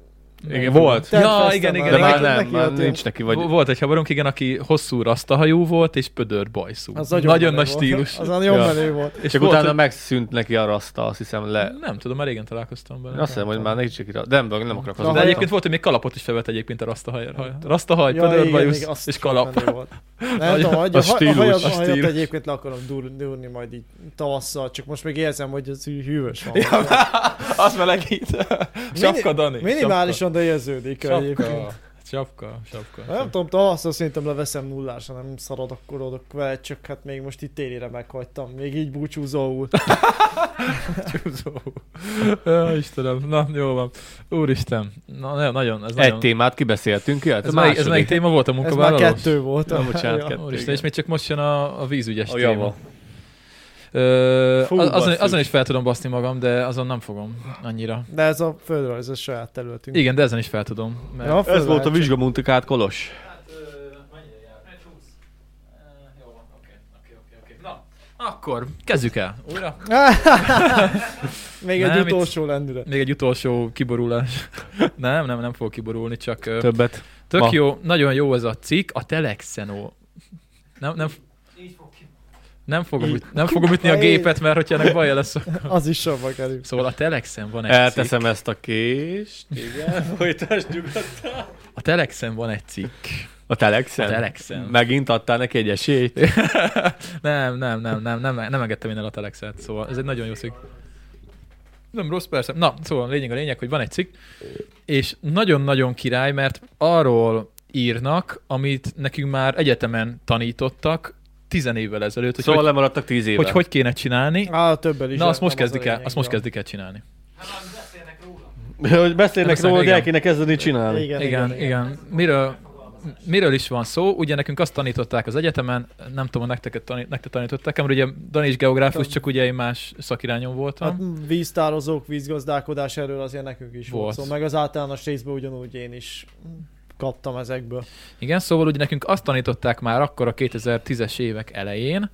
Igen, volt. Ja, igen, igen, De igen. már nem, már nincs neki. Vagy... Volt egy haverunk, igen, aki hosszú rasztahajú volt, és pödör bajszú. Az nagyon, nagyon nagy stílus. Az nagyon Ja. menő volt. És csak utána megszűnt neki a raszta, azt hiszem le. Nem tudom, már régen találkoztam vele. Azt hiszem, hogy már nincs neki rá. De nem, nem akarok De az. egyébként volt, hogy még kalapot is felvett egyébként a rasztahaj. Rasztahaj, Ja, igen, pödörbajusz igen, azt és is kalap. menő volt. Nem Nagyon- tudom, hogy a a, stílus, a, hajat, a a hajat stílus. egyébként le akarom dur- durni majd így tavasszal, csak most még érzem, hogy ez hű- hűvös van. Ja, az melegít. Sapka, Dani. Minimálisan, de érződik Sapka. egyébként. Sapka, sapka. sapka. Nem tudom, tavasszal szerintem leveszem nullásra, nem szaradok vele, csak hát még most itt télire meghagytam, még így búcsúzóul. Csúszó. Ja, Istenem, na jó van. Úristen, na, nagyon, nagyon, ez Egy nagyon... témát kibeszéltünk, jöhet Ez, a melyik, ez második. melyik téma volt a Ez már munkavállalós? kettő volt. Na, bocsánat, Ja. kettő. Úristen, és még csak most jön a, a vízügyes A téma. java. Ö, Fú, az, azon, basszus. azon is fel tudom baszni magam, de azon nem fogom annyira. De ez a földrajz, ez saját területünk. Igen, de ezen is fel tudom. Mert... Ja, Ez volt a földrajz. vizsgamuntikát, Kolos. Hát, ö, mennyire jár? egy húsz. Jó van, oké, oké, oké, oké. Na, akkor kezdjük el. Újra? Még egy Nem, utolsó lendület. Még egy utolsó kiborulás. nem, nem, nem fog kiborulni, csak ö, Többet. tök Ma. jó, nagyon jó ez a cikk, a Telexeno. Nem, nem, nem fogom, Így. üt, nem fogom ütni a gépet, mert hogyha ennek baja lesz. Az is sokba kerül. Szóval a Telexen van egy Elteszem cikk. ezt a kést. Igen, folytasd nyugodtan. A Telexen van egy cikk. A Telexen? A Telexen. Megint adtál neki egy esélyt? nem, nem, nem, nem, nem, nem engedtem én el a Telexet, szóval ez egy nagyon jó cikk. Nem rossz, persze. Na, szóval a lényeg a lényeg, hogy van egy cikk, és nagyon-nagyon király, mert arról írnak, amit nekünk már egyetemen tanítottak tizen évvel ezelőtt, hogy Szóval hogy, lemaradtak tíz éve. hogy, hogy kéne csinálni. Á, többel is. Na, azt nem most az a kezdik el, lényeg, azt most ja. kezdik el csinálni. Hogy beszélnek Nem róla, hogy igen. el kéne kezdeni csinálni. Igen, Igen, igen. igen. Miről, miről is van szó? Ugye nekünk azt tanították az egyetemen, nem tudom, nektek, tanít, nektek tanították, mert ugye Dani is geográfus, csak ugye én más szakirányon voltam. Hát víztározók, vízgazdálkodás, erről azért nekünk is volt. Volt. Szóval meg az általános részben ugyanúgy én is kaptam ezekből. Igen, szóval ugye nekünk azt tanították már akkor a kétezer-tízes évek elején,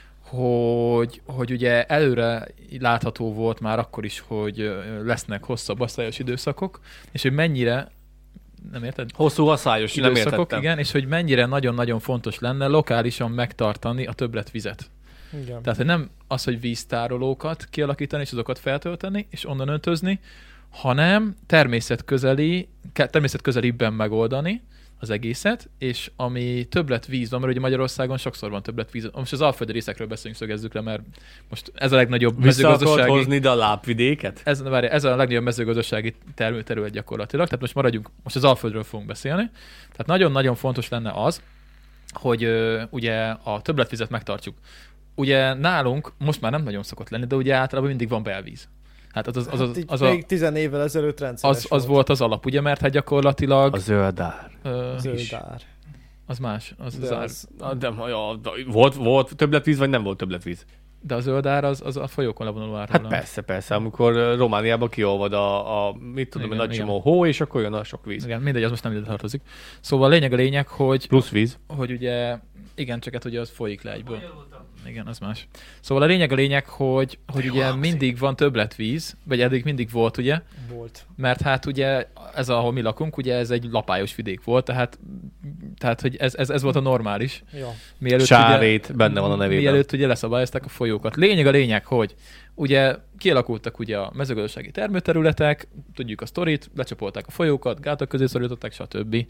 hogy, hogy ugye előre látható volt már akkor is, hogy ö, lesznek hosszabb asszályos időszakok, és hogy mennyire, nem érted? Hosszú haszályos, nem Időszakok, értettem. igen, és hogy mennyire nagyon-nagyon fontos lenne lokálisan megtartani a többletvizet. Igen. Tehát, hogy nem az, hogy víztárolókat kialakítani, és azokat feltölteni, és onnan öntözni, hanem természetközeli, ke- természetközelibben megoldani az egészet, és ami többletvíz van, mert ugye Magyarországon sokszor van többletvíz. Most az alföldi részekről beszélünk, szögezzük le, mert most ez a legnagyobb Vissza akarod mezőgazdasági... hozni ide a lábvidéket? Ez, várj, ez a legnagyobb mezőgazdasági termőterület gyakorlatilag, tehát most maradjunk, most az Alföldről fogunk beszélni. Tehát nagyon-nagyon fontos lenne az, hogy ö, ugye a többletvizet megtartjuk. Ugye nálunk most már nem nagyon szokott lenni, de ugye általában mindig van belvíz. Hát az, az, az, Hát az, így az, a, még tizen évvel ezelőtt rendszeres az, az volt az alap, ugye, mert hát gyakorlatilag... A zöldár. Ö, Zöldár. az más, az De zár. az, Ah, De, ja, de volt, volt többletvíz, vagy nem volt többletvíz? De a zöldár az, az a folyókon levonuló árról. Hát persze, persze. Amikor uh, Romániában kiolvad a, a mit tudom, Igen, egy nagy igen. csomó hó, és akkor jön a sok víz. Igen, mindegy, az most nem ide tartozik. Szóval a lényeg a lényeg, hogy, Plusz víz. hogy ugye, igen, csak hát ugye az folyik le egyből. Igen, az más. Szóval a lényeg a lényeg, hogy, hogy ugye mindig van többletvíz, vagy eddig mindig volt, ugye, volt. mert hát ugye ez, ahol mi lakunk, ugye ez egy lapályos vidék volt, tehát, tehát hogy ez, ez, ez volt a normális. Ja. Mielőtt Sárét, ugye, benne van a nevében. Mielőtt ugye leszabályozták a folyókat. Lényeg a lényeg, hogy ugye kialakultak ugye a mezőgazdasági termőterületek, tudjuk a sztorit, lecsapolták a folyókat, gátak közé szorították, stb.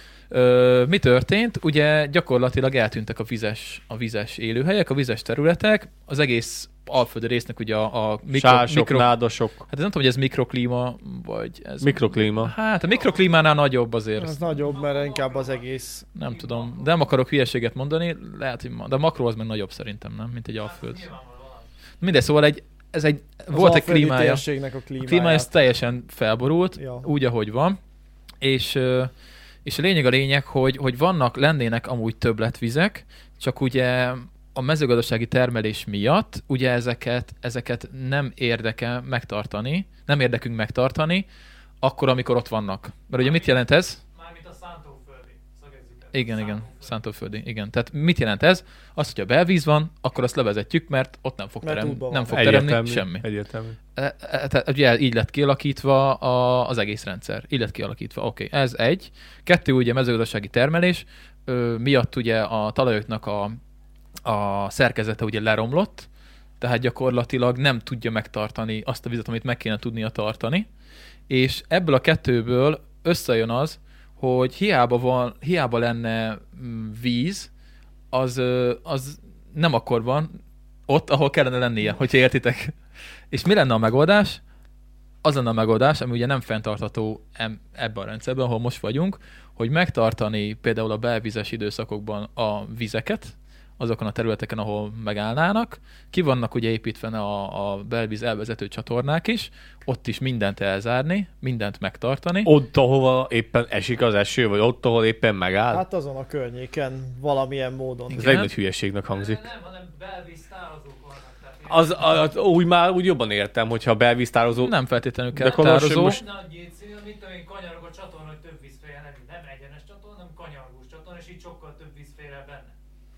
Ö, mi történt? Ugye gyakorlatilag eltűntek a vizes, a vizes élőhelyek, a vizes területek, az egész alföldi résznek ugye a, a mikro, Sások, mikro, nádosok, hát ez nem tudom, hogy ez mikroklíma, vagy ez... mikroklíma. Hát a mikroklímánál nagyobb azért. Ez nagyobb, mert inkább az egész. Nem tudom, de nem akarok hülyeséget mondani, lehet, hogy ma, de a makró az meg nagyobb szerintem, nem? Mint egy alföld. Mindegy, szóval egy, ez egy, Az volt egy alföldi klímája. térségnek a A klímáját. klímája ez teljesen felborult, Ja. úgy, ahogy van, és, ö, és a lényeg a lényeg, hogy, hogy vannak, lennének amúgy többletvizek, csak ugye a mezőgazdasági termelés miatt ugye ezeket, ezeket nem érdekel megtartani, nem érdekünk megtartani, akkor, amikor ott vannak. Mert ugye mit jelent ez? Mármint a szántóföldi, szögezzük el. Igen, igen, szántóföldi, igen. Tehát mit jelent ez? Az, hogyha belvíz van, akkor azt levezetjük, mert ott nem fog, terem, nem fog teremni semmi. Egyértelmű. E, e, tehát ugye így lett kialakítva a, az egész rendszer. Így lett kialakítva. Oké, okay. Ez egy. Kettő, ugye mezőgazdasági termelés. Ö, miatt ugye a talajoknak a, a szerkezete ugye leromlott, tehát gyakorlatilag nem tudja megtartani azt a vizet, amit meg kéne tudnia tartani. És ebből a kettőből összejön az, hogy hiába, van, hiába lenne víz, az, az nem akkor van ott, ahol kellene lennie, hogyha értitek. És mi lenne a megoldás? Az lenne a megoldás, ami ugye nem fenntartható ebben a rendszerben, ahol most vagyunk, hogy megtartani például a belvízes időszakokban a vizeket, azokon a területeken, ahol megállnának. Ki vannak ugye építve a, a belvíz elvezető csatornák is, ott is mindent elzárni, mindent megtartani. Ott, ahova éppen esik az eső, vagy ott, ahol éppen megáll? Hát azon a környéken valamilyen módon. Ez egy nagy hülyeségnek hangzik. Nem, nem, hanem belvíztározók vannak. Az, az, úgy már úgy jobban értem, hogyha belvíztározó... Nem feltétlenül kell de tározó. Most... Nagy cél, mit tudom én, kanyarog a csatorna, hogy több víz féljen, nem egyenes csatorna, hanem kanyargós csatorna, és így sokkal több víz féljen benne.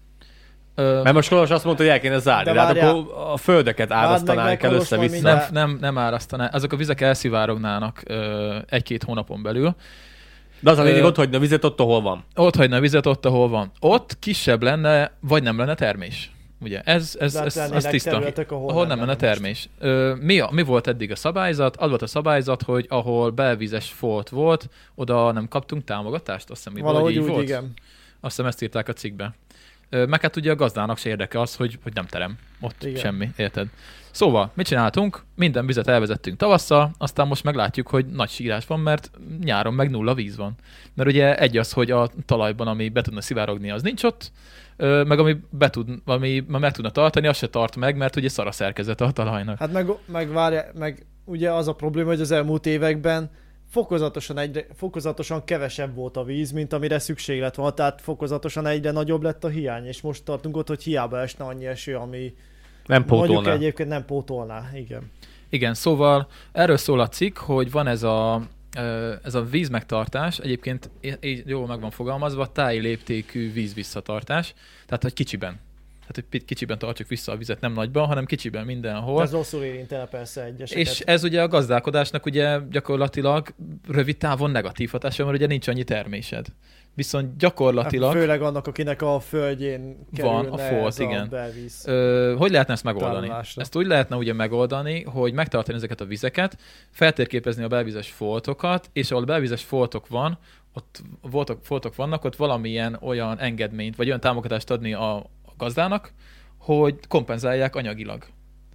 Ö, Mert most Kolos azt mondta, hogy el kéne zárni, de, de hát akkor a földeket árasztanánk el össze-vissza. Nem, nem, nem árasztaná. Azok a vizek elszivárognának ö, egy-két hónapon belül. De az a lényeg, ott hagyna a vizet ott, ahol van. Ott hagyna a vizet ott, ahol van. Ott kisebb lenne, vagy nem lenne termés. Ugye, ez, ez, ez, ez tiszta. Ahol, ahol nem lenne termés. Ö, mi, a, mi volt eddig a szabályzat? Az volt a szabályzat, hogy ahol belvízes folt volt, oda nem kaptunk támogatást? Azt hiszem, valahogy úgy, volt. Igen. Azt hiszem, ezt írták a cikkbe. Meg hát ugye a gazdának se érdeke az, hogy, hogy nem terem. Ott igen. Semmi, érted? Szóval, mit csináltunk? Minden vizet elvezettünk tavasszal, aztán most meglátjuk, hogy nagy sírás van, mert nyáron meg nulla víz van. Mert ugye egy az, hogy a talajban, ami be tudna szivárogni, az nincs ott, meg ami, be tud, ami meg tudna tartani, az se tart meg, mert ugye szar a szerkezete a talajnak. Hát meg, meg, várja, meg ugye az a probléma, hogy az elmúlt években fokozatosan, egyre, fokozatosan kevesebb volt a víz, mint amire szükséglet van, tehát fokozatosan egyre nagyobb lett a hiány, és most tartunk ott, hogy hiába esne annyi eső, ami nem pótolná. Mondjuk egyébként nem pótolná, igen. Igen, szóval erről szól a cikk, hogy van ez a, ez a vízmegtartás, egyébként így jól meg van fogalmazva, táji léptékű vízvisszatartás, tehát hogy kicsiben. Tehát, hogy kicsiben tartjuk vissza a vizet, nem nagyban, hanem kicsiben mindenhol. Ez rosszul érint el persze egyeseket. És ez ugye a gazdálkodásnak ugye gyakorlatilag rövid távon negatív hatása, mert ugye nincs annyi termésed. Viszont gyakorlatilag... Hát főleg annak, akinek a földjén van a folt, igen. A belvíz. Ö, hogy lehetne ezt megoldani? Tárolásra. Ezt úgy lehetne ugye megoldani, hogy megtartani ezeket a vizeket, feltérképezni a belvízes foltokat, és ahol belvízes foltok van, ott voltok, foltok vannak, ott valamilyen olyan engedményt, vagy olyan támogatást adni a gazdának, hogy kompenzálják anyagilag.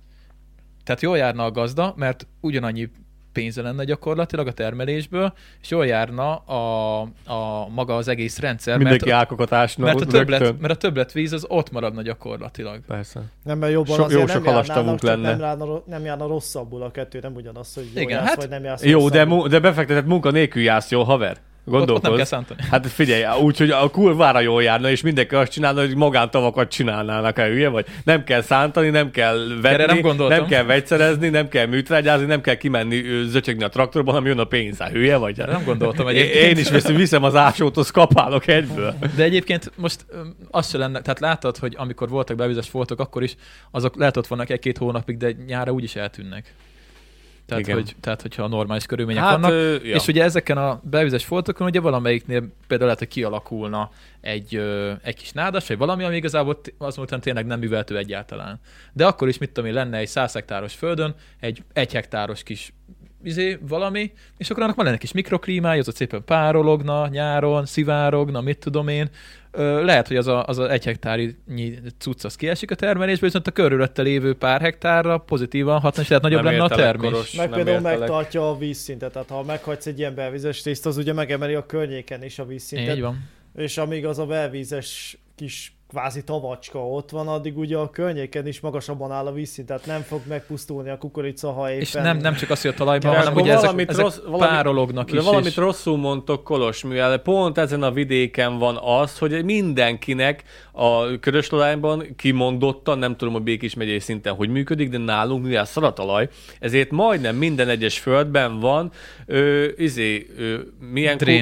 Tehát jól járna a gazda, mert ugyanannyi pénze lenne gyakorlatilag a termelésből, és jól járna a, a maga az egész rendszer. Mindenki álkokatásnak. Mert a, többlet, mert a többletvíz az ott maradna gyakorlatilag. Persze. Nem, mert jobban so, azért jó nem sok halastavunk lenne. Nem járna, nem járna rosszabbul a kettő, nem ugyanaz, hogy jó igen, jársz, hát, vagy nem jársz jó, de, mu- de befektetett munka nélkül jársz jól, haver. Ott, ott nem kell szántani. Hát figyelj, úgyhogy a kurvára jól járna, és mindenki azt csinálna, hogy magántavakat csinálnának, el hülye vagy. Nem kell szántani, nem kell venni, nem, nem kell vegyszerezni, nem kell műtrágyázni, nem kell kimenni zöcsögni a traktorban, hanem jön a pénz. Hát hülye vagy. Nem gondoltam egyébként. Én is viszem, viszem az ásót, azt kapálok egyből. De egyébként most az se lenne, tehát láttad, hogy amikor voltak belvízes foltok, akkor is azok lehet ott vannak egy-két hónapig, de nyára úgyis eltűnnek. Tehát, hogy, tehát, hogyha normális körülmények hát, vannak. Ö, ja. És ugye ezeken a belvízes foltokon ugye valamelyiknél például lehet, hogy kialakulna egy, ö, egy kis nádas, vagy valami, ami igazából az után tényleg nem műveltő egyáltalán. De akkor is, mit tudom én, lenne egy száz hektáros földön, egy egy hektáros kis izé, valami, és akkor annak már lenne kis mikroklímája, az ott szépen párologna nyáron, szivárogna, mit tudom én. Ö, lehet, hogy az a, az a egy hektárnyi cucc az kiesik a termelésből, viszont a körülötte lévő pár hektárra pozitívan hatna, és lehet nagyobb nem lenne a termés. Koros, meg például megtartja a vízszintet, tehát ha meghagysz egy ilyen belvízes részt, az ugye megemeli a környéken is a vízszintet. Így van. És amíg az a belvízes kis kvázi tavacska ott van, addig ugye a környéken is magasabban áll a vízszint, tehát nem fog megpusztulni a kukorica, ha éppen... És nem, nem csak az, hogy a talajban, ja, hanem ugye ezek, ezek rossz, valami, párolognak de is. valamit és... rosszul mondtok, Kolos, mivel pont ezen a vidéken van az, hogy mindenkinek a Körös-Lolányban kimondottan, nem tudom, a Békés megyei szinten hogy működik, de nálunk, mivel szaratalaj, ezért majdnem minden egyes földben van ö, izé, ö, milyen... Drén.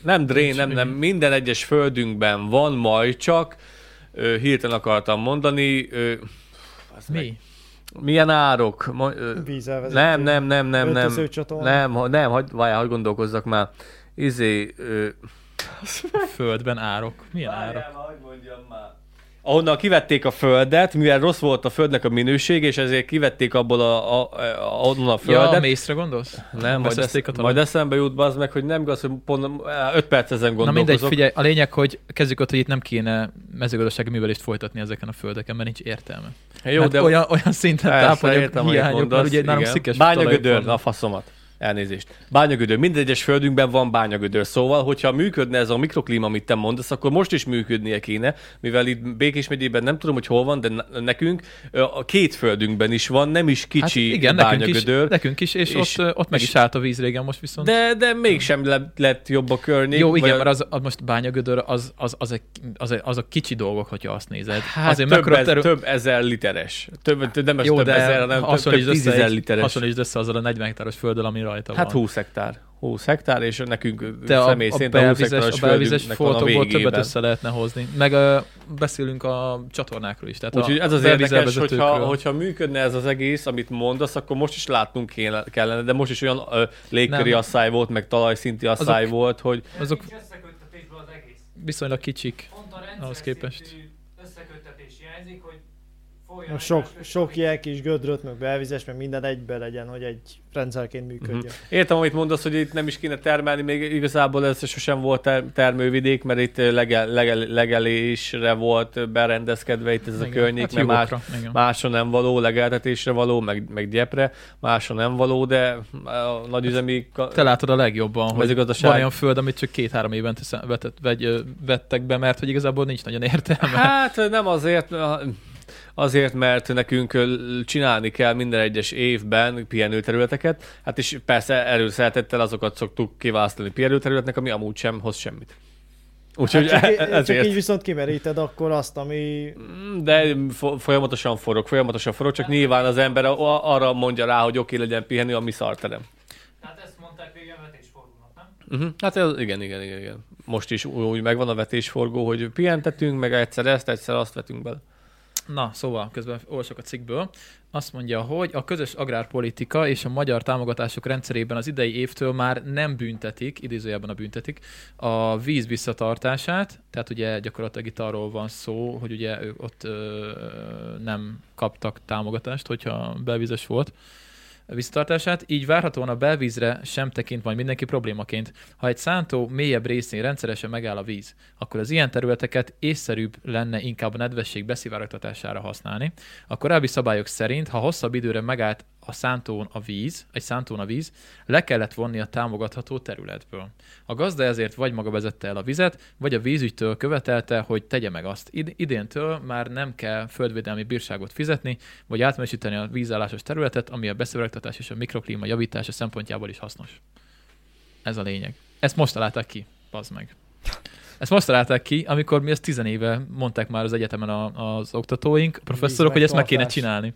Nem drén, nem, nem. Minden egyes földünkben van majd csak, ö, hirtelen akartam mondani, ö, Mi? Meg, milyen árok? Ma, ö, Vízelvezető. nem, nem, nem, nem, nem. Öltözőcsatorna. Nem, ha- nem, hagy, várjál, hadd gondolkozzak már. Izé, ö, Földben árok. Milyen árok? hogy mondjam már. Ahonnan kivették a földet, mivel rossz volt a földnek a minősége, és ezért kivették abból a, a, a, onnan a Ja, földet. a mészre gondolsz? Nem, majd, esz, Beszezték a talajt? majd eszembe jut bazd meg, hogy nem igaz, hogy pont öt perc ezen Na gondolkozok. mindegy, figyelj, a lényeg, hogy kezdjük ott, hogy itt nem kéne mezőgazdasági művelést folytatni ezeken a földeken, mert nincs értelme. Jó, mert de olyan, olyan szinten Persze, tápanyag értem, amit hiányok, mondasz, mert ugye nálunk igen. szikes Bányagödör, talajok na vannak. faszomat. Elnézést. Bányagödör. Minden egyes földünkben van bányagödör. Szóval, hogyha működne ez a mikroklíma, amit te mondasz, akkor most is működnie kéne, mivel itt Békés megyében nem tudom, hogy hol van, de nekünk a két földünkben is van, nem is kicsi hát igen, nekünk is, bányagödör. nekünk is, és, és- ott, ott meg és- is állt a víz régen most viszont. De, de mégsem le, lett jobb a környék. Jó, igen, vagy- mert az, az most bányagödör, az, az, az, egy, az, egy, az a kicsi dolgok, hogyha azt nézed. Hát Azért több, mekkora ez, terü- több ezer literes. Több, több nem ez Jó, több de ezer, hanem több, több hasonlítsd össze, tízezer egy- literes. hasonlítsd össze azzal a negyven hektáros földdel, ami rajta Hát van. húsz hektár. húsz hektár, és nekünk De a, személy a szerint a húsz belvizes, hektáros a belvizes földünknek van a foltokból többet végében. össze lehetne hozni. Meg uh, beszélünk a csatornákról is. Tehát Úgyhogy a ez az belvíz érdekes, hogyha, elvezetőkről. hogyha működne ez az egész, amit mondasz, akkor most is látnunk kéne, kellene, de most is olyan ö, légköri Nem. asszály volt, meg talajszinti asszály Azok- volt, hogy Azok- Nincs összeköttetésből az egész. viszonylag kicsik. Pont a Ahhoz rendszer képest. szintű összeköttetés hiányzik, hogy folyjon Most sok, egymás sok között. ilyen kis gödröt, meg belvizes, meg minden egybe legyen, hogy egy rendszerként működjön. uh-huh. Értem, amit mondasz, hogy itt nem is kéne termelni, még igazából ez sosem volt ter- termővidék, mert itt legel, legel, legelésre volt berendezkedve itt ez a Igen, környék, hát mert más, jogokra, igen. másra nem való, legeltetésre való, meg, meg gyepre, másra nem való, de a nagyüzemi ka- Te látod a legjobban, hogy mezőgazdaság- van olyan föld, amit csak két-három évente szem- vetett, vegy, ö, vettek be, mert hogy igazából nincs nagyon értelme. Hát nem azért, azért, mert nekünk ö, csinálni kell minden egyes évben pihenőterületeket, hát és persze előszeretettel azokat szoktuk kiválasztani pihenőterületnek, ami amúgy sem hoz semmit. Úgyhogy Hát csak, í- ezért. csak így viszont kimeríted akkor azt, ami... De fo- folyamatosan forog, folyamatosan forog, csak nyilván az ember a- arra mondja rá, hogy oké, legyen pihenő, ami szarterem. Hát ezt mondták régen vetésfordulónak, nem? Uh-huh. Hát ez, igen, igen, igen, igen. Most is úgy megvan a vetésforgó, hogy pihentetünk, meg egyszer ezt, egyszer azt vetünk bele. Na, szóval közben olvasok a cikkből. Azt mondja, hogy a közös agrárpolitika és a magyar támogatások rendszerében az idei évtől már nem büntetik, idézőjelben a büntetik, a víz visszatartását, tehát ugye gyakorlatilag itt arról van szó, hogy ugye ők ott ö, nem kaptak támogatást, hogyha belvízes volt visszatartását, így várhatóan a belvízre sem tekint majd mindenki problémaként. Ha egy szántó mélyebb részén rendszeresen megáll a víz, akkor az ilyen területeket észszerűbb lenne inkább a nedvesség beszivárogtatására használni. A korábbi szabályok szerint, ha hosszabb időre megállt a szántón a víz, egy szántón a víz, le kellett vonni a támogatható területből. A gazda ezért vagy maga vezette el a vizet, vagy a vízügytől követelte, hogy tegye meg azt. Id- idéntől már nem kell földvédelmi bírságot fizetni, vagy átmesíteni a vízállásos területet, ami a beszivárogtatás és a mikroklíma javítása szempontjából is hasznos. Ez a lényeg. Ezt most találták ki, bazd meg. Ezt most találták ki, amikor mi ezt tizenéve mondták már az egyetemen a, az oktatóink, a professzorok, hogy ezt meg kéne Vízmegtartás. csinálni.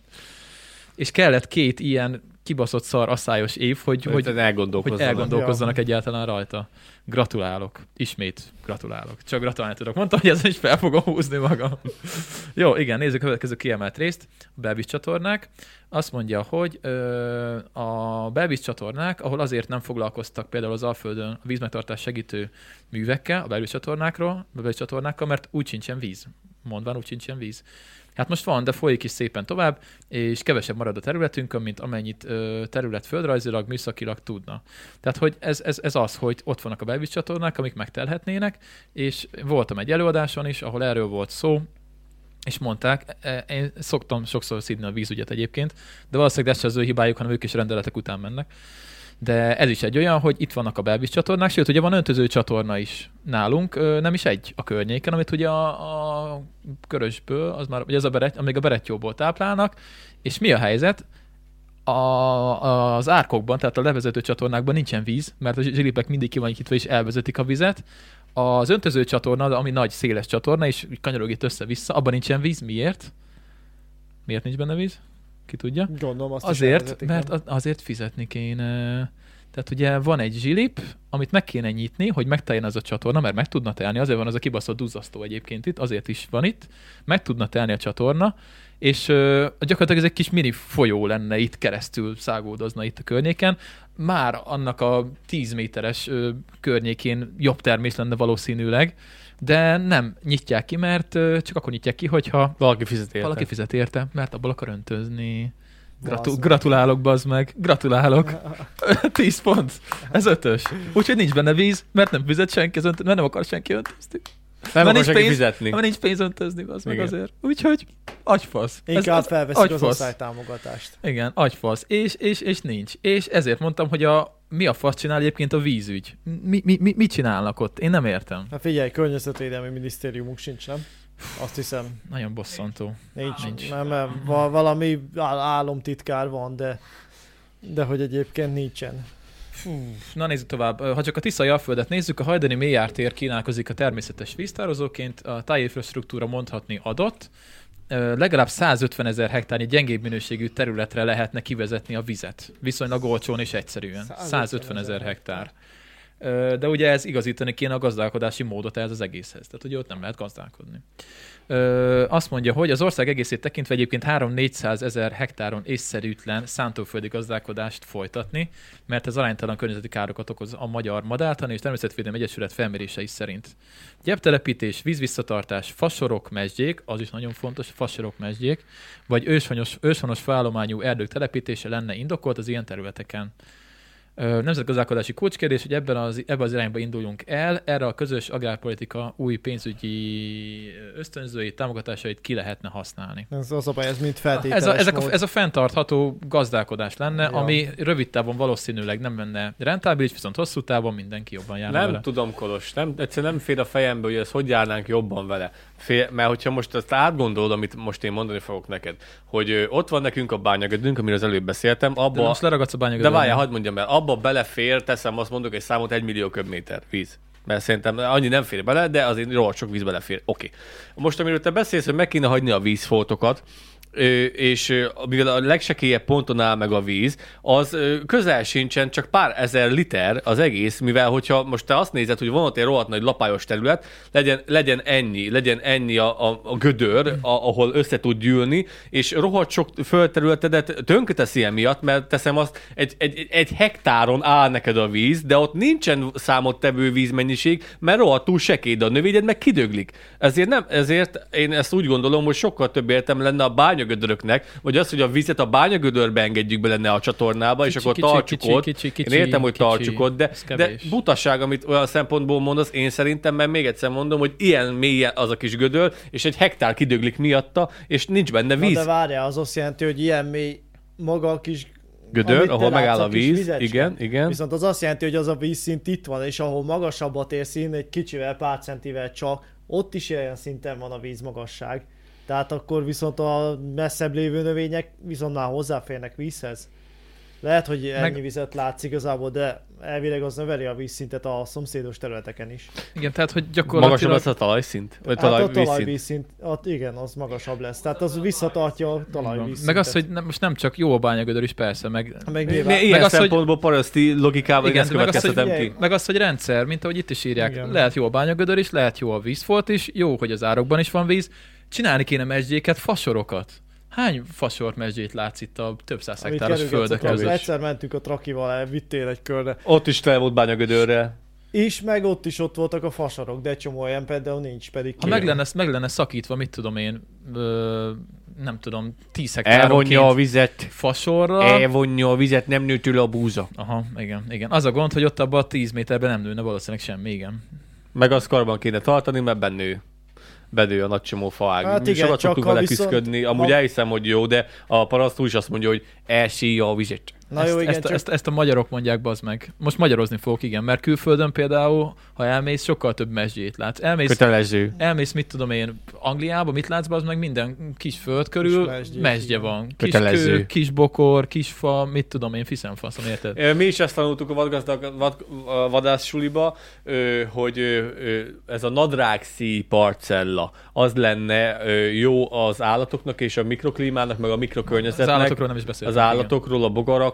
És kellett két ilyen kibaszott szar asszályos év, hogy, hogy, Hogy elgondolkozzanak. hogy elgondolkozzanak egyáltalán rajta. Gratulálok. Ismét gratulálok. Csak gratulálni tudok. Mondtam, hogy ezen is fel fogom húzni magam. Jó, igen, nézzük a következő kiemelt részt. A belvíz csatornák. Azt mondja, hogy ö, a belvíz csatornák, ahol azért nem foglalkoztak például az Alföldön a vízmegtartás segítő művekkel, a belvíz csatornákról, a belvíz csatornákkal, mert úgy sincsen víz. Mondván úgy sincsen víz. Hát most van, de folyik is szépen tovább, és kevesebb marad a területünkön, mint amennyit ö, terület földrajzilag, műszakilag tudna. Tehát, hogy ez, ez, ez az, hogy ott vannak a belvíz csatornák, amik megtelhetnének, és voltam egy előadáson is, ahol erről volt szó, és mondták, e, én szoktam sokszor szídni a vízügyet egyébként, de valószínűleg ez sem az ő hibájuk, hanem ők is rendeletek után mennek. De ez is egy olyan, hogy itt vannak a belvíz csatornák, sőt, ugye van öntöző csatorna is nálunk, nem is egy a környéken, amit ugye a, a Körösből, az már, ugye ez a Beret, amíg a Berettyóból táplálnak, és mi a helyzet? A, az árkokban, tehát a levezető csatornákban nincsen víz, mert a zsilipek mindig ki van nyitva és elvezetik a vizet. Az öntöző csatorna, ami nagy, széles csatorna, és kanyarog itt össze-vissza, abban nincsen víz. Miért? Miért nincs benne víz? Ki tudja? Gondolom azt is Azért, elvezetik, mert nem? az- azért fizetni kéne. Tehát ugye van egy zsilip, amit meg kéne nyitni, hogy megteljen az a csatorna, mert meg tudna telni, azért van az a kibaszott duzzasztó egyébként itt, azért is van itt, meg tudna telni a csatorna, és uh, gyakorlatilag ez egy kis mini folyó lenne itt, keresztül száguldozna itt a környéken. Már annak a tíz méteres uh, környékén jobb termés lenne valószínűleg, de nem nyitják ki, mert uh, csak akkor nyitják ki, hogyha valaki fizet érte. Valaki fizet érte, mert abból akar öntözni. Gratu- gratulálok, bazd meg. Gratulálok. tíz pont. Ez ötös. Úgyhogy nincs benne víz, mert nem fizet senki, mert nem akar senki öntözni. Nem mert akar senki pénz, fizetni. Mert nincs pénz öntözni, az meg azért. Úgyhogy agyfasz. Inkább felveszik az osztálytámogatást. Igen, agyfasz. És, és, és nincs. És ezért mondtam, hogy a, mi a fasz csinál egyébként a vízügy? Mi, mi, mi, mit csinálnak ott? Én nem értem. Hát figyelj, környezetvédelmi minisztériumunk sincs, nem? Azt hiszem. Nagyon bosszantó. Nincs. nincs. Nem, nem, valami álomtitkár van, de, de hogy egyébként nincsen. Fú, na nézzük tovább. Ha csak a Tiszai Alföldet nézzük, a hajdani mélyártér kínálkozik a természetes víztározóként, a tájinfrastruktúra mondhatni adott. Legalább százötven ezer hektárnyi gyengébb minőségű területre lehetne kivezetni a vizet. Viszonylag olcsón és egyszerűen. százötven ezer hektár. De ugye ez igazítani kéne a gazdálkodási módot ehhez az egészhez. Tehát ugye ott nem lehet gazdálkodni. Azt mondja, hogy az ország egészét tekintve egyébként három-négyszáz ezer hektáron észszerűtlen szántóföldi gazdálkodást folytatni, mert ez aránytalan környezeti károkat okoz a Magyar Madártani és Természetvédelmi Egyesület felmérései szerint. Gyeptelepítés, vízvisszatartás, fasorok, mesdjék, az is nagyon fontos, fasorok, mesdjék, vagy őshonos, őshonos felállományú erdők telepítése lenne indokolt az ilyen területeken. Nemzetgazdálkodási kulcskérdés, hogy ebben az, ebben az irányba induljunk el, erre a közös agrárpolitika új pénzügyi ösztönzőit, támogatásait ki lehetne használni. Ez az a baj, ez mind feltételes ez a, ezek mód. a, ez a fenntartható gazdálkodás lenne, ja. ami rövid távon valószínűleg nem lenne rentábilis, viszont hosszú távon mindenki jobban járna Nem vele. tudom, Kolos, nem, egyszerűen nem fér a fejembe, hogy ezt hogy járnánk jobban vele. Fél, mert hogyha most ezt átgondolod, amit most én mondani fogok neked, hogy ö, ott van nekünk a bányagödünk, amiről az előbb beszéltem, abba... De most leragadsz a bányagödön. De várjál, hadd mondjam el, abba belefér, teszem, azt mondok egy számot, egy millió köbméter víz. Mert szerintem annyi nem fér bele, de azért rohadt sok víz belefér. Oké. Okay. Most, amiről te beszélsz, hogy meg kéne hagyni a vízfoltokat, és mivel a legsekélyebb ponton áll meg a víz, az közel sincsen, csak pár ezer liter az egész, mivel hogyha most te azt nézed, hogy van ott egy rohadt nagy lapályos terület, legyen, legyen ennyi, legyen ennyi a, a, a gödör, a, ahol össze tud gyűlni, és rohadt sok földterületedet tönkreteszi emiatt, mert teszem azt, egy, egy, egy hektáron áll neked a víz, de ott nincsen számottevő vízmennyiség, mert rohadt túl sekély, de a növényed meg kidöglik. Ezért, nem, ezért én ezt úgy gondolom, hogy sokkal több értelme lenne a bányagödöröknek, vagy az, hogy a vizet a bányagödörbe engedjük be lenne a csatornába, kicsi, és akkor kicsi, tartsuk kicsi, ott. Kicsi, kicsi, én értem, hogy kicsi, tartsuk ott, de, de butaság, amit olyan szempontból mondasz, én szerintem, mert még egyszer mondom, hogy ilyen mélyen az a kis gödör, és egy hektár kidöglik miatta, és nincs benne víz. Na de várjál, az azt jelenti, hogy ilyen mély maga a kis gödör, ahol megáll a víz, igen, igen. Viszont az azt jelenti, hogy az a vízszint itt van, és ahol magasabb a térszín, egy kicsivel, pár centivel csak, ott is ilyen szinten van a vízmagasság. Tehát akkor viszont a messzebb lévő növények viszont már hozzáférnek vízhez. Lehet, hogy ennyi Meg... vizet látsz igazából, de elvileg az növeli a vízszintet a szomszédos területeken is. Igen, tehát hogy gyakorlatilag... Magasabb lesz a talajszint? Vagy talaj, talaj, hát a talajvízszint, ott igen, az magasabb lesz. Tehát az visszatartja a talajvízszintet. Meg az, hogy nem, most nem csak jó a bányagödör is, persze, meg... meg ilyen meg az, szempontból hogy... paraszti logikával igen, ezt következtetem ki. Meg az, hogy rendszer, mint ahogy itt is írják. Igen. Lehet jó a bányagödör is, lehet jó a vízfolt is, jó, hogy az árokban is van víz. Csinálni kéne mesdjéket, fasorokat. Hány fasort mesdjét látsz itt a több száz hektáros földek között? Egyszer mentünk a trakival, elvittél egy körre. Ott is tele volt bányagödörrel. És meg ott is ott voltak a fasarok, de egy csomó olyan például nincs, pedig... Ha meg lenne, meg lenne szakítva, mit tudom én, ö, nem tudom, tíz hektáronként elvonja a vizet. Fasorra. Elvonja a vizet, nem nő tőle a búza. Aha, igen, igen. Az a gond, hogy ott abban a tíz méterben nem nőne valószínűleg semmi, igen. Meg azt karban kéne tartani, mert bennő. Bedő a nagy csomó faág. Hát Mi igen, sokat szoktuk vele viszont... küzdködni. Amúgy ma... elhiszem, hogy jó, de a paraszt is azt mondja, hogy elsíja a vizet. Na ezt, jó, igen, ezt, csak... ezt, ezt a magyarok mondják, bazd meg. Most magyarozni fogok, igen, mert külföldön például, ha elmész, sokkal több mesdjét látsz. Elmész, kötelező. Elmész, mit tudom én, Angliába, mit látsz, bazd meg, minden kis föld körül mesdjét, mesdje igen. van. Kis kötelező. Kő, kis bokor, kis fa, mit tudom én, fiszemfaszom, érted? Mi is ezt tanultuk a vadgazdag, vad, vadász suliba, hogy ez a nadrágszíj parcella, az lenne jó az állatoknak és a mikroklímának, meg a mikrokörnyezetnek. Az állatokról nem is beszélünk. Az állatokról, a bogarak,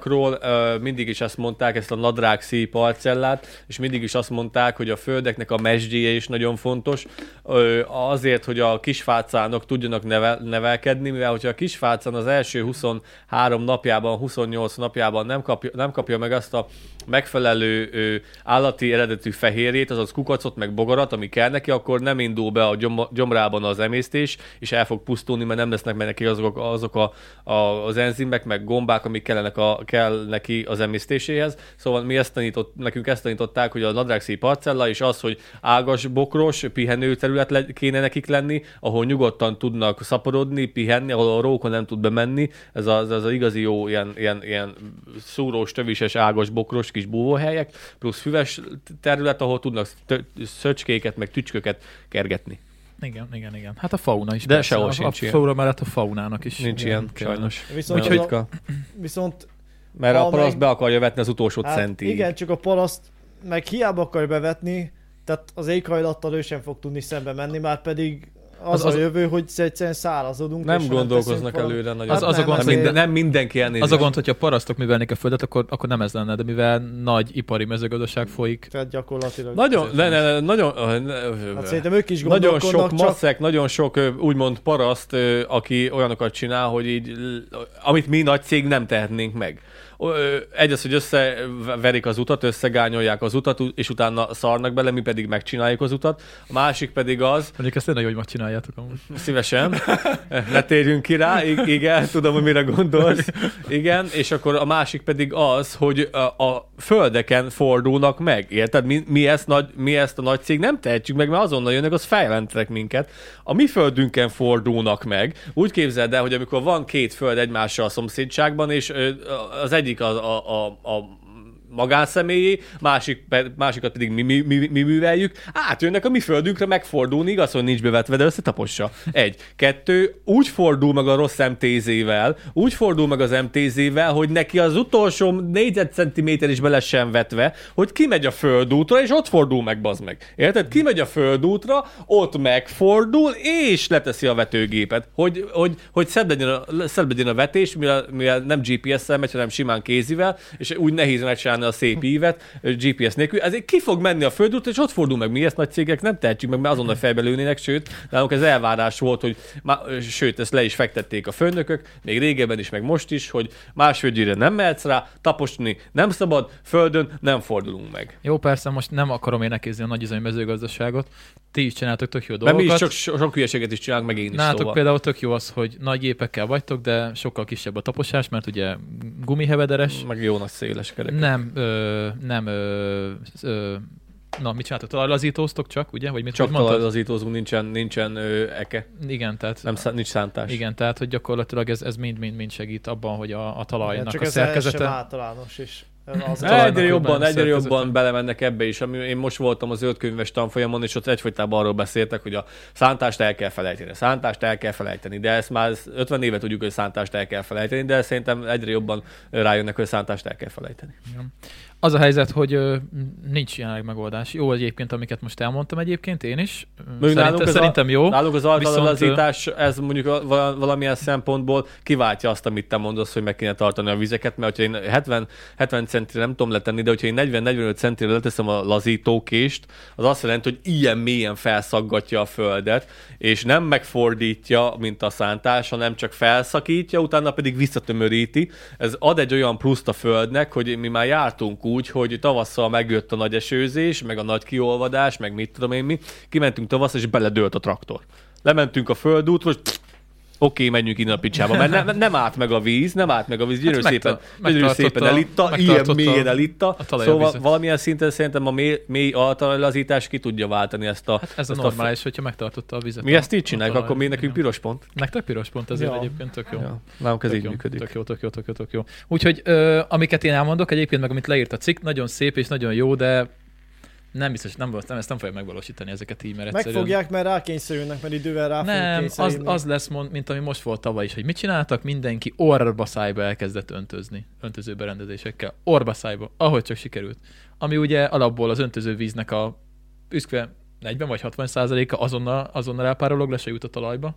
falvakról ö, mindig is azt mondták, ezt a nadrágszíj parcellát, és mindig is azt mondták, hogy a földeknek a mesdjéje is nagyon fontos, ö, azért, hogy a kisfácánok tudjanak nevel, nevelkedni, mivel hogyha a kisfácán az első huszonhárom napjában, huszonnyolc napjában nem kapja, nem kapja meg azt a megfelelő ö, állati eredetű fehérjét, azaz kukacot, meg bogarat, ami kell neki, akkor nem indul be a gyom, gyomrában az emésztés, és el fog pusztulni, mert nem lesznek meg neki azok, azok a, a, az enzimek, meg gombák, amik kellenek a, kell neki az emésztéséhez. Szóval mi ezt tanított, nekünk ezt tanították, hogy a nadrágszíj parcella, és az, hogy ágas, bokros, pihenő terület le, kéne nekik lenni, ahol nyugodtan tudnak szaporodni, pihenni, ahol a róka nem tud bemenni. Ez az, az, az igazi jó ilyen, ilyen, ilyen szúrós, tövises, ágas, bokros kis búvóhelyek, plusz füves terület, ahol tudnak szöcskéket, meg tücsköket kergetni. Igen, igen, igen. Hát a fauna is. De persze, sehol a, sincs a ilyen. flóra mellett a faunának is. Nincs ilyen, sajnos. Viszont, Úgyhogy az a, ka. viszont Mert a amelyik- paraszt be akarja vetni az utolsó hát centig. igen, csak a paraszt meg hiába akar bevetni, tehát az éghajlattal ő sem fog tudni szembe menni, már pedig az, Az- az, az- a jövő, hogy egyszerűen szárazodunk. Nem és gondolkoznak teszünk valami- előre nagyon. Az- az a nem, gond, nem, azért- minden, nem mindenki elnézi. Az a gond, hogyha a parasztok művelnék a földet, akkor, akkor nem ez lenne, de mivel nagy ipari mezőgazdaság folyik. Tehát gyakorlatilag. Nagyon, ne, ne, ne, nagyon, Hát szerintem ők is nagyon gondolkodnak, sok csak masszek, nagyon sok ö, úgymond paraszt, ö, aki olyanokat csinál, hogy így, l- amit mi nagy cég nem tehetnénk meg. Ö, Egy az, hogy összeverik az utat, összegányolják az utat, és utána szarnak bele, mi pedig megcsináljuk az utat. A másik pedig az, Mondjuk ezt tényleg, hogy megcsináljátok amúgy. szívesen, ne térjünk ki rá, I- igen, tudom, hogy mire gondolsz. Igen, és akkor a másik pedig az, hogy a, a földeken fordulnak meg, érted? Mi, mi, ezt nagy, mi ezt a nagy cég nem tehetjük meg, mert azonnal jönnek, az feljelentenek minket. A mi földünken fordulnak meg. Úgy képzeld el, hogy amikor van két föld egymással a szomszédságban, és ö, az egyik az a, a, a magánszemélyé, másik, pe- másikat pedig mi, mi, mi, mi műveljük, átjönnek a mi földünkre megfordulni, igaz, hogy nincs bevetve, de összetapossa. Egy. Kettő, úgy fordul meg a rossz em té zével, úgy fordul meg az em té zével, hogy neki az utolsó négyzetcentiméter is bele sem vetve, hogy kimegy a földútra, és ott fordul meg, bazd meg. Érted? Kimegy a földútra, ott megfordul, és leteszi a vetőgépet. Hogy, hogy, hogy szebb legyen a, szebb legyen a vetés, mivel, mivel nem gé pé es-szel megy, hanem simán kézivel, és úgy nehéz megcsinálni a szép ívet gé pé es nélkül. Ezért ki fog menni a földútra, és ott fordul meg. Mi ezt nagy cégek nem tehetjük meg, mert azonnal fejbe lőnének, sőt, nálunk ez elvárás volt, hogy má, sőt, ezt le is fektették a főnökök, még régebben is, meg most is, hogy más földgyűrre nem mehetsz rá, taposni nem szabad, földön nem fordulunk meg. Jó, persze, most nem akarom én nekézni a nagyizai mezőgazdaságot. Ti is csináltok tök jó Mert mi dolgokat. is sok, sok hülyeséget is csinálunk, meg én is. Nálatok szóval. például tök jó az, hogy nagy gépekkel vagytok, de sokkal kisebb a taposás, mert ugye gumihevederes. Meg jó nagy széles kerek. Nem, ö, nem, ö, ö, na, mit csináltok? Talajlazítóztok csak, ugye? Vagy mit Csak hogy mondtad? talajlazítózunk, nincsen, nincsen ö, eke. Igen, tehát, Nem, szá- nincs szántás. igen, tehát, hogy gyakorlatilag ez, ez mind, mind, mind segít abban, hogy a, a talajnak csak a ez sem szerkezete. általános is. Az talajnak Egyre úgy jobban, benne egyre szerkezete. jobban belemennek ebbe is. Ami, én most voltam a zöldkönyves tanfolyamon, és ott egyfolytában arról beszéltek, hogy a szántást el kell felejteni. A szántást el kell felejteni, de ezt már ötven éve tudjuk, hogy szántást el kell felejteni, de szerintem egyre jobban rájönnek, hogy szántást el kell felejteni. Igen. Az a helyzet, hogy ö, nincs jelenleg megoldás. Jó egyébként, amiket most elmondtam egyébként, én is. Nálunk Szerintem, ez szerintem jó. Nálunk az viszont, altalazítás, ez mondjuk a- val- valamilyen szempontból kiváltja azt, amit te mondasz, hogy meg kéne tartani a vizeket, mert hogyha én hetven, hetven centire nem tudom letenni, de hogyha én negyven-negyvenöt centire leteszem a lazítókést, az azt jelenti, hogy ilyen mélyen felszaggatja a földet, és nem megfordítja, mint a szántás, hanem csak felszakítja, utána pedig visszatömöríti. Ez ad egy olyan pluszt a földnek, hogy mi már jártunk úgy, hogy tavasszal megjött a nagy esőzés, meg a nagy kiolvadás, meg mit tudom én mi, kimentünk tavasszal, és beledőlt a traktor. Lementünk a földútról, és oké, okay, menjünk innen a picsába, mert ne, nem állt meg a víz, nem állt meg a víz, gyönyörű Hát szépen, megta- gyönyörű szépen elitta, ilyen megtartotta mélyen elitta, a talaj a szóval vizet. valamilyen szinten szerintem a mély, mély altalajlazítás ki tudja váltani ezt a... Hát ez a ezt normális, hogyha megtartotta a vizet. Mi ezt így a csináljuk, talaj. akkor mi nekünk Igen. piros pont. Nektek piros pont ezért Ja. egyébként tök jó. Ja, nálunk ez Tök így jó, működik. Tök jó, tök jó, tök jó, tök jó. Úgyhogy ö, amiket én elmondok egyébként, meg amit leírt a cikk, nagyon szép és nagyon jó, de nem biztos, nem, nem ezt nem fogja megvalósítani ezeket így, mert egyszerűen... Megfogják, mert rákényszerülnek, mert idővel rá fogunk Nem, az, kényszerülni. az lesz, mond, mint ami most volt tavaly is, hogy mit csináltak, mindenki orba szájba elkezdett öntözni, öntözőberendezésekkel. Orba szájba, ahogy csak sikerült. Ami ugye alapból az öntözővíznek a üszkve negyven vagy hatvan százaléka azonnal, azonnal elpárolog, le se jut a talajba,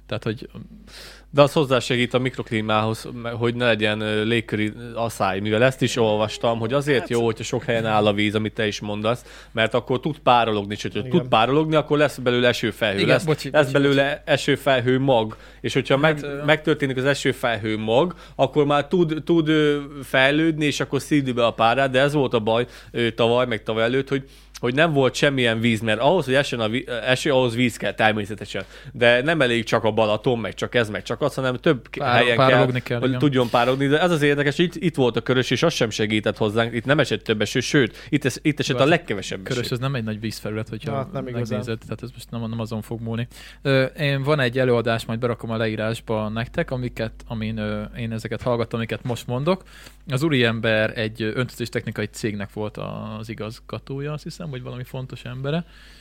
Tehát, hogy... De az hozzásegít a mikroklímához, hogy ne legyen légköri asszály, mivel ezt is olvastam, hogy azért jó, hogyha sok helyen áll a víz, amit te is mondasz, mert akkor tud párologni, és hogyha tud párologni, akkor lesz belőle esőfelhő, Igen, lesz, bocsi, lesz bocsi, belőle bocsi. esőfelhő mag, és hogyha Hát, meg, megtörténik az esőfelhő mag, akkor már tud, tud fejlődni, és akkor szívni be a párát, de ez volt a baj tavaly, meg tavaly előtt, hogy hogy nem volt semmilyen víz, mert ahhoz, hogy essen a víz, eső, ahhoz víz kell természetesen. De nem elég csak a Balaton, meg csak ez, meg csak az, hanem több Pár, helyen kell, kell hogy igen. tudjon párologni. De ez az érdekes, itt, itt volt a Körös, és az sem segített hozzánk. Itt nem esett több eső, sőt, itt, es, itt esett a legkevesebb Körös, eső. ez nem egy nagy vízfelület, hogyha Hát nem megnézed, tehát ez most nem, nem azon fog múlni. Ö, én van egy előadás, majd berakom a leírásba nektek, amiket, amin ö, én ezeket hallgattam, amiket most mondok. Az úriember egy öntözés technikai cégnek volt az igazgatója, azt hiszem, vagy valami fontos embere,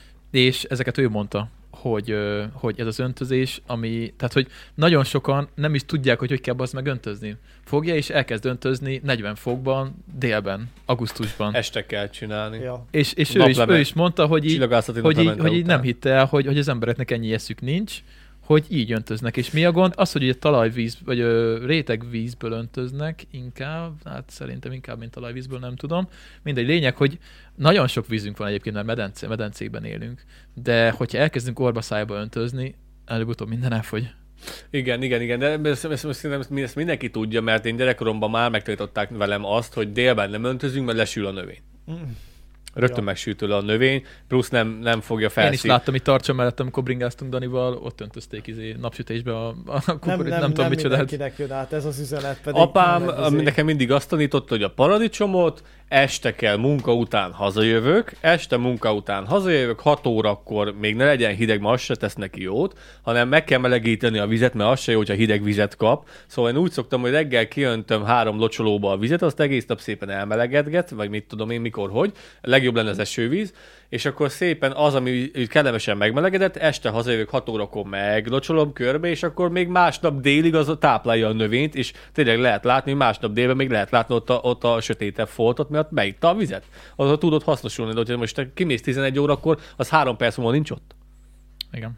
és ezeket ő mondta, hogy, hogy ez az öntözés, ami, tehát hogy nagyon sokan nem is tudják, hogy hogy kell azt meg öntözni. Fogja és elkezd öntözni negyven fokban, délben, augusztusban. Este kell csinálni. Ja. És, és ő, is, ő is mondta, hogy így, hogy így, hogy így nem hitte el, hogy, hogy az embereknek ennyi eszük nincs, hogy így öntöznek. És mi a gond? Az, hogy ugye talajvíz, vagy ö, rétegvízből öntöznek inkább, hát szerintem inkább, mint talajvízből, nem tudom. Mindegy, lényeg, hogy nagyon sok vízünk van egyébként, mert medence, medencékben élünk, de hogyha elkezdünk orbaszájba öntözni, előbb-utóbb minden elfogy. Igen, igen, igen, de ezt, ezt, ezt, ezt mindenki tudja, mert én gyerekkoromban már megtanították velem azt, hogy délben nem öntözünk, mert lesül a növény. Mm. Rögtön ja. megsűtől a növény, plusz nem, nem fogja felszívni. Én is láttam itt Tarcsa mellett, amikor bringáztunk Danival, ott öntözték izé, napsütésbe a, a kukorít, nem, nem, nem, nem tudom micsoda. mindenkinek jön át ez az üzenet. Pedig apám nekem mindig azt tanította, hogy a paradicsomot este kell munka után hazajövök, este munka után hazajövök, hat órakor még ne legyen hideg, mert az se tesz neki jót, hanem meg kell melegíteni a vizet, mert az se jó, hogyha hideg vizet kap. Szóval én úgy szoktam, hogy reggel kiöntöm három locsolóba a vizet, azt egész nap szépen elmelegedget, vagy mit tudom én, mikor, hogy. Legjobb lenne az esővíz, és akkor szépen az, ami kellemesen megmelegedett, este hazajövök hat órakor meglocsolom körbe, és akkor még másnap délig az táplálja a növényt, és tényleg lehet látni, hogy másnap délben még lehet látni ott a, ott a sötétebb foltot, mert beitta a vizet. Az tudod hasznosulni, de hogyha most te kimész tizenegy órakor, az három perc múlva nincs ott. Igen.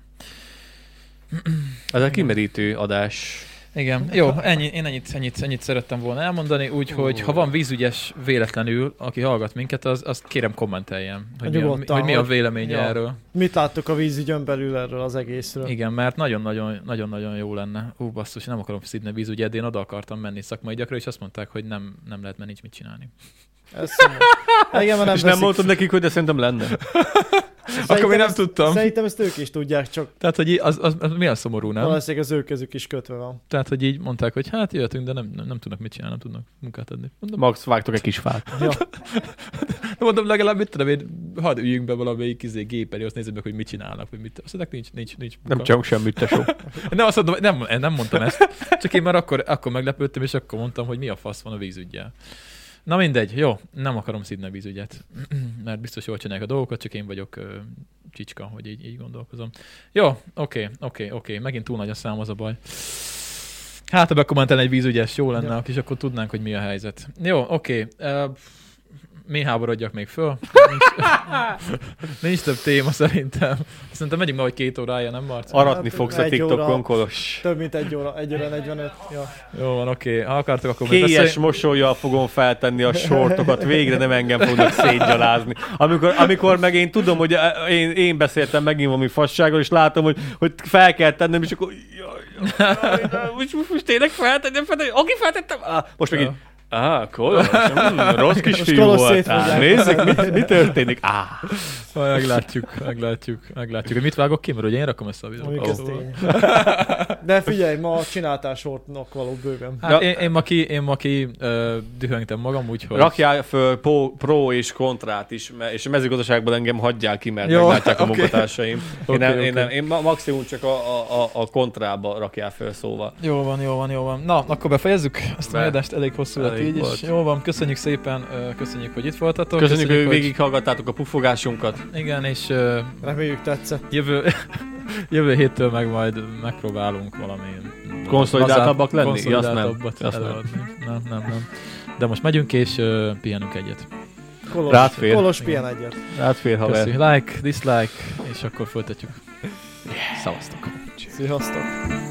Ez egy kimerítő adás. Igen. Jó, ennyi, én ennyit, ennyit, ennyit szerettem volna elmondani, úgyhogy ha van vízügyes véletlenül, aki hallgat minket, az, azt kérem kommenteljen, hogy, mi a, hogy mi a véleménye ja. erről. Mit láttok a vízügyön belül erről az egészről? Igen, mert nagyon-nagyon, nagyon-nagyon jó lenne. Ú, basszus, nem akarom Sydney vízügyet, én oda akartam menni szakmai gyakra, és azt mondták, hogy nem, nem lehet, mert nincs mit csinálni. Igen, nem és nem mondtad nekik, hogy de szerintem lenne. Akkor én nem tudtam. Szerintem ezt ők is tudják, csak... Tehát, hogy az, az, az milyen szomorú, nem? Valószínűleg az ő kezük is kötve van. Tehát, hogy így mondták, hogy hát jöhetünk, de nem, nem, nem tudnak mit csinálni, nem tudnak munkát adni. Mondom, Max, vágtok egy kis fát. Ja. Mondom, legalább mit tudom én, hadd üljünk be valamelyik izé, gépen, azt nézzük meg, hogy mit csinálnak, vagy mit. Azt mondják, nincs, nincs, nincs munka. Nem csak semmit, tesó. Nem, azt mondom, nem, nem mondtam ezt. Csak én már akkor, akkor meglepődtem, és akkor mondtam, hogy mi a fasz van a vízüggyel. Na mindegy, jó, nem akarom Sydney vízügyet, mert biztos jól csinálják a dolgokat, csak én vagyok ö, csicska, hogy így, így gondolkozom. Jó, oké, oké, oké, megint túl nagy a szám, az a baj. Hát, ha bekommentelni egy vízügyes, jó lenne, ja. és akkor tudnánk, hogy mi a helyzet. Jó, oké. Uh, mi háborodjak még föl? Nincs, nincs több téma szerintem. Szerintem megyünk majd két órája, nem Marci? Aratni hát, fogsz a TikTokon, Kolos. Több mint egy óra, egy óra negyvenöt. Ja. Jó van, oké. Ha akartok, akkor... Kélyes beszél... mosollyal fogom feltenni a sortokat, végre nem engem fognak szétgyalázni. Amikor, amikor meg én tudom, hogy én, én beszéltem megint valami fasságról, és látom, hogy, hogy fel kell tennem, és akkor... Jaj, jaj, jaj, most, most, most tényleg feltennem, feltennem, aki feltettem? Ah, most meg így... Ah, Kolos, mm, rossz kis fiú voltál. Nézzük, mi, mi történik. Ah. Meglátjuk, meglátjuk, meglátjuk. Hogy mit vágok ki, mert ugye én rakom ezt a videót. Oh. De figyelj, ma csináltál sortnak való bőven. Hát én, én ma ki, én ma ki uh, dühöngtem magam, úgyhogy... Rakjál föl pro, pro és kontrát is, és a mezőgazdaságban engem hagyjál ki, mert jó, meglátják okay. a munkatársaim. Én, okay, nem, okay. én, nem, én maximum csak a, a, a kontrába rakjál föl szóval. Jó van, jó van, jó van. Na, akkor befejezzük ezt a adást, elég hosszú lett így is. Jó van, köszönjük szépen, köszönjük, hogy itt voltatok. Köszönjük, köszönjük hogy végighallgattátok a pufogásunkat. Igen, és... Reméljük tetszett. Jövő, jövő héttől meg majd megpróbálunk valami... Konszolidáltabbak lenni? Konszolidáltabbat előadni. Nem, nem, nem. De most megyünk és uh, pihenünk egyet. Kolos, Rád fér. Kolos pihen egyet. Rád fér, haver. Köszi. Like, dislike, és akkor folytatjuk. Yeah. Szavaztok. Szövetség. Sziasztok!